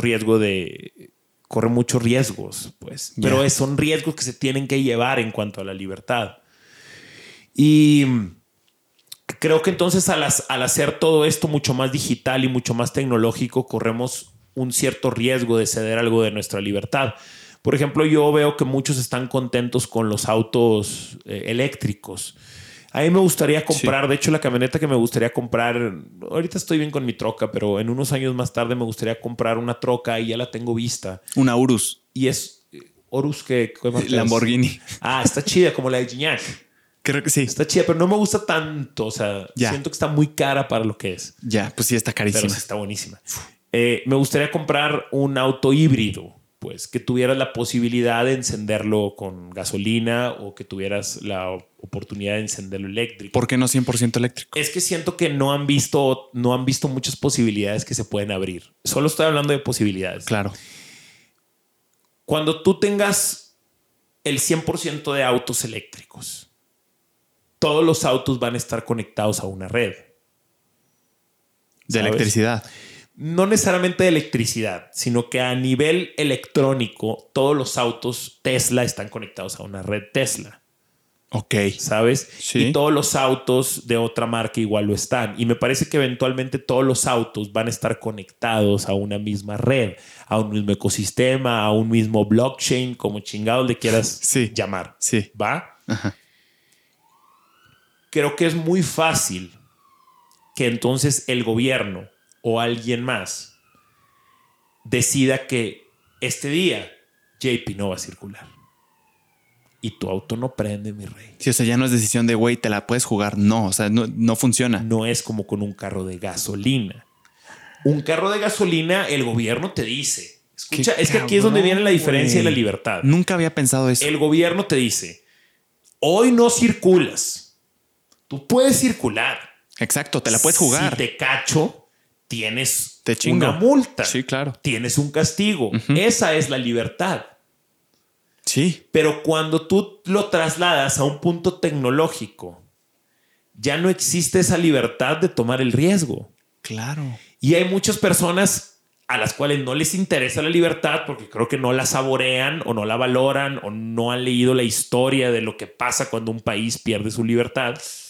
riesgos, pues. Pero son riesgos que se tienen que llevar en cuanto a la libertad. Y creo que entonces al hacer todo esto mucho más digital y mucho más tecnológico, corremos un cierto riesgo de ceder algo de nuestra libertad. Por ejemplo, yo veo que muchos están contentos con los autos eléctricos. A mí me gustaría comprar, de hecho la camioneta que me gustaría comprar, ahorita estoy bien con mi troca, pero en unos años más tarde me gustaría comprar una troca y ya la tengo vista. Una Urus. Y es Urus que... Lamborghini. Está chida, como la de Gignac. Creo que sí. Está chida, pero no me gusta tanto. O sea, siento que está muy cara para lo que es. Ya, pues sí, está carísima. Pero sí está buenísima. Me gustaría comprar un auto híbrido, pues, que tuvieras la posibilidad de encenderlo con gasolina o que tuvieras la oportunidad de encenderlo eléctrico. ¿Por qué no 100% eléctrico? Es que siento que no han visto muchas posibilidades que se pueden abrir. Solo estoy hablando de posibilidades. Claro. Cuando tú tengas el 100% de autos eléctricos, todos los autos van a estar conectados a una red. De electricidad. No necesariamente de electricidad, sino que a nivel electrónico, todos los autos Tesla están conectados a una red Tesla. Ok. ¿Sabes? Sí. Y todos los autos de otra marca igual lo están. Y me parece que eventualmente todos los autos van a estar conectados a una misma red, a un mismo ecosistema, a un mismo blockchain, como chingados le quieras llamar. Sí. ¿Va? Ajá. Creo que es muy fácil que entonces el gobierno o alguien más decida que este día JP no va a circular. Y tu auto no prende, mi rey. Sí, o sea, ya no es decisión de, güey, te la puedes jugar. No, o sea, no funciona. No es como con un carro de gasolina. Un carro de gasolina, el gobierno te dice. Escucha, es que aquí es donde viene la diferencia de la libertad. Nunca había pensado eso. El gobierno te dice, hoy no circulas. Tú puedes circular. Exacto, te la puedes jugar. Si te cacho, tienes te una multa. Sí, claro. Tienes un castigo. Esa es la libertad. Sí. Pero cuando tú lo trasladas a un punto tecnológico, ya no existe esa libertad de tomar el riesgo. Claro. Y hay muchas personas a las cuales no les interesa la libertad porque creo que no la saborean o no la valoran o no han leído la historia de lo que pasa cuando un país pierde su libertad.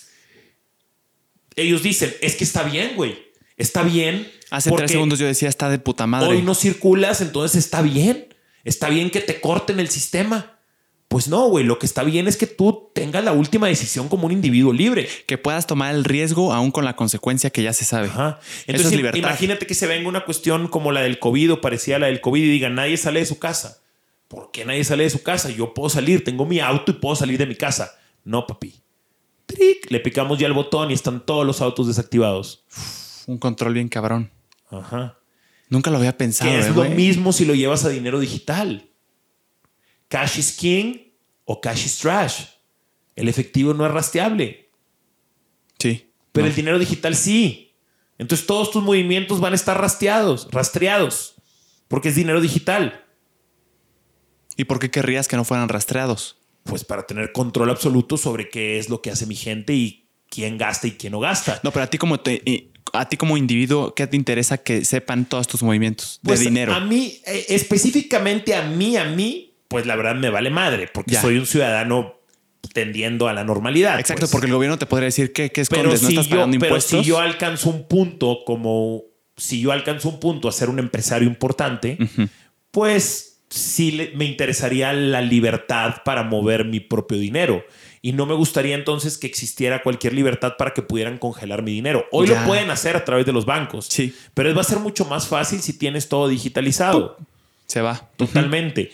Ellos dicen, es que está bien, güey. Está bien. Hace 3 segundos yo decía, está de puta madre. Hoy no circulas, entonces está bien. Está bien que te corten el sistema. Pues no, güey. Lo que está bien es que tú tengas la última decisión como un individuo libre. Que puedas tomar el riesgo aún con la consecuencia que ya se sabe. Ajá. Entonces, eso es libertad. Imagínate que se venga una cuestión como la del COVID o parecida a la del COVID y digan, nadie sale de su casa. ¿Por qué nadie sale de su casa? Yo puedo salir, tengo mi auto y puedo salir de mi casa. No, papi. ¡Tric! Le picamos ya el botón y están todos los autos desactivados. Un control bien cabrón. Ajá. Nunca lo había pensado. Que es lo mismo si lo llevas a dinero digital. Cash is king o cash is trash. El efectivo no es rastreable. Sí. Pero el dinero digital sí. Entonces todos tus movimientos van a estar rastreados. Porque es dinero digital. ¿Y por qué querrías que no fueran rastreados? Pues para tener control absoluto sobre qué es lo que hace mi gente y quién gasta y quién no gasta. No, pero a ti como individuo, ¿qué te interesa que sepan todos tus movimientos de dinero? A mí, específicamente a mí, pues la verdad me vale madre, porque soy un ciudadano tendiendo a la normalidad. Exacto, pues. porque el gobierno te podría decir que escondes, no estás pagando impuestos. Pero si yo alcanzo un punto a ser un empresario importante, pues sí me interesaría la libertad para mover mi propio dinero. Y no me gustaría entonces que existiera cualquier libertad para que pudieran congelar mi dinero. Hoy lo pueden hacer a través de los bancos. Sí. Pero va a ser mucho más fácil si tienes todo digitalizado. Se va. Totalmente.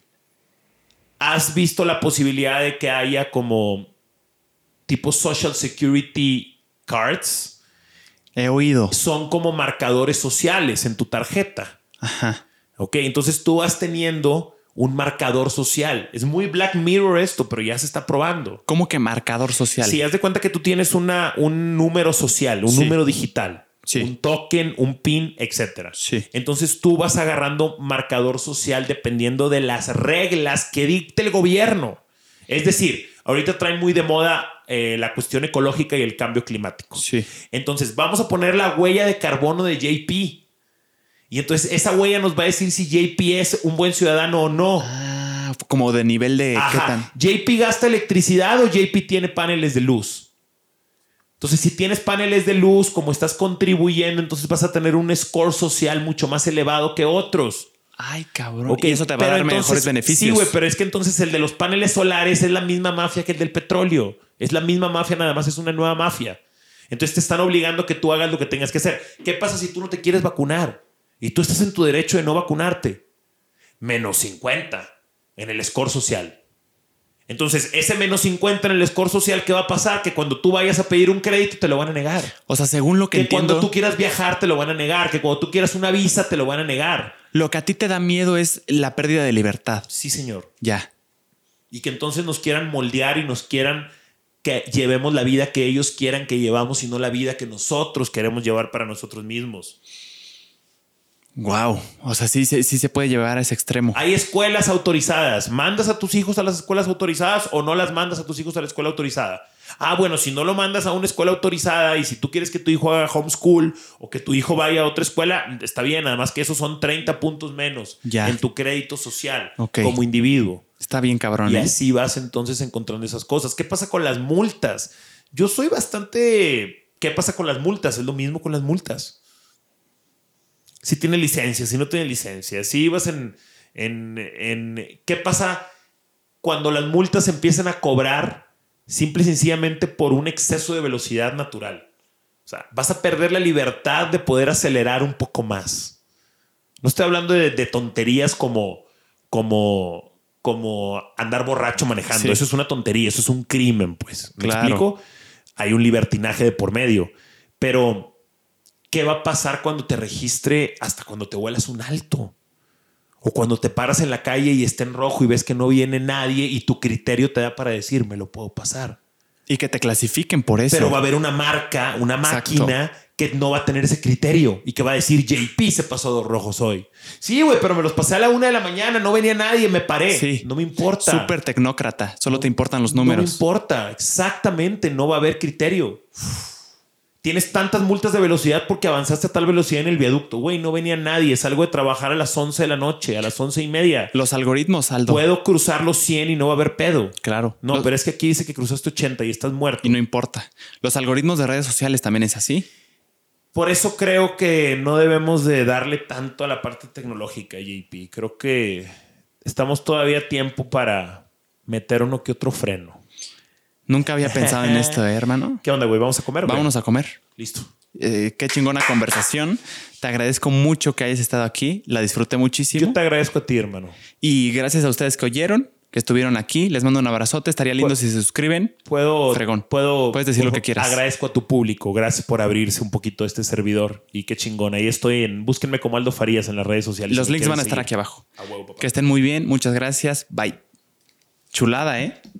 ¿Has visto la posibilidad de que haya como tipo Social Security Cards? He oído. Son como marcadores sociales en tu tarjeta. Ajá. Ok, entonces tú vas teniendo un marcador social. Es muy Black Mirror esto, pero ya se está probando. ¿Cómo que marcador social? Sí, haz de cuenta que tú tienes un número social, un número digital, un token, un PIN, etcétera. Sí. Entonces tú vas agarrando marcador social dependiendo de las reglas que dicte el gobierno. Es decir, ahorita traen muy de moda la cuestión ecológica y el cambio climático. Sí. Entonces vamos a poner la huella de carbono de JP. Y entonces esa huella nos va a decir si JP es un buen ciudadano o no. Ah, como de nivel de... Ajá. ¿Qué tan? ¿JP gasta electricidad o JP tiene paneles de luz? Entonces, si tienes paneles de luz, como estás contribuyendo, entonces vas a tener un score social mucho más elevado que otros. Ay, cabrón. Okay, y eso te va a dar mejores beneficios. Sí, güey, pero es que entonces el de los paneles solares es la misma mafia que el del petróleo. Es la misma mafia, nada más es una nueva mafia. Entonces te están obligando a que tú hagas lo que tengas que hacer. ¿Qué pasa si tú no te quieres vacunar? Y tú estás en tu derecho de no vacunarte. Menos 50 en el score social. Entonces, ese menos 50 en el score social, ¿qué va a pasar? Que cuando tú vayas a pedir un crédito te lo van a negar. O sea, según lo que entiendo... cuando tú quieras viajar te lo van a negar. Que cuando tú quieras una visa te lo van a negar. Lo que a ti te da miedo es la pérdida de libertad. Sí, señor. Ya. Y que entonces nos quieran moldear y nos quieran que llevemos la vida que ellos quieran que llevamos y no la vida que nosotros queremos llevar para nosotros mismos. Wow. O sea, sí se puede llevar a ese extremo. Hay escuelas autorizadas. ¿Mandas a tus hijos a las escuelas autorizadas o no las mandas a tus hijos a la escuela autorizada? Ah, bueno, si no lo mandas a una escuela autorizada y si tú quieres que tu hijo haga homeschool o que tu hijo vaya a otra escuela, está bien. Además que esos son 30 puntos menos en tu crédito social como individuo. Está bien cabrón. Y así vas entonces encontrando esas cosas. ¿Qué pasa con las multas? Yo soy bastante... ¿Qué pasa con las multas? Es lo mismo con las multas. Si tiene licencia, si no tiene licencia, si ibas en ¿qué pasa cuando las multas empiezan a cobrar simple y sencillamente por un exceso de velocidad natural? O sea, vas a perder la libertad de poder acelerar un poco más. No estoy hablando de tonterías como andar borracho manejando. Sí. Eso es una tontería, eso es un crimen, pues. ¿Me explico? Hay un libertinaje de por medio. Pero ¿qué va a pasar cuando te registre hasta cuando te vuelas un alto? O cuando te paras en la calle y está en rojo y ves que no viene nadie y tu criterio te da para decir, me lo puedo pasar. Y que te clasifiquen por eso. Pero va a haber una marca, una máquina que no va a tener ese criterio y que va a decir, JP se pasó dos rojos hoy. Sí, güey, pero me los pasé a la 1 de la mañana, no venía nadie, me paré. Sí. No me importa. Súper tecnócrata, solo te importan los números. No me importa, exactamente, no va a haber criterio. Tienes tantas multas de velocidad porque avanzaste a tal velocidad en el viaducto. Güey, no venía nadie. Salgo de trabajar a las 11 de la noche, a las 11:30. Los algoritmos, Aldo. Puedo cruzar los 100 y no va a haber pedo. Claro. No, pero es que aquí dice que cruzaste 80 y estás muerto. Y no importa. Los algoritmos de redes sociales también es así. Por eso creo que no debemos de darle tanto a la parte tecnológica, JP. Creo que estamos todavía a tiempo para meter uno que otro freno. Nunca había pensado en esto, hermano. ¿Qué onda, güey? ¿Vamos a comer? Vámonos a comer. Listo. Qué chingona conversación. Te agradezco mucho que hayas estado aquí. La disfruté muchísimo. Yo te agradezco a ti, hermano. Y gracias a ustedes que oyeron, que estuvieron aquí. Les mando un abrazote. Estaría lindo si se suscriben. Fregón. Puedes decir lo que quieras. Agradezco a tu público. Gracias por abrirse un poquito a este servidor. Y qué chingón. Ahí estoy búsquenme como Aldo Farías en las redes sociales. Los links van a estar aquí abajo. Que estén muy bien. Muchas gracias. Bye. Chulada, ¿eh?